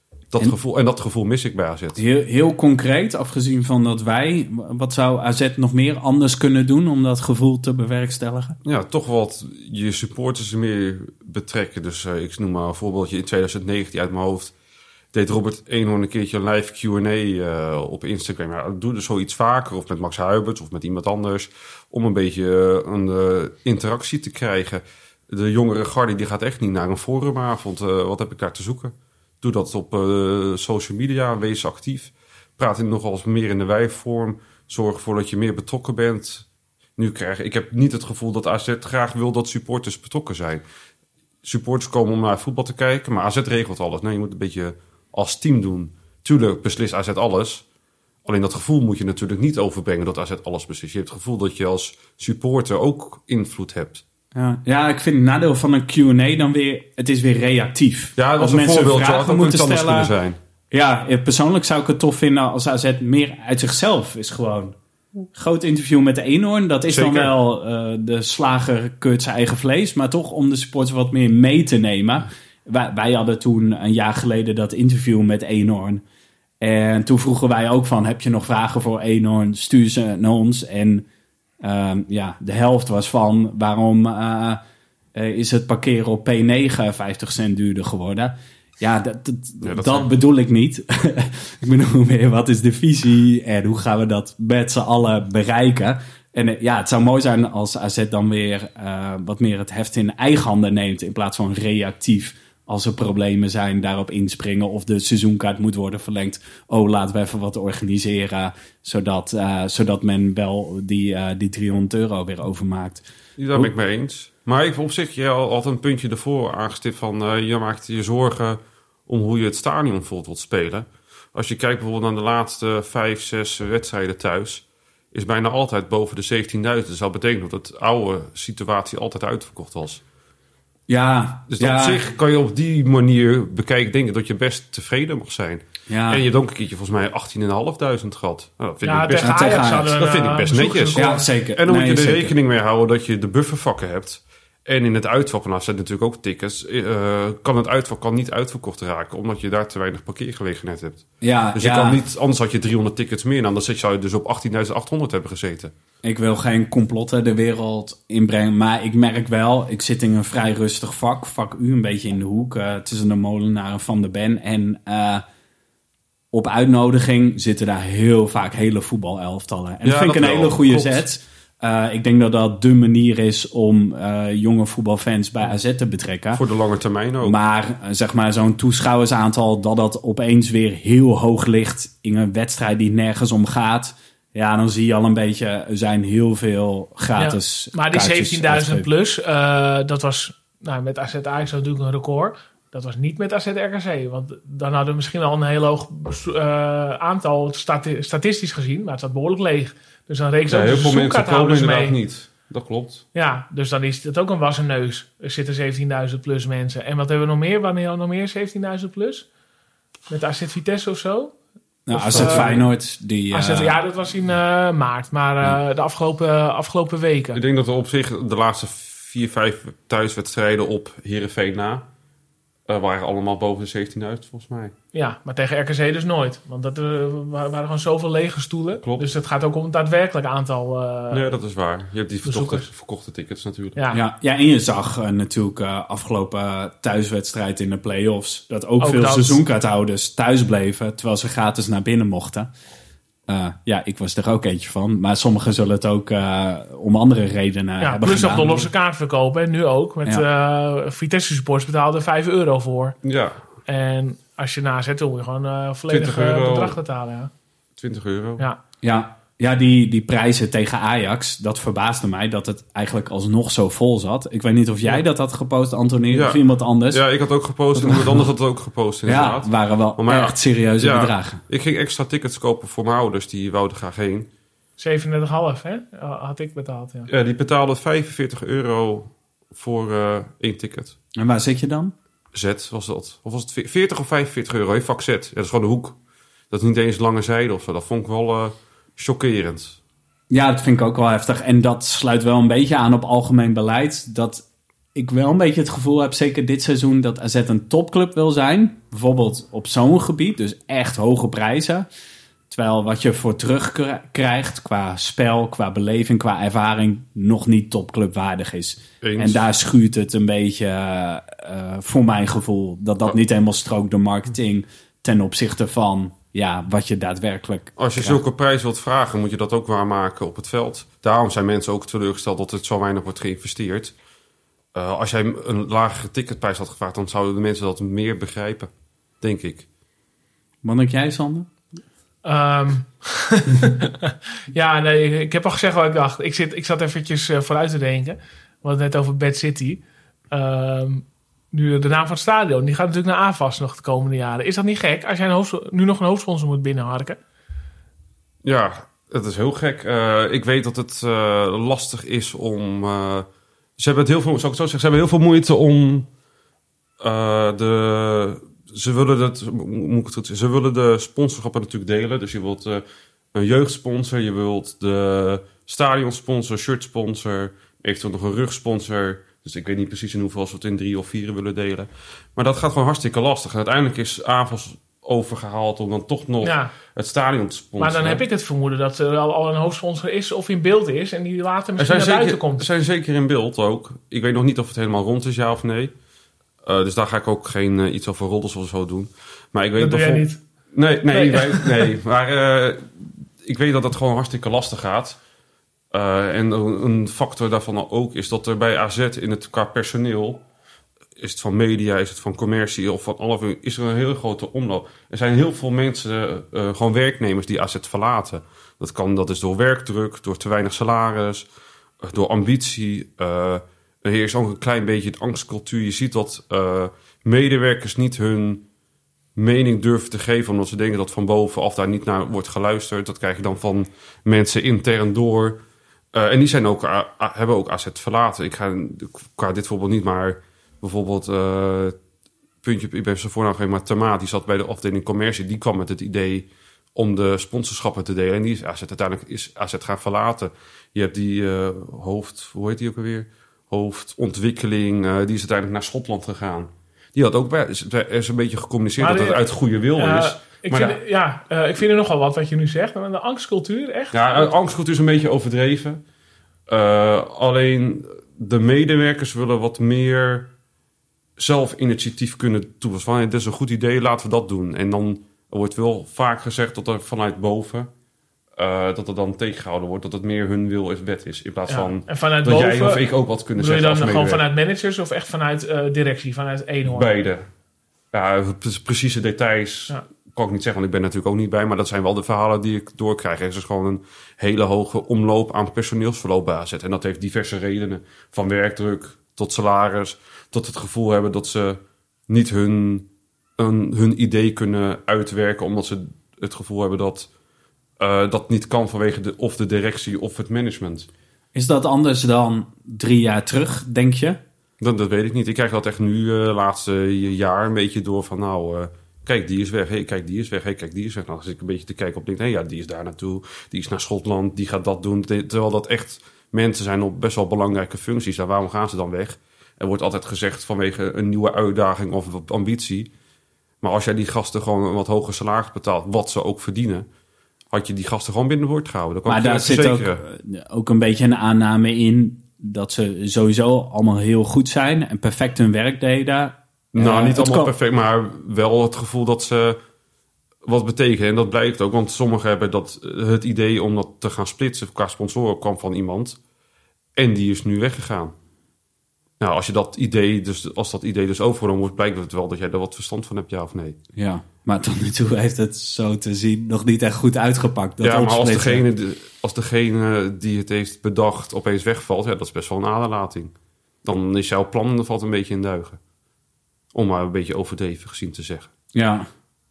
Dat gevoel mis ik bij AZ. Heel concreet, afgezien van dat wij. Wat zou AZ nog meer anders kunnen doen om dat gevoel te bewerkstelligen? Ja, toch wat je supporters meer betrekken. Dus ik noem maar een voorbeeldje. In 2019 uit mijn hoofd deed Robert Eenhoorn een keertje een live Q&A op Instagram. Ja, doe dus zoiets vaker, of met Max Huiberts of met iemand anders, om een beetje een interactie te krijgen. De jongere garde die gaat echt niet naar een forumavond. Wat heb ik daar te zoeken? Doe dat op social media, wees actief. Praat nogal eens meer in de wij-vorm. Zorg ervoor dat je meer betrokken bent. Ik heb niet het gevoel dat AZ graag wil dat supporters betrokken zijn. Supporters komen om naar voetbal te kijken, maar AZ regelt alles. Nee, je moet een beetje als team doen. Tuurlijk beslist AZ alles. Alleen dat gevoel moet je natuurlijk niet overbrengen dat AZ alles beslist. Je hebt het gevoel dat je als supporter ook invloed hebt. Ja, ik vind het nadeel van een Q&A dan weer, het is weer reactief. Ja, dat is een voorbeeldje. Dat moet het anders kunnen zijn. Ja, persoonlijk zou ik het tof vinden als AZ meer uit zichzelf is gewoon. Groot interview met de Eenhoorn, dat is zeker. Dan wel de slager keurt zijn eigen vlees, maar toch om de supporters wat meer mee te nemen. Wij hadden toen een jaar geleden dat interview met Eenhoorn. En toen vroegen wij ook van, heb je nog vragen voor Eenhoorn? Stuur ze naar ons. En de helft was van, waarom is het parkeren op P9 50 cent duurder geworden? Ja, dat bedoel ik niet. Ik bedoel meer, wat is de visie en hoe gaan we dat met z'n allen bereiken? En het zou mooi zijn als AZ dan weer wat meer het heft in eigen handen neemt in plaats van reactief. Als er problemen zijn, daarop inspringen of de seizoenkaart moet worden verlengd. Oh, laten we even wat organiseren, zodat men wel die €300 weer overmaakt. Daar ben ik mee eens. Maar even op zich, je had altijd een puntje ervoor aangestipt van je maakt je zorgen om hoe je het stadion vol wilt spelen. Als je kijkt bijvoorbeeld naar de laatste 5, 6 wedstrijden thuis, is bijna altijd boven de 17.000. Dus dat betekent dat de oude situatie altijd uitverkocht was. Ja, dus op zich kan je op die manier bekijken, denk ik dat je best tevreden mag zijn. Ja. En je hebt ook een keertje volgens mij 18.500 gehad. Nou, dat vind ik best netjes. Ja, zeker. En dan moet je er rekening mee houden dat je de buffervakken hebt. En in het uitvak van AZ natuurlijk ook tickets. Kan het uitvak niet uitverkocht raken, omdat je daar te weinig parkeergelegenheid hebt. Ja, Dus je kan niet, anders had je 300 tickets meer. Nou, dan zou je dus op 18.800 hebben gezeten. Ik wil geen complotten de wereld inbrengen, maar ik merk wel, ik zit in een vrij rustig vak U, een beetje in de hoek, tussen de Molenaar en Van der Ben. En op uitnodiging zitten daar heel vaak hele voetbalelftallen. En dat vind ik een hele goede zet. Ik denk dat dat de manier is om jonge voetbalfans bij AZ te betrekken. Voor de lange termijn ook. Maar zeg maar zo'n toeschouwersaantal dat opeens weer heel hoog ligt in een wedstrijd die nergens om gaat. Ja, dan zie je al een beetje, er zijn heel veel gratis maar die 17.000 plus, dat was met AZ Ajax natuurlijk een record. Dat was niet met AZ RKC. Want dan hadden we misschien al een heel hoog aantal statistisch gezien. Maar het zat behoorlijk leeg. Dus dan rekenen ook heel veel mensen komen inderdaad mee. niet. Dat klopt. Ja, dus dan is dat ook een wassen neus. Er zitten 17.000 plus mensen. En wat hebben we nog meer? Wanneer nog meer 17.000 plus? Met AZ Vitesse of zo? Nou, AZ Feyenoord. Ja, dat was in maart. Maar de afgelopen weken. Ik denk dat er op zich de laatste 4-5 thuiswedstrijden op Heerenveen na waren allemaal boven de 17.000 volgens mij. Ja, maar tegen RKC dus nooit. Want dat waren gewoon zoveel lege stoelen. Klopt. Dus het gaat ook om het daadwerkelijk aantal... Nee, dat is waar. Je hebt die verkochte tickets natuurlijk. Ja, en je zag natuurlijk afgelopen thuiswedstrijd in de play-offs... dat ook veel seizoenkaarthouders thuis bleven... terwijl ze gratis naar binnen mochten. Ik was er ook eentje van. Maar sommigen zullen het ook om andere redenen hebben plus gedaan. nog de losse kaart verkopen. En nu ook. Met Vitesse supporters betaalden €5 voor. Ja. En als je nazet, dan moet je gewoon volledig bedrag betalen. Ja. €20. Ja, die prijzen tegen Ajax, dat verbaasde mij dat het eigenlijk alsnog zo vol zat. Ik weet niet of jij dat had gepost, Anthony, of iemand anders. Ja, ik had ook gepost en iemand anders had het ook gepost inderdaad. Ja, het waren wel echt serieuze bedragen. Ik ging extra tickets kopen voor mijn ouders, die wouden graag heen. 37,5 hè? Had ik betaald, ja. Ja, die betaalden €45 voor 1 ticket. En waar zit je dan? Z was dat. Of was het 40 of €45? Hey, vak Z. Ja, dat is gewoon de hoek. Dat is niet eens lange zijde of zo. Dat vond ik wel... chockerend. Ja, dat vind ik ook wel heftig. En dat sluit wel een beetje aan op algemeen beleid. Dat ik wel een beetje het gevoel heb, zeker dit seizoen, dat AZ een topclub wil zijn. Bijvoorbeeld op zo'n gebied, dus echt hoge prijzen. Terwijl wat je voor terug krijgt qua spel, qua beleving, qua ervaring, nog niet topclubwaardig is. Eens. En daar schuurt het een beetje, voor mijn gevoel, dat niet helemaal strookt de marketing ten opzichte van... Ja, wat je daadwerkelijk... Als je zulke prijzen wilt vragen, moet je dat ook waarmaken op het veld. Daarom zijn mensen ook teleurgesteld dat het zo weinig wordt geïnvesteerd. Als jij een lagere ticketprijs had gevraagd, dan zouden de mensen dat meer begrijpen. Denk ik. Wat denk jij, Sander? Ik heb al gezegd wat ik dacht. Ik zat eventjes vooruit te denken. We hadden het net over Bad City. Nu de naam van het stadion, die gaat natuurlijk naar AFAS nog de komende jaren. Is dat niet gek als jij nu nog een hoofdsponsor moet binnenharken? Ja, het is heel gek. Ik weet dat het lastig is om... ze hebben het heel veel, zou ik het zo zeggen, ze hebben heel veel moeite om ze willen de sponsorschappen natuurlijk delen. Dus je wilt een jeugdsponsor, je wilt de stadionsponsor, shirtsponsor, eventueel nog een rugsponsor. Dus ik weet niet precies in hoeveel ze het in 3 of 4 willen delen. Maar dat gaat gewoon hartstikke lastig. En uiteindelijk is AFAS overgehaald om dan toch nog het stadion te sponsoren. Maar dan heb ik het vermoeden dat er al een hoofdsponsor is of in beeld is en die later misschien naar buiten komt. Er zijn zeker in beeld ook. Ik weet nog niet of het helemaal rond is, ja of nee. Dus daar ga ik ook geen iets over roddels of zo doen. Maar ik weet dat doe jij niet. Nee. Maar ik weet dat het gewoon hartstikke lastig gaat. En een factor daarvan ook is dat er bij AZ in het qua personeel, is het van media, is het van commercie of van alle, is er een hele grote omloop. Er zijn heel veel mensen, gewoon werknemers die AZ verlaten. Dat is door werkdruk, door te weinig salaris, door ambitie. Er heerst ook een klein beetje het angstcultuur. Je ziet dat medewerkers niet hun mening durven te geven, omdat ze denken dat van bovenaf daar niet naar wordt geluisterd. Dat krijg je dan van mensen intern door. En die zijn hebben ook AZ verlaten. Ik ga qua dit voorbeeld niet, maar bijvoorbeeld ik ben zijn voornaam geen, maar Tama, die zat bij de afdeling commercie. Die kwam met het idee om de sponsorschappen te delen. En die is uiteindelijk gaan verlaten. Je hebt die hoe heet die ook alweer? hoofdontwikkeling, die is uiteindelijk naar Schotland gegaan. Die had ook er is een beetje gecommuniceerd Maar dat het uit goede wil is. Ik vind er nogal wat je nu zegt. Maar de angstcultuur, echt? Ja, angstcultuur is een beetje overdreven. Alleen de medewerkers willen wat meer zelfinitiatief kunnen toepassen. Van, dit is een goed idee, laten we dat doen. En dan wordt wel vaak gezegd dat er vanuit boven... dat er dan tegengehouden wordt, dat het meer hun wil is wet is. In plaats van en vanuit dat boven, jij of ik ook wat kunnen zeggen. Bedoel je dan als gewoon vanuit managers of echt vanuit directie, vanuit Eenhoorn? Beide. Ja, precieze details kan ik niet zeggen, want ik ben natuurlijk ook niet bij. Maar dat zijn wel de verhalen die ik doorkrijg. Er is dus gewoon een hele hoge omloop aan personeelsverloop bij AZ. En dat heeft diverse redenen. Van werkdruk tot salaris, tot het gevoel hebben dat ze niet hun idee kunnen uitwerken, omdat ze het gevoel hebben dat dat niet kan vanwege of de directie of het management. Is dat anders dan 3 jaar terug, denk je? Dat weet ik niet. Ik krijg dat echt nu laatste jaar een beetje door van kijk, die is weg. Hey, kijk, die is weg. Hey, kijk, die is weg. Nou, als ik een beetje te kijken op denk, die is daar naartoe. Die is naar Schotland. Die gaat dat doen. Terwijl dat echt mensen zijn op best wel belangrijke functies. En waarom gaan ze dan weg? Er wordt altijd gezegd vanwege een nieuwe uitdaging of ambitie. Maar als jij die gasten gewoon een wat hoger salaris betaalt, wat ze ook verdienen, had je die gasten gewoon binnenboord gehouden. Maar daar zit ook een beetje een aanname in dat ze sowieso allemaal heel goed zijn en perfect hun werk deden. Nou, niet allemaal perfect, maar wel het gevoel dat ze wat betekenen. En dat blijkt ook, want sommigen hebben het idee om dat te gaan splitsen qua sponsoren kwam van iemand. En die is nu weggegaan. Nou, als dat idee dus overgenomen wordt, blijkt het wel dat jij er wat verstand van hebt, ja of nee. Ja, maar tot nu toe heeft het zo te zien nog niet echt goed uitgepakt. Ja, maar als degene die het heeft bedacht opeens wegvalt, dat is best wel een aderlating. Dan is jouw plan valt een beetje in duigen. Om maar een beetje overdreven gezien te zeggen. Ja,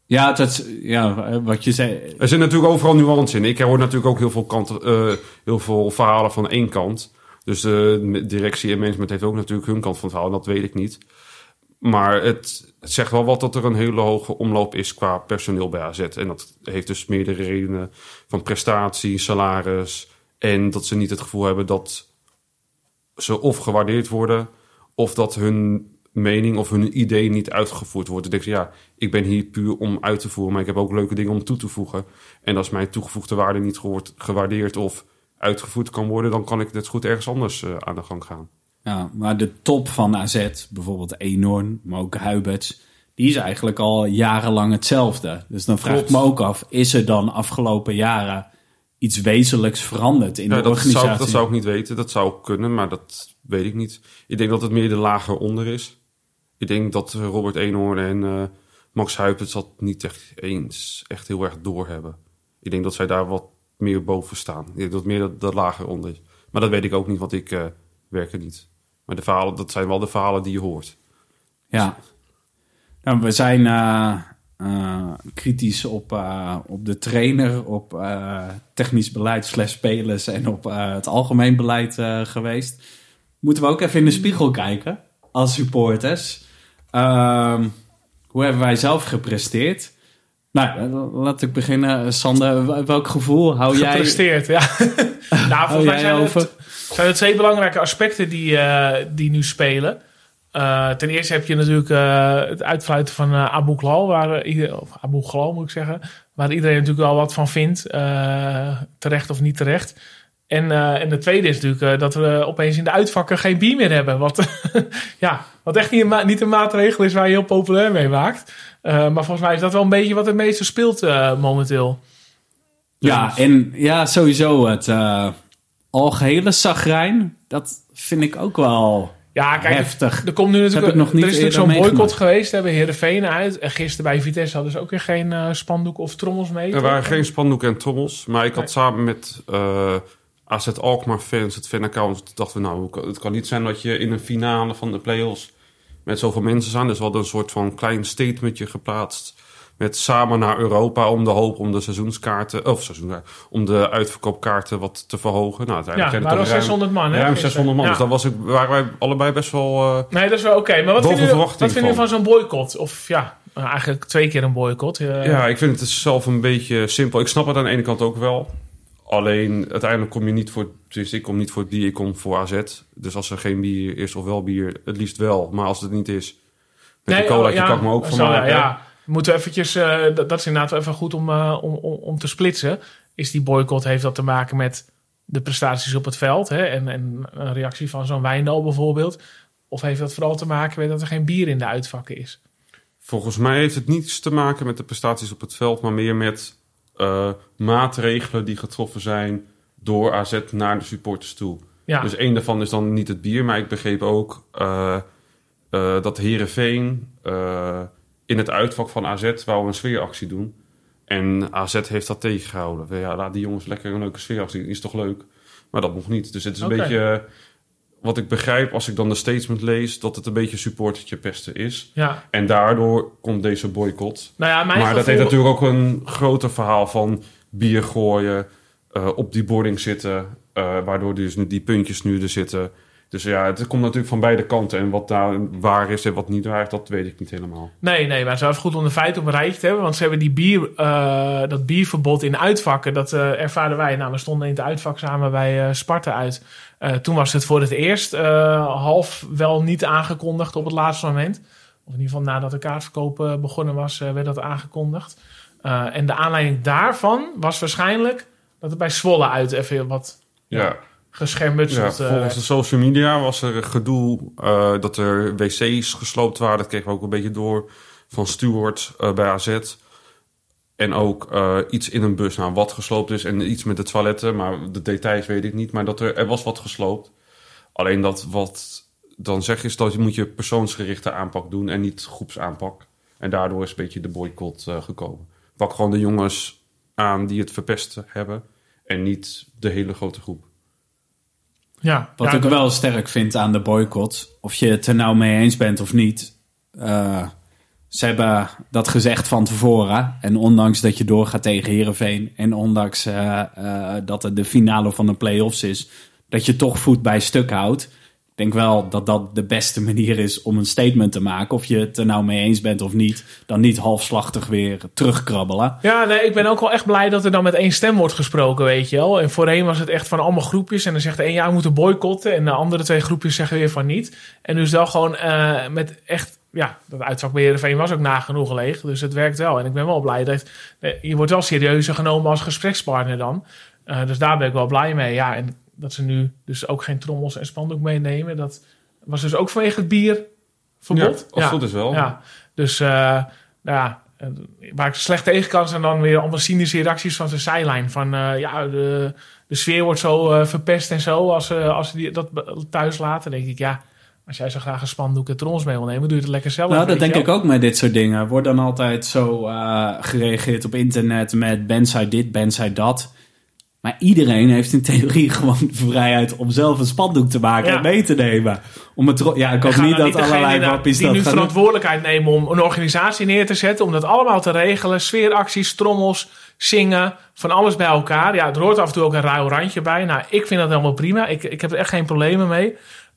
wat je zei. Er zit natuurlijk overal nuance in. Ik hoor natuurlijk ook heel veel verhalen van één kant. Dus de directie en management heeft ook natuurlijk hun kant van het verhaal. Dat weet ik niet. Maar het zegt wel wat dat er een hele hoge omloop is qua personeel bij AZ. En dat heeft dus meerdere redenen van prestatie, salaris. En dat ze niet het gevoel hebben dat ze of gewaardeerd worden, of dat hun mening of hun idee niet uitgevoerd wordt. Dan denk je, ik ben hier puur om uit te voeren, maar ik heb ook leuke dingen om toe te voegen. En als mijn toegevoegde waarde niet wordt gewaardeerd of uitgevoerd kan worden, dan kan ik net goed ergens anders aan de gang gaan. Ja, maar de top van AZ, bijvoorbeeld Eenhoorn, maar ook Huiberts, die is eigenlijk al jarenlang hetzelfde. Dus dan vraag ik me ook af, is er dan afgelopen jaren iets wezenlijks veranderd in de organisatie? Dat zou ik niet weten. Dat zou kunnen, maar dat weet ik niet. Ik denk dat het meer de lager onder is. Ik denk dat Robert Eenhoorn en Max Huiberts dat niet echt heel erg doorhebben. Ik denk dat zij daar wat meer boven staan. Ik denk dat het meer de lager onder is. Maar dat weet ik ook niet, want ik werk er niet. Maar de verhalen, dat zijn wel de verhalen die je hoort. Ja. Nou, we zijn kritisch op de trainer, op technisch beleid / spelers en op het algemeen beleid geweest. Moeten we ook even in de spiegel kijken als supporters. Hoe hebben wij zelf gepresteerd? Nou, laat ik beginnen. Sander, welk gevoel hou jij? Gepresteerd, ja. Nou, volgens mij zijn het 2 belangrijke aspecten die nu spelen. Ten eerste heb je natuurlijk het uitfluiten van Abu Ghlal, Abu Ghlal moet ik zeggen, waar iedereen natuurlijk wel wat van vindt, terecht of niet terecht. En de tweede is natuurlijk dat we opeens in de uitvakken geen bier meer hebben. Wat echt niet een maatregel is waar je heel populair mee maakt. Maar volgens mij is dat wel een beetje wat het meeste speelt momenteel. Ja, en sowieso het algehele zagrijn, dat vind ik ook wel heftig. Er komt nu natuurlijk er is natuurlijk zo'n boycott geweest. Hebben Heerenveen uit. En gisteren bij Vitesse hadden ze ook weer geen spandoek of trommels mee. Er waren geen spandoeken en trommels. Maar ik had samen met AZ Alkmaar fans, het fanaccount, dachten we, het kan niet zijn dat je in een finale van de play-offs met zoveel mensen zijn. Dus we hadden een soort van klein statementje geplaatst met samen naar Europa om de seizoenskaarten, om de uitverkoopkaarten wat te verhogen. Nou, uiteindelijk maar dat was 600 man. Ruim 600 man. Ja. Dus waren wij allebei best wel nee, dat is wel oké. Maar wat vind je van zo'n boycott? Of eigenlijk 2 keer een boycott. Ja, ik vind het zelf een beetje simpel. Ik snap het aan de ene kant ook wel. Alleen uiteindelijk kom je niet voor... Dus ik kom niet voor het bier, ik kom voor AZ. Dus als er geen bier is of wel bier, het liefst wel. Maar als het niet is, met een colaatje kan ik me ook van maken. Ja. Moeten we eventjes... dat is inderdaad wel even goed om te splitsen. Is die boycott, heeft dat te maken met de prestaties op het veld? Hè? En een reactie van zo'n Wijndal bijvoorbeeld? Of heeft dat vooral te maken met dat er geen bier in de uitvakken is? Volgens mij heeft het niets te maken met de prestaties op het veld, maar meer met maatregelen die getroffen zijn door AZ naar de supporters toe. Ja. Dus één daarvan is dan niet het bier, maar ik begreep ook dat Heerenveen in het uitvak van AZ wou een sfeeractie doen. En AZ heeft dat tegengehouden. Ja, laat die jongens lekker een leuke sfeeractie doen, is toch leuk? Maar dat mocht niet. Dus het is een beetje... Wat ik begrijp als ik dan de statement lees, dat het een beetje supportertje pesten is. Ja. En daardoor komt deze boycott. Nou ja, maar dat heeft natuurlijk ook een groter verhaal van bier gooien, op die boarding zitten, waardoor dus nu die puntjes nu er zitten. Dus ja, het komt natuurlijk van beide kanten. En wat daar waar is en wat niet waar is, dat weet ik niet helemaal. Nee, maar het is wel even goed om de feiten op een rijtje te hebben. Want ze hebben dat bierverbod in uitvakken, dat ervaren wij. Nou, we stonden in het uitvak samen bij Sparta uit. Toen was het voor het eerst half wel niet aangekondigd op het laatste moment. Of in ieder geval nadat de kaartverkoop begonnen was, werd dat aangekondigd. En de aanleiding daarvan was waarschijnlijk dat het bij Zwolle uit even wat... Ja. Geschermutseld. Ja, volgens de social media was er gedoe dat er wc's gesloopt waren. Dat kregen we ook een beetje door van Stewart bij AZ. En ook iets in een bus, nou, wat gesloopt is en iets met de toiletten. Maar de details weet ik niet. Maar dat er was wat gesloopt. Alleen dat wat dan zeg is dat moet je persoonsgerichte aanpak doen en niet groepsaanpak. En daardoor is een beetje de boycott gekomen. Pak gewoon de jongens aan die het verpest hebben en niet de hele grote groep. Ja, wat ik wel sterk vind aan de boycott, of je het er nou mee eens bent of niet. Ze hebben dat gezegd van tevoren. En ondanks dat je doorgaat tegen Heerenveen en ondanks dat het de finale van de play-offs is, dat je toch voet bij stuk houdt. Ik denk wel dat dat de beste manier is om een statement te maken. Of je het er nou mee eens bent of niet. Dan niet halfslachtig weer terugkrabbelen. Ja, nee, ik ben ook wel echt blij dat er dan met één stem wordt gesproken, weet je wel. En voorheen was het echt van allemaal groepjes. En dan zegt de een, ja, we moeten boycotten. En de andere twee groepjes zeggen weer van niet. En dus wel gewoon met echt... Ja, dat uitvak bij Heerenveen was ook nagenoeg leeg. Dus het werkt wel. En ik ben wel blij dat... je wordt wel serieuzer genomen als gesprekspartner dan. Dus daar ben ik wel blij mee. Ja, en dat ze nu dus ook geen trommels en spandoek meenemen. Dat was dus ook vanwege het bierverbod. Ja, goed is wel. Ja, dus waar ik slecht tegen kan zijn dan weer allemaal cynische reacties van zijn zijlijn. Van de sfeer wordt zo verpest en zo als ze dat thuis laten. Dan denk ik, ja, als jij zo graag een spandoek en trommels mee wil nemen, doe je het lekker zelf. Nou, dat denk ik ook met dit soort dingen. Wordt dan altijd zo gereageerd op internet met Ben zei dit, Ben zei dat. Maar iedereen heeft in theorie gewoon de vrijheid om zelf een spandoek te maken en mee te nemen. Ik hoop niet dat allerlei wappies die dat nu gaan verantwoordelijkheid nemen om een organisatie neer te zetten, om dat allemaal te regelen. Sfeeracties, trommels, zingen, van alles bij elkaar. Ja, er hoort af en toe ook een ruil randje bij. Nou, ik vind dat helemaal prima. Ik heb er echt geen problemen mee.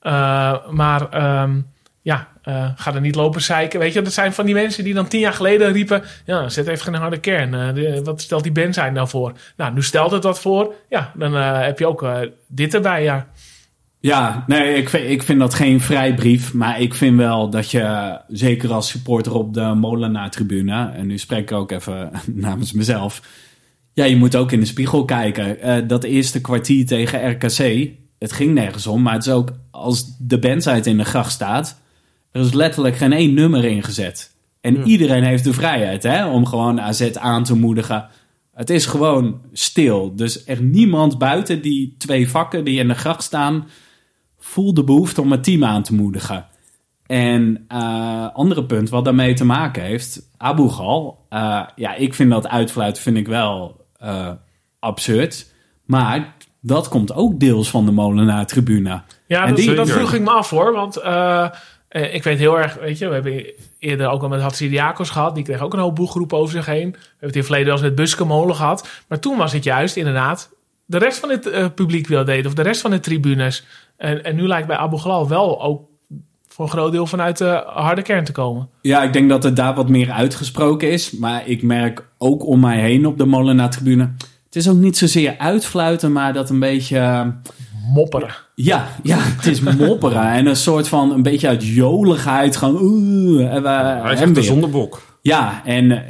Ga er niet lopen zeiken. Weet je, dat zijn van die mensen die dan 10 jaar geleden riepen, ja, zet heeft geen harde kern. Wat stelt die benzine nou voor? Nou, nu stelt het dat voor. Ja, dan heb je ook dit erbij, ja. Ja, nee, ik vind dat geen vrijbrief. Maar ik vind wel dat je, zeker als supporter op de Molenaar-tribune, en nu spreek ik ook even namens mezelf, ja, je moet ook in de spiegel kijken. Dat eerste kwartier tegen RKC, het ging nergens om, maar het is ook als de bandsite in de gracht staat, er is letterlijk geen één nummer ingezet. En iedereen heeft de vrijheid om gewoon AZ aan te moedigen. Het is gewoon stil. Dus er niemand buiten die 2 vakken die in de gracht staan voelt de behoefte om het team aan te moedigen. En andere punt wat daarmee te maken heeft, Abu Ghal. Ik vind dat uitfluiten vind ik wel absurd. Maar dat komt ook deels van de Molenaar-tribune. Ja, dat vroeg ik me af hoor. Want ik weet heel erg, weet je, we hebben eerder ook al met Hatsidiakos gehad. Die kreeg ook een hoop boegroep over zich heen. We hebben het in het verleden wel eens met Buskemolen gehad. Maar toen was het juist inderdaad de rest van het publiek wel deed. Of de rest van de tribunes. En nu lijkt bij Abu Ghal wel ook voor een groot deel vanuit de harde kern te komen. Ja, ik denk dat het daar wat meer uitgesproken is. Maar ik merk ook om mij heen op de Molenaar-tribune, Het is ook niet zozeer uitfluiten, maar dat een beetje... Mopperen. Ja, het is mopperen. En een soort van een beetje uit joligheid. Gewoon... hij is echt de zondebok. Ja, en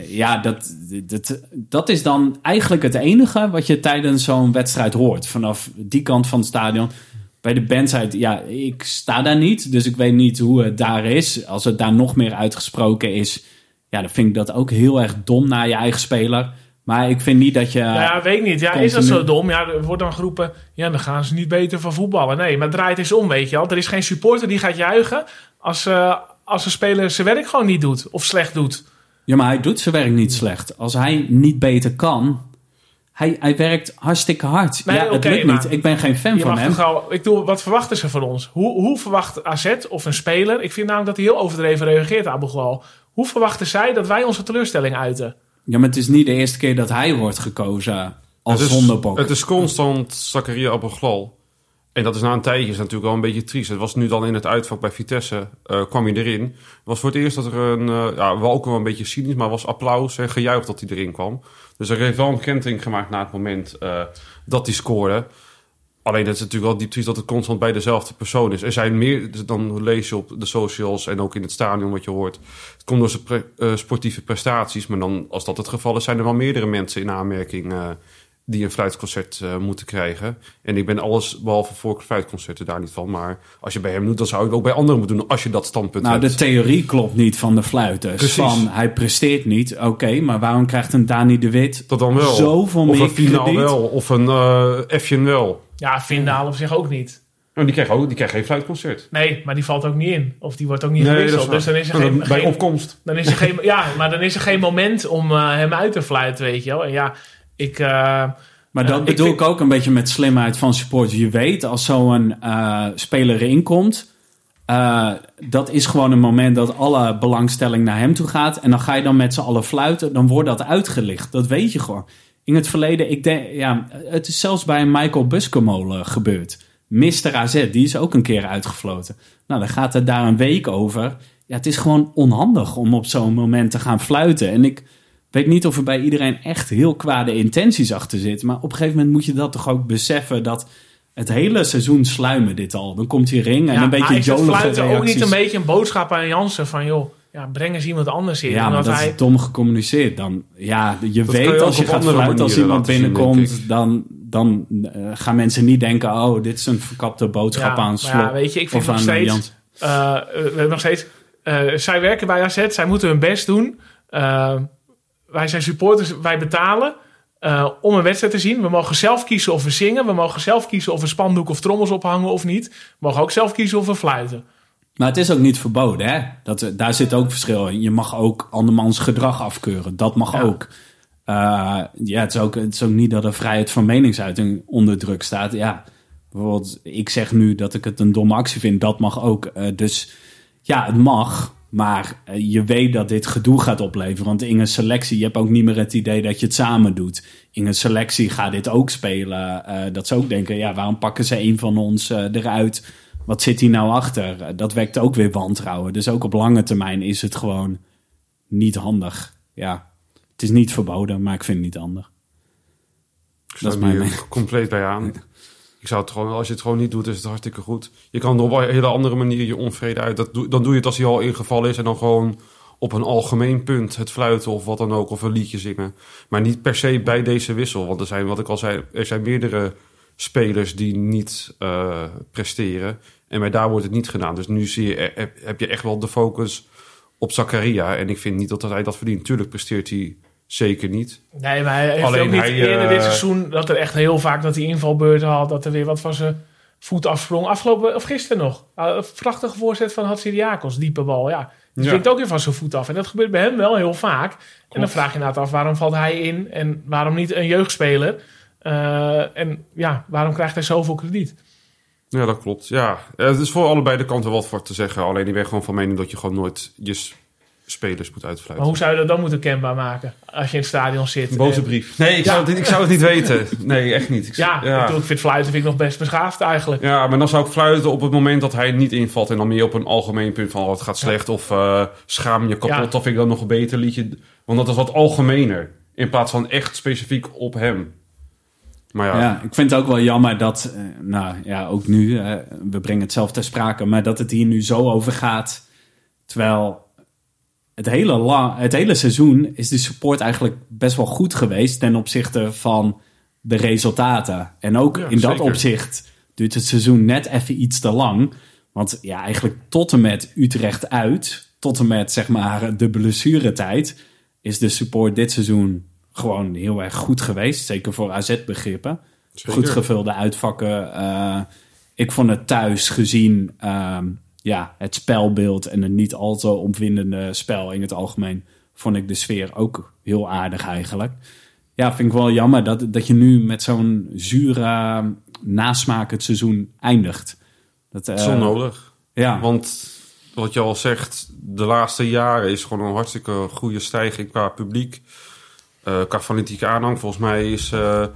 dat is dan eigenlijk het enige wat je tijdens zo'n wedstrijd hoort. Vanaf die kant van het stadion. Bij de bandside, ik sta daar niet. Dus ik weet niet hoe het daar is. Als het daar nog meer uitgesproken is... dan vind ik dat ook heel erg dom naar je eigen speler. Maar ik vind niet dat je... weet ik niet. Ja, is dat zo dom? Ja, er wordt dan geroepen... Ja, dan gaan ze niet beter van voetballen. Nee, maar draait eens om, weet je wel. Er is geen supporter die gaat juichen... als een speler zijn werk gewoon niet doet. Of slecht doet. Ja, maar hij doet zijn werk niet slecht. Als hij niet beter kan... Hij werkt hartstikke hard. Nee, het lukt niet. Ik ben geen fan van hem. Wat verwachten ze van ons? Hoe verwacht AZ of een speler... Ik vind namelijk dat hij heel overdreven reageert, Abu Ghal. Hoe verwachten zij dat wij onze teleurstelling uiten? Ja, maar het is niet de eerste keer dat hij wordt gekozen als zondebok. Het is constant Zakaria Abu Ghal. En dat is na een tijdje natuurlijk wel een beetje triest. Het was nu dan in het uitvak bij Vitesse, kwam hij erin. Het was voor het eerst dat er wel ook wel een beetje cynisch, maar was applaus en gejuich dat hij erin kwam. Dus er heeft wel een kentering gemaakt na het moment dat hij scoorde. Alleen het is natuurlijk wel diep triest dat het constant bij dezelfde persoon is. Er zijn meer, dan lees je op de socials en ook in het stadion wat je hoort. Het komt door zijn sportieve prestaties. Maar dan, als dat het geval is, zijn er wel meerdere mensen in aanmerking... die een fluitconcert moeten krijgen. En ik ben alles behalve voor fluitconcerten daar niet van. Maar als je bij hem doet, dan zou je het ook bij anderen moeten doen... als je dat standpunt hebt. De theorie klopt niet van de fluiters. Precies. Van, hij presteert niet. Oké, maar waarom krijgt een Dani de Wit dat dan wel? Zoveel of meer een finaal krediet? wel, of een F'jen wel. Ja, Vindaal op zich ook niet. Nou, die krijgt geen fluitconcert. Nee, maar die valt ook niet in. Of die wordt ook niet gewisseld. Dus dan is er bij opkomst. Dan is er geen, maar dan is er geen moment om hem uit te fluiten, weet je wel. En ja, Maar dat bedoel ik ook een beetje met slimheid van supporters. Je weet, als zo'n speler erin komt... dat is gewoon een moment dat alle belangstelling naar hem toe gaat. En dan ga je dan met z'n allen fluiten. Dan wordt dat uitgelicht. Dat weet je gewoon. In het verleden, het is zelfs bij Michael Buskemolen gebeurd. Mr. AZ, die is ook een keer uitgefloten. Nou, dan gaat het daar een week over. Ja, het is gewoon onhandig om op zo'n moment te gaan fluiten. En ik weet niet of er bij iedereen echt heel kwade intenties achter zit. Maar op een gegeven moment moet je dat toch ook beseffen dat het hele seizoen sluimen dit al. Dan komt die ring en een beetje jolige reacties. Fluiten ook niet een beetje een boodschap aan Jansen van joh, breng eens iemand anders in. Ja, maar dat is dom gecommuniceerd. Dan, je weet als je gaat fluiten, als iemand binnenkomt, dan gaan mensen niet denken, oh, dit is een verkapte boodschap aan Slot. Ja, weet je, ik vind nog steeds, we hebben nog steeds, zij werken bij AZ, zij moeten hun best doen. Wij zijn supporters, wij betalen om een wedstrijd te zien. We mogen zelf kiezen of we zingen. We mogen zelf kiezen of we spandoek of trommels ophangen of niet. We mogen ook zelf kiezen of we fluiten. Maar het is ook niet verboden, hè? Daar zit ook verschil in. Je mag ook andermans gedrag afkeuren. Dat mag ook. Het is ook niet dat er vrijheid van meningsuiting onder druk staat. Ja, bijvoorbeeld, ik zeg nu dat ik het een domme actie vind. Dat mag ook. Dus ja, het mag. Maar je weet dat dit gedoe gaat opleveren. Want in een selectie, je hebt ook niet meer het idee dat je het samen doet. In een selectie gaat dit ook spelen. Dat ze ook denken, waarom pakken ze een van ons eruit? Wat zit hier nou achter? Dat wekt ook weer wantrouwen. Dus ook op lange termijn is het gewoon niet handig. Ja, het is niet verboden, maar ik vind het niet handig. Dat is mij compleet bij aan. Ik zou het gewoon, als je het gewoon niet doet, is het hartstikke goed. Je kan op een hele andere manier je onvrede uit. Dan doe je het als hij al ingevallen is en dan gewoon op een algemeen punt het fluiten of wat dan ook, of een liedje zingen. Maar niet per se bij deze wissel. Want er zijn, wat ik al zei, er zijn meerdere spelers die niet presteren. En bij daar wordt het niet gedaan. Dus nu heb je echt wel de focus op Zakaria. En ik vind niet dat hij dat verdient. Tuurlijk presteert hij zeker niet. Nee, maar hij heeft ook niet eerder dit seizoen dat er echt heel vaak dat hij invalbeurten had, dat er weer wat van zijn voet afsprong. Afgelopen, of gisteren nog. Een prachtige voorzet van Hatziriakos, diepe bal. Ja, die springt ook weer van zijn voet af. En dat gebeurt bij hem wel heel vaak. Klopt. En dan vraag je inderdaad af, waarom valt hij in en waarom niet een jeugdspeler? Waarom krijgt hij zoveel krediet? Ja, dat klopt. Ja, het is voor allebei de kanten wat voor te zeggen. Alleen ik ben gewoon van mening dat je gewoon nooit je spelers moet uitfluiten. Maar hoe zou je dat dan moeten kenbaar maken als je in het stadion zit? Een boze brief. Nee, ik zou het niet weten. Nee, echt niet. Ik vind fluiten nog best beschaafd eigenlijk. Ja, maar dan zou ik fluiten op het moment dat hij niet invalt en dan meer op een algemeen punt van het gaat slecht of schaam je kapot. Dat vind ik dan nog een beter liedje. Want dat is wat algemener in plaats van echt specifiek op hem. Maar Ja, ik vind het ook wel jammer dat, ook nu, we brengen het zelf ter sprake, maar dat het hier nu zo over gaat. Terwijl het hele seizoen is de support eigenlijk best wel goed geweest ten opzichte van de resultaten. En ook in dat zeker. opzicht duurt het seizoen net even iets te lang. Want ja, eigenlijk tot en met Utrecht uit, tot en met zeg maar de blessuretijd, is de support dit seizoen gewoon heel erg goed geweest. Zeker voor AZ-begrippen. Zeker. Goed gevulde uitvakken. Ik vond het thuis gezien het spelbeeld en een niet al te opwindende spel in het algemeen, vond ik de sfeer ook heel aardig eigenlijk. Ja, vind ik wel jammer dat je nu met zo'n zure nasmaak het seizoen eindigt. Dat is onnodig. Ja. Want wat je al zegt, de laatste jaren is gewoon een hartstikke goede stijging qua publiek. Qua fanatieke aanhang. Volgens mij is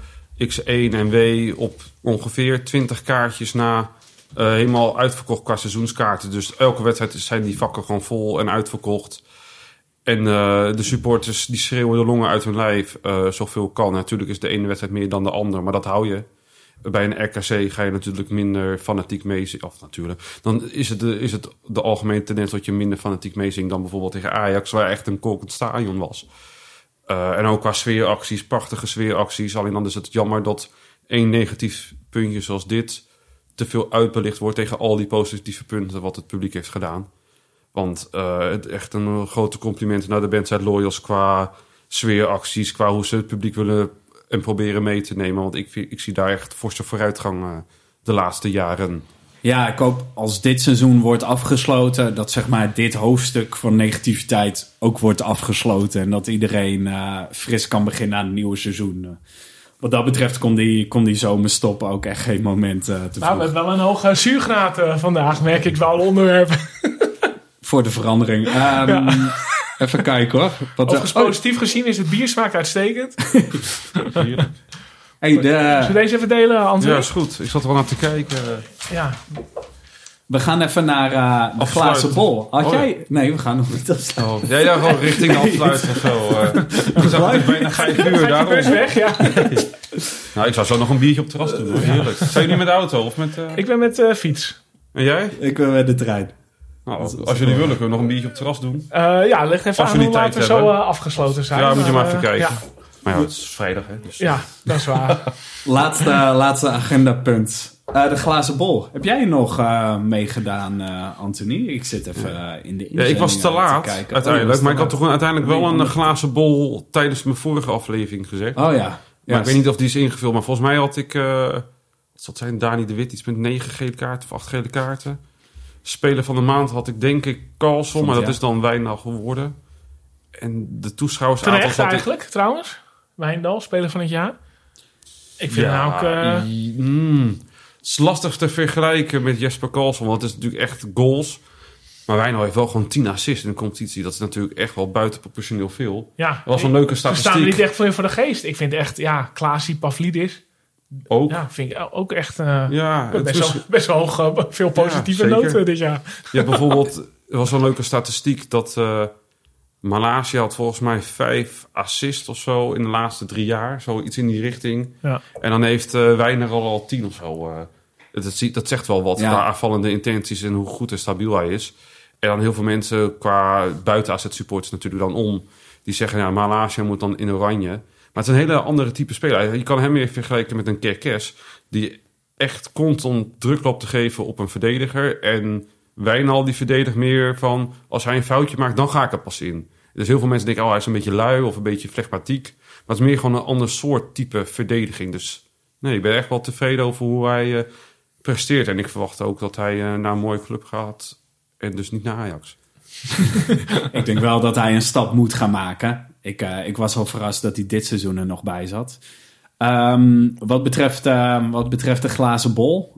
X1 en W op ongeveer 20 kaartjes na helemaal uitverkocht qua seizoenskaarten. Dus elke wedstrijd zijn die vakken gewoon vol en uitverkocht. En de supporters die schreeuwen de longen uit hun lijf zoveel kan. Natuurlijk is de ene wedstrijd meer dan de andere, maar dat hou je. Bij een RKC ga je natuurlijk minder fanatiek meezingen. Of natuurlijk. Dan is het de algemene tendens dat je minder fanatiek meezingt dan bijvoorbeeld tegen Ajax, waar echt een kokend stadion was. En ook qua sfeeracties, prachtige sfeeracties. Alleen dan is het jammer dat één negatief puntje zoals dit te veel uitbelicht wordt tegen al die positieve punten wat het publiek heeft gedaan. Want echt een grote compliment naar de bandside Loyals qua sfeeracties, qua hoe ze het publiek willen en proberen mee te nemen. Want ik zie daar echt forse vooruitgang de laatste jaren. Ja, ik hoop als dit seizoen wordt afgesloten, dat zeg maar dit hoofdstuk van negativiteit ook wordt afgesloten. En dat iedereen fris kan beginnen aan het nieuwe seizoen. Wat dat betreft kon die zomerstop ook echt geen moment te vroeg. Nou, we hebben wel een hoge zuurgraad vandaag, merk ik wel onderwerpen. Voor de verandering. Even kijken hoor. Overigens positief gezien is het bier smaakt uitstekend. Hey, Zullen we deze even delen, Anton? Ja, is goed. Ik zat er wel naar te kijken. Ja. We gaan even naar de glazen bol. Had jij... Nee, we gaan nog niet afsluiten. Jij daar gewoon richting de afsluiten of zo. Ik zag het bijna 5 uur. Daarom. Bus weg, ja. Nou, ik zou zo nog een biertje op het terras doen. Hoor. Heerlijk. Zijn jullie met de auto of met... Ik ben met fiets. En jij? Ik ben met de trein. Nou, als jullie willen, kunnen we nog een biertje op het terras doen. Ja, leg even Als aan we hoe die laat we tijd zo hebben. afgesloten zijn. Ja, moet je maar even kijken. Ja. Maar ja, het is vrijdag, hè. Dus. Ja, dat is waar. Laatste agendapunt. De glazen bol. Heb jij nog meegedaan, Anthony? Ik zit even in de inzending. Ja, ik was te laat te kijken. uiteindelijk. Maar ik had toch uiteindelijk wel een glazen bol tijdens mijn vorige aflevering gezegd. Oh ja. Maar ik weet niet of die is ingevuld. Maar volgens mij had ik... wat zal het zijn? Dani de Wit. Iets met 9 gele kaarten of 8 gele kaarten. Speler van de maand had ik denk ik Carlson. Maar dat is dan Wijndal geworden. En de toeschouwers... Terecht eigenlijk, trouwens. Wijndal, speler van het jaar. Ik vind hem ook... Het is lastig te vergelijken met Jesper Carlson. Want het is natuurlijk echt goals. Maar Wijndal heeft wel gewoon 10 assists in de competitie. Dat is natuurlijk echt wel buitenproportioneel veel. Ja, dat was een leuke we statistiek. staan er niet echt voor de geest. Ik vind echt, Klaasie, Pavlidis. Ook. Ja, vind ik ook echt best wel hoog, veel positieve noten dit jaar. Ja, bijvoorbeeld, er was een leuke statistiek dat Malaysia had volgens mij 5 assists of zo in de laatste 3 jaar. Zoiets in die richting. Ja. En dan heeft Wijner al 10 of zo. Dat zegt wel wat qua aanvallende intenties en hoe goed en stabiel hij is. En dan heel veel mensen qua buiten AZ supporters natuurlijk dan om. Die zeggen, Malaysia moet dan in oranje. Maar het is een hele andere type speler. Je kan hem weer vergelijken met een Kerkes die echt constant druk loopt te geven op een verdediger. En Wijnal die verdedigt meer van, als hij een foutje maakt, dan ga ik er pas in. Dus heel veel mensen denken, hij is een beetje lui of een beetje flegmatiek. Maar het is meer gewoon een ander soort type verdediging. Dus nee, ik ben echt wel tevreden over hoe hij presteert. En ik verwacht ook dat hij naar een mooie club gaat en dus niet naar Ajax. Ik denk wel dat hij een stap moet gaan maken. Ik was al verrast dat hij dit seizoen er nog bij zat. Wat betreft de glazen bol.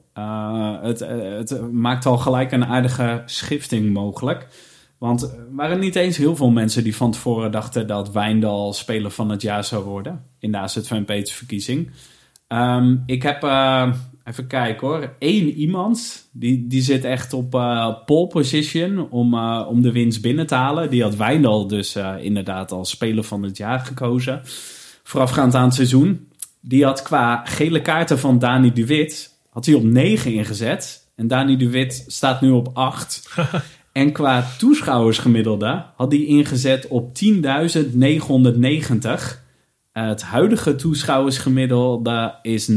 Het maakt al gelijk een aardige schifting mogelijk. Want er waren niet eens heel veel mensen die van tevoren dachten dat Wijndal speler van het jaar zou worden. In de AZ Peters verkiezing. Ik heb, even kijken hoor, 1 iemand. Die zit echt op pole position om de winst binnen te halen. Die had Wijndal dus inderdaad als speler van het jaar gekozen. Voorafgaand aan het seizoen. Die had qua gele kaarten van Dani de Wit... had hij op 9 ingezet. En Dani de Wit staat nu op 8. En qua toeschouwersgemiddelde had hij ingezet op 10.990. Het huidige toeschouwersgemiddelde is 9.848.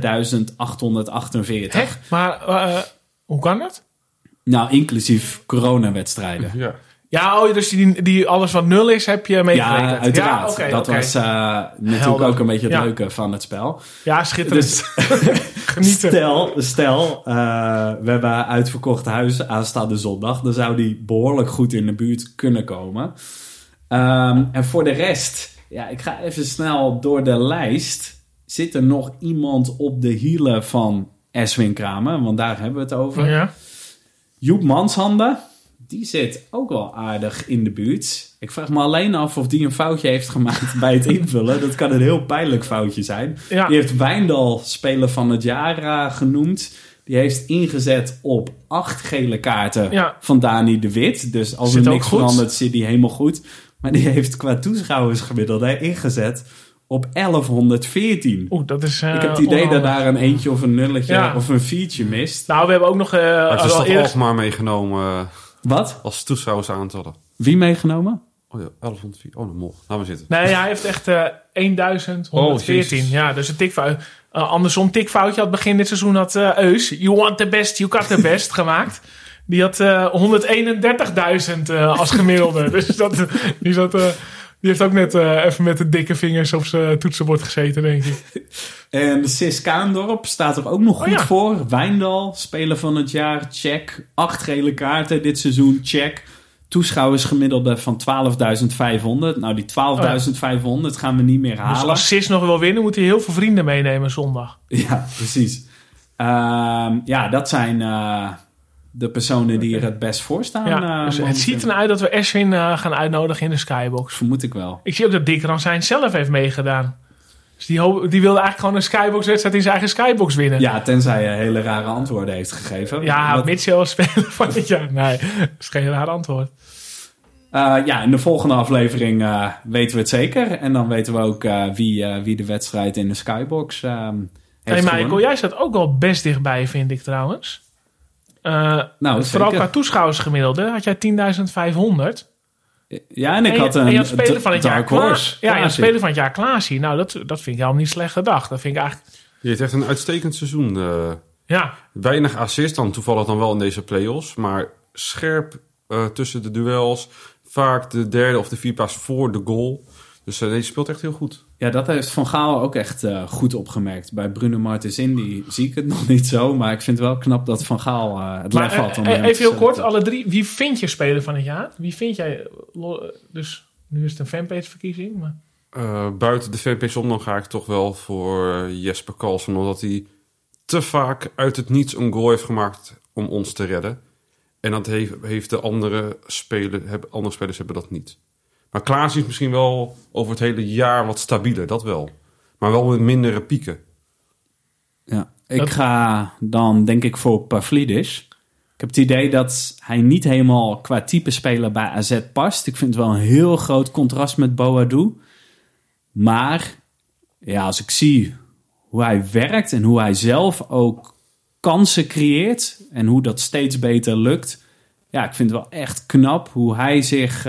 Hè? Maar hoe kan dat? Nou, inclusief coronawedstrijden. Ja. Ja, dus die alles wat 0 is, heb je meegerekend. Ja, uiteraard. Ja, dat was natuurlijk Helder. ook een beetje het Ja. leuke van het spel. Ja, schitterend. Dus Genieten. stel we hebben uitverkocht huis aanstaande zondag. Dan zou die behoorlijk goed in de buurt kunnen komen. En voor de rest, ja, ik ga even snel door de lijst. Zit er nog iemand op de hielen van Eswin Kramer? Want daar hebben we het over. Ja. Joep Manshanden, die zit ook wel aardig in de buurt. Ik vraag me alleen af of die een foutje heeft gemaakt bij het invullen. Dat kan een heel pijnlijk foutje zijn. Ja. Die heeft Wijndal speler van het jaar genoemd. Die heeft ingezet op 8 gele kaarten van Dani de Wit. Dus als Zit er ook niks goed. verandert, zit die helemaal goed. Maar die heeft qua toeschouwersgemiddelde ingezet op 1114. Oeh, dat is... Ik heb het idee dat onhandig. daar een eentje of een nulletje Ja. of een viertje mist. Nou, we hebben ook nog... Maar het is al toch eerder... Alkmaar meegenomen Wat? als toeschouwersaantallen. Wie meegenomen? Oh ja, 1104. Oh, dan mocht. Laten we zitten. Nee, hij heeft echt 1114. Oh, Ja, dus een tikfout. Andersom, tikfoutje had begin dit seizoen had Eus. You want the best, you got the best gemaakt. Die had 131.000 als gemiddelde. Dus die heeft ook net even met de dikke vingers op zijn toetsenbord gezeten, denk ik. En Sis Kaandorp staat er ook nog goed ja. voor. Wijndal, speler van het jaar, check. 8 gele kaarten dit seizoen, check. Toeschouwersgemiddelde van 12.500. Nou, die 12.500 gaan we niet meer Dus halen. als Sis nog wil winnen, moet hij heel veel vrienden meenemen zondag. Ja, precies. Ja, dat zijn de personen die er het best voor staan. Ja, dus het momenteel. ziet ernaar uit dat we Eswin gaan uitnodigen in de Skybox. Vermoed ik wel. Ik zie ook dat Dick Ransijn zelf heeft meegedaan. Dus die wilde eigenlijk gewoon een Skybox-wedstrijd in zijn eigen Skybox winnen. Ja, tenzij hij hele rare antwoorden heeft gegeven. Ja, Dat- Mitchell als speler van het jaar. Nee, dat is geen raar antwoord. Ja, in de volgende aflevering weten we het zeker. En dan weten we ook wie de wedstrijd in de Skybox heeft Hey Michael, gewonnen. jij staat ook wel best dichtbij, vind ik trouwens. Nou, Vooral zeker. qua toeschouwersgemiddelde had jij 10.500. Ja, en ik En had je een had speler van het jaar Dark Horse. Ja, je had Klaasie. speler van het jaar Klaasie. Nou, dat vind ik helemaal niet slecht gedacht. Dat vind ik eigenlijk... Je heeft echt een uitstekend seizoen. Ja, Weinig assist dan toevallig dan wel in deze play-offs. Maar scherp tussen de duels. Vaak de derde of de vierde paas voor de goal. Dus deze speelt echt heel goed. Ja, dat heeft Van Gaal ook echt goed opgemerkt. Bij Bruno Martens Indy zie ik het nog niet zo. Maar ik vind het wel knap dat Van Gaal het lef had. om hem even te heel kort, zetten. alle drie. Wie vind je speler van het jaar? Wie vind jij... Dus nu is het een fanpageverkiezing, maar... Buiten de fanpage om dan ga ik toch wel voor Jesper Karlsson. Omdat hij te vaak uit het niets een goal heeft gemaakt om ons te redden. En dat heeft de andere spelers hebben dat niet. Maar Klaas is misschien wel over het hele jaar wat stabieler, dat wel. Maar wel met mindere pieken. Ja, ik ga dan denk ik voor Pavlidis. Ik heb het idee dat hij niet helemaal qua type speler bij AZ past. Ik vind het wel een heel groot contrast met Boadu. Maar ja, als ik zie hoe hij werkt en hoe hij zelf ook kansen creëert en hoe dat steeds beter lukt. Ja, ik vind het wel echt knap hoe hij zich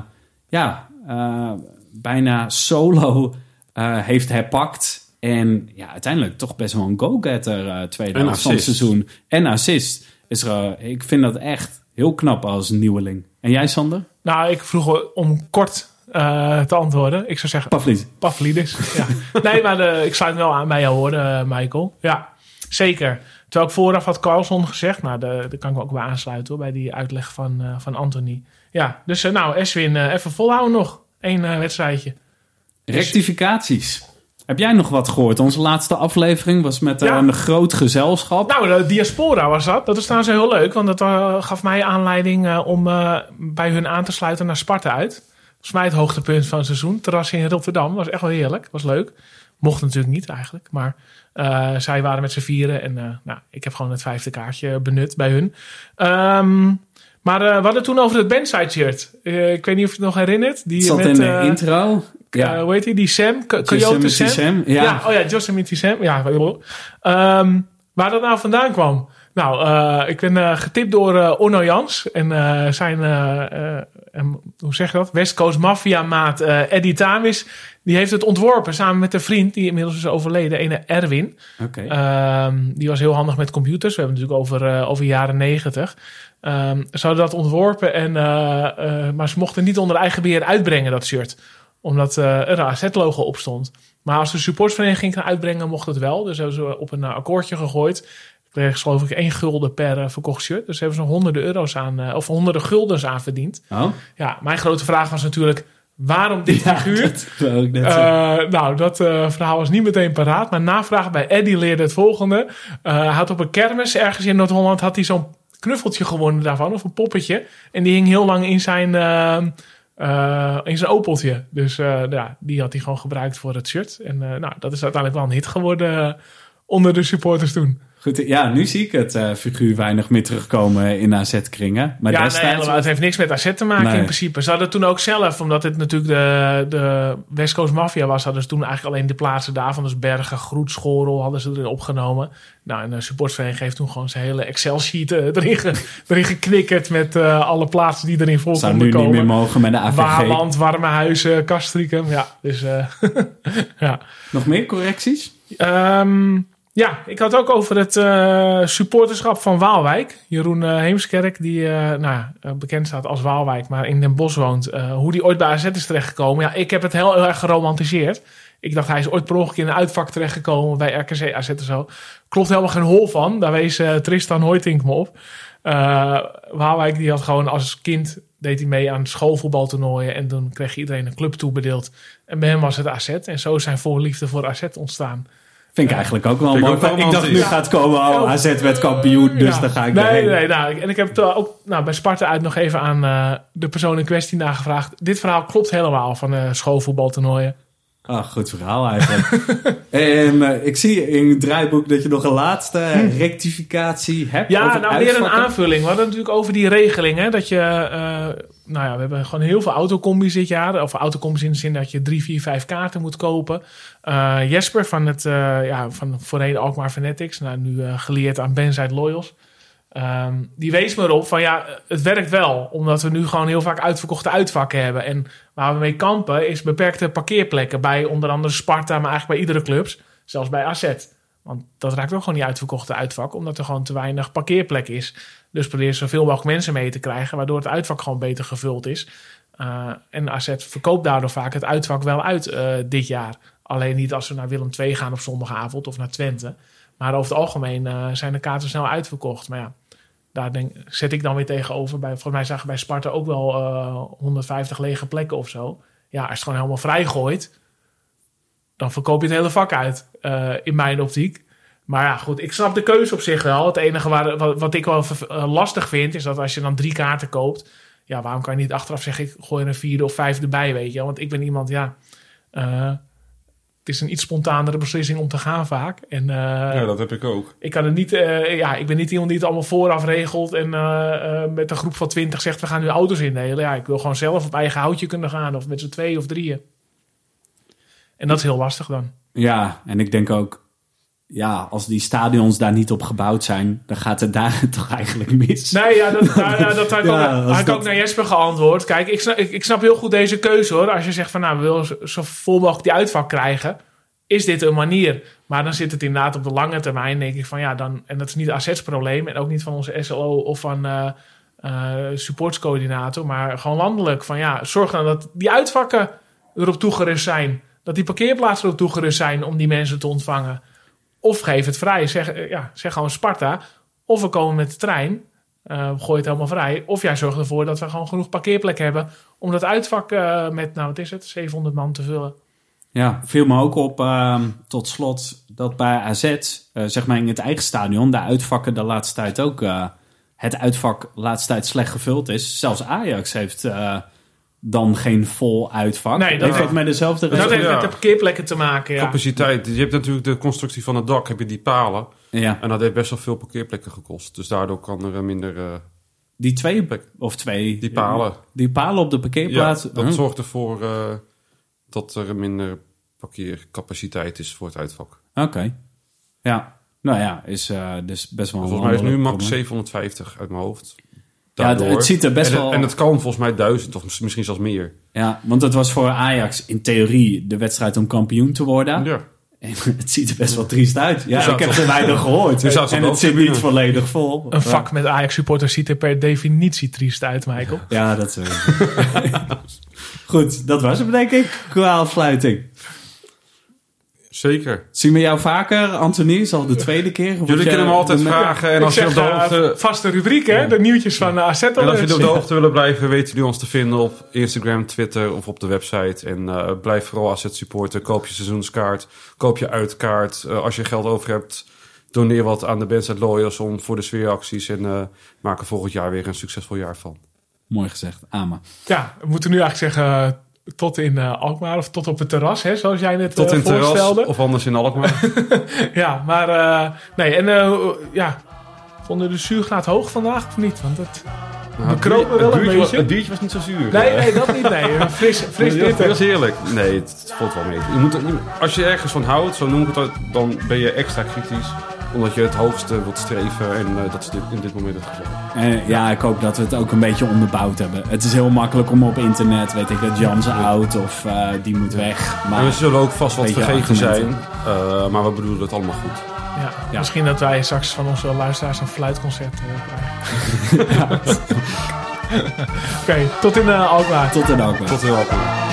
bijna solo heeft herpakt. En ja, uiteindelijk toch best wel een go-getter tweede En helft van het assist. seizoen. En assist. Ik vind dat echt heel knap als nieuweling. En jij, Sander? Nou, ik vroeg om kort te antwoorden. Ik zou zeggen Pavlidis. Ja. Nee, maar ik sluit wel aan bij jou hoor, Michael. Ja, zeker. Terwijl ik vooraf had Carlson gezegd. Nou, daar kan ik me ook bij aansluiten hoor, bij die uitleg van Anthony. Ja, dus nou, Eswin, even volhouden nog. 1 wedstrijdje. Rectificaties. Heb jij nog wat gehoord? Onze laatste aflevering was met een groot gezelschap. Nou, de Diaspora was dat. Dat is trouwens heel leuk, want dat gaf mij aanleiding om bij hun aan te sluiten naar Sparta uit. Volgens mij het hoogtepunt van het seizoen. Terras in Rotterdam. Was echt wel heerlijk. Was leuk. Mocht natuurlijk niet eigenlijk. Maar zij waren met z'n vieren. En ik heb gewoon het 5e kaartje benut bij hun. Maar we hadden het toen over het bandside shirt. Ik weet niet of je het nog herinnert. Die zat met, in de intro. hoe heet die Sam? Coyote Sam? Ja. Yosemite Sam. Ja, waar dat nou vandaan kwam? Nou, ik ben getipt door Onno Jans. En zijn, hoe zeg je dat? West Coast Mafia maat Eddie Tamis. Die heeft het ontworpen samen met een vriend. Die inmiddels is overleden. Ene Erwin. Okay. Die was heel handig met computers. We hebben het natuurlijk over jaren 90. Ze hadden dat ontworpen. Maar ze mochten niet onder eigen beheer uitbrengen, dat shirt. Omdat er een AZ-logo op stond. Maar als de supportsvereniging ging uitbrengen, mocht het wel. Dus hebben ze op een akkoordje gegooid. Kreeg geloof ik 1 gulden per verkocht shirt. Dus hebben ze honderden guldens aan verdiend. Oh? Ja, mijn grote vraag was natuurlijk, waarom dit figuur? Dat verhaal was niet meteen paraat. Maar navraag bij Eddie leerde het volgende. Hij had op een kermis ergens in Noord-Holland had hij zo'n knuffeltje gewonnen daarvan. Of een poppetje. En die hing heel lang in zijn opeltje. Dus die had hij gewoon gebruikt voor het shirt. En dat is uiteindelijk wel een hit geworden onder de supporters toen. Goed, ja, nu zie ik het figuur weinig meer terugkomen in AZ-kringen. Maar destijds... het heeft niks met AZ te maken in principe. Ze hadden toen ook zelf, omdat het natuurlijk de West Coast Mafia was, hadden ze toen eigenlijk alleen de plaatsen daarvan. Dus Bergen, Groet, Schorel hadden ze erin opgenomen. Nou, en de supportsvereniging heeft toen gewoon zijn hele Excel-sheet erin geknikkerd met alle plaatsen die erin voor konden komen. Zou nu niet meer mogen met de AVG. Waarland, Warmehuizen, Castricum. Ja, dus ja. Nog meer correcties? Ja, ik had ook over het supporterschap van Waalwijk. Jeroen Heemskerk, die bekend staat als Waalwijk, maar in Den Bosch woont. Hoe die ooit bij AZ is terechtgekomen. Ja, ik heb het heel erg geromantiseerd. Ik dacht, hij is ooit per ongeluk in een uitvak terechtgekomen bij RKC AZ en zo. Klopt helemaal geen hol van. Daar wees Tristan Hoytink me op. Waalwijk die had gewoon als kind, deed hij mee aan schoolvoetbaltoernooien. En toen kreeg iedereen een club toebedeeld. En bij hem was het AZ. En zo is zijn voorliefde voor AZ ontstaan. Vind ik eigenlijk ook wel mooi. Ik dacht, nu gaat komen, AZ werd kampioen, dus dan ga ik erheen. Nee. En ik heb het ook bij Sparta uit nog even aan de persoon in kwestie nagevraagd. Dit verhaal klopt helemaal van schoolvoetbaltoernooien. Goed verhaal eigenlijk. Ik zie in het draaiboek dat je nog een laatste rectificatie hebt. Ja, weer een aanvulling. We hadden natuurlijk over die regeling. Hè, dat je, we hebben gewoon heel veel autocombi's dit jaar. Of autocombi's in de zin dat je 3, 4, 5 kaarten moet kopen. Jesper van het van voorheen Alkmaar Fanatics. Nu geleerd aan Bandside Loyals. Die wees me erop van het werkt wel. Omdat we nu gewoon heel vaak uitverkochte uitvakken hebben. En waar we mee kampen is beperkte parkeerplekken. Bij onder andere Sparta, maar eigenlijk bij iedere clubs. Zelfs bij AZ. Want dat raakt ook gewoon niet uitverkochte uitvak. Omdat er gewoon te weinig parkeerplek is. Dus probeer zoveel mogelijk mensen mee te krijgen. Waardoor het uitvak gewoon beter gevuld is. En AZ verkoopt daardoor vaak het uitvak wel uit dit jaar. Alleen niet als we naar Willem II gaan op zondagavond of naar Twente. Maar over het algemeen zijn de kaarten snel uitverkocht. Maar ja, daar zet ik dan weer tegenover. Volgens mij zagen bij Sparta ook wel 150 lege plekken of zo. Ja, als je het gewoon helemaal vrij gooit, dan verkoop je het hele vak uit. In mijn optiek. Maar ja, goed, ik snap de keuze op zich wel. Het enige wat ik wel lastig vind, is dat als je dan 3 kaarten koopt, ja, waarom kan je niet achteraf zeggen, ik gooi er een 4e of 5e erbij, weet je? Want ik ben iemand, het is een iets spontanere beslissing om te gaan vaak. En, dat heb ik ook. Ik kan het niet, ik ben niet iemand die het allemaal vooraf regelt en met een groep van 20 zegt, we gaan nu auto's indelen. Ja, ik wil gewoon zelf op eigen houtje kunnen gaan, of met z'n 2 of 3. En dat is heel lastig dan. Ja, en ik denk ook, als die stadions daar niet op gebouwd zijn, dan gaat het daar toch eigenlijk mis. Nee, dat had ik ook naar Jesper geantwoord. Kijk, ik snap heel goed deze keuze hoor. Als je zegt van we willen zo vol mogelijk die uitvak krijgen, is dit een manier. Maar dan zit het inderdaad op de lange termijn, denk ik van dan, en dat is niet AZ's probleem en ook niet van onze SLO of van supportscoördinator, maar gewoon landelijk van zorg dan dat die uitvakken erop toegerust zijn. Dat die parkeerplaatsen erop toegerust zijn om die mensen te ontvangen. Of geef het vrij. Zeg gewoon Sparta. Of we komen met de trein. Gooi het helemaal vrij. Of jij zorgt ervoor dat we gewoon genoeg parkeerplek hebben om dat uitvak met, 700 man te vullen. Ja, viel me ook op tot slot dat bij AZ, zeg maar in het eigen stadion, de uitvakken de laatste tijd ook het uitvak de laatste tijd slecht gevuld is. Zelfs Ajax heeft dan geen vol uitvak. Nee, dat heeft met dezelfde dat heeft met de parkeerplekken te maken. Ja. Capaciteit. Je hebt natuurlijk de constructie van het dak, heb je die palen. Ja. En dat heeft best wel veel parkeerplekken gekost. Dus daardoor kan er minder Die twee. Die palen op de parkeerplaats. Ja, dat zorgt ervoor dat er minder parkeercapaciteit is voor het uitvak. Oké. Ja. Nou ja, is dus best wel... Volgens mij is nu max 750 uit mijn hoofd. Daardoor. Ja, het ziet er best wel... En het kan volgens mij 1000 of misschien zelfs meer. Ja, want het was voor Ajax in theorie de wedstrijd om kampioen te worden. Ja. En het ziet er best wel triest uit. Ja, ik heb er weinig gehoord. En het zit niet volledig vol. Een vak met Ajax-supporters ziet er per definitie triest uit, Michael. Ja, dat is Goed, dat was hem denk ik. Qua afsluiting. Zeker. Zien we jou vaker, Anthony? Is al de tweede keer? Jullie kunnen me altijd vragen. En als je op de hoogte... Vaste rubriek, hè? De nieuwtjes van AZ. En als jullie op de hoogte willen blijven, weten jullie ons te vinden op Instagram, Twitter of op de website. En blijf vooral AZ supporten. Koop je seizoenskaart. Koop je uitkaart. Als je geld over hebt, doneer wat aan de Bandset Lawyers voor de sfeeracties. En maak er volgend jaar weer een succesvol jaar van. Mooi gezegd. Amen. Ja, we moeten nu eigenlijk zeggen... Tot in Alkmaar of tot op het terras, hè, zoals jij net tot in voorstelde. Terras, of anders in Alkmaar. Ja, maar nee. En vonden de zuurgraad hoog vandaag of niet? Want het bekropen wel een beetje. Het biertje was niet zo zuur. Nee, dat niet. Nee, fris bitter. Dat is heerlijk. Nee, het valt wel mee. Als je ergens van houdt, zo noem ik het, dan ben je extra kritisch. Omdat je het hoogste wilt streven. En dat is in dit moment het geval. Ja, ik hoop dat we het ook een beetje onderbouwd hebben. Het is heel makkelijk om op internet, weet ik, dat Jan's oud of die moet weg. Maar en we zullen ook vast wat vergeten zijn. Maar we bedoelen het allemaal goed. Ja. Misschien dat wij straks van onze luisteraars een fluitconcert krijgen. Oké, tot in Alkmaar. Tot in Alkmaar. Tot in Alkmaar.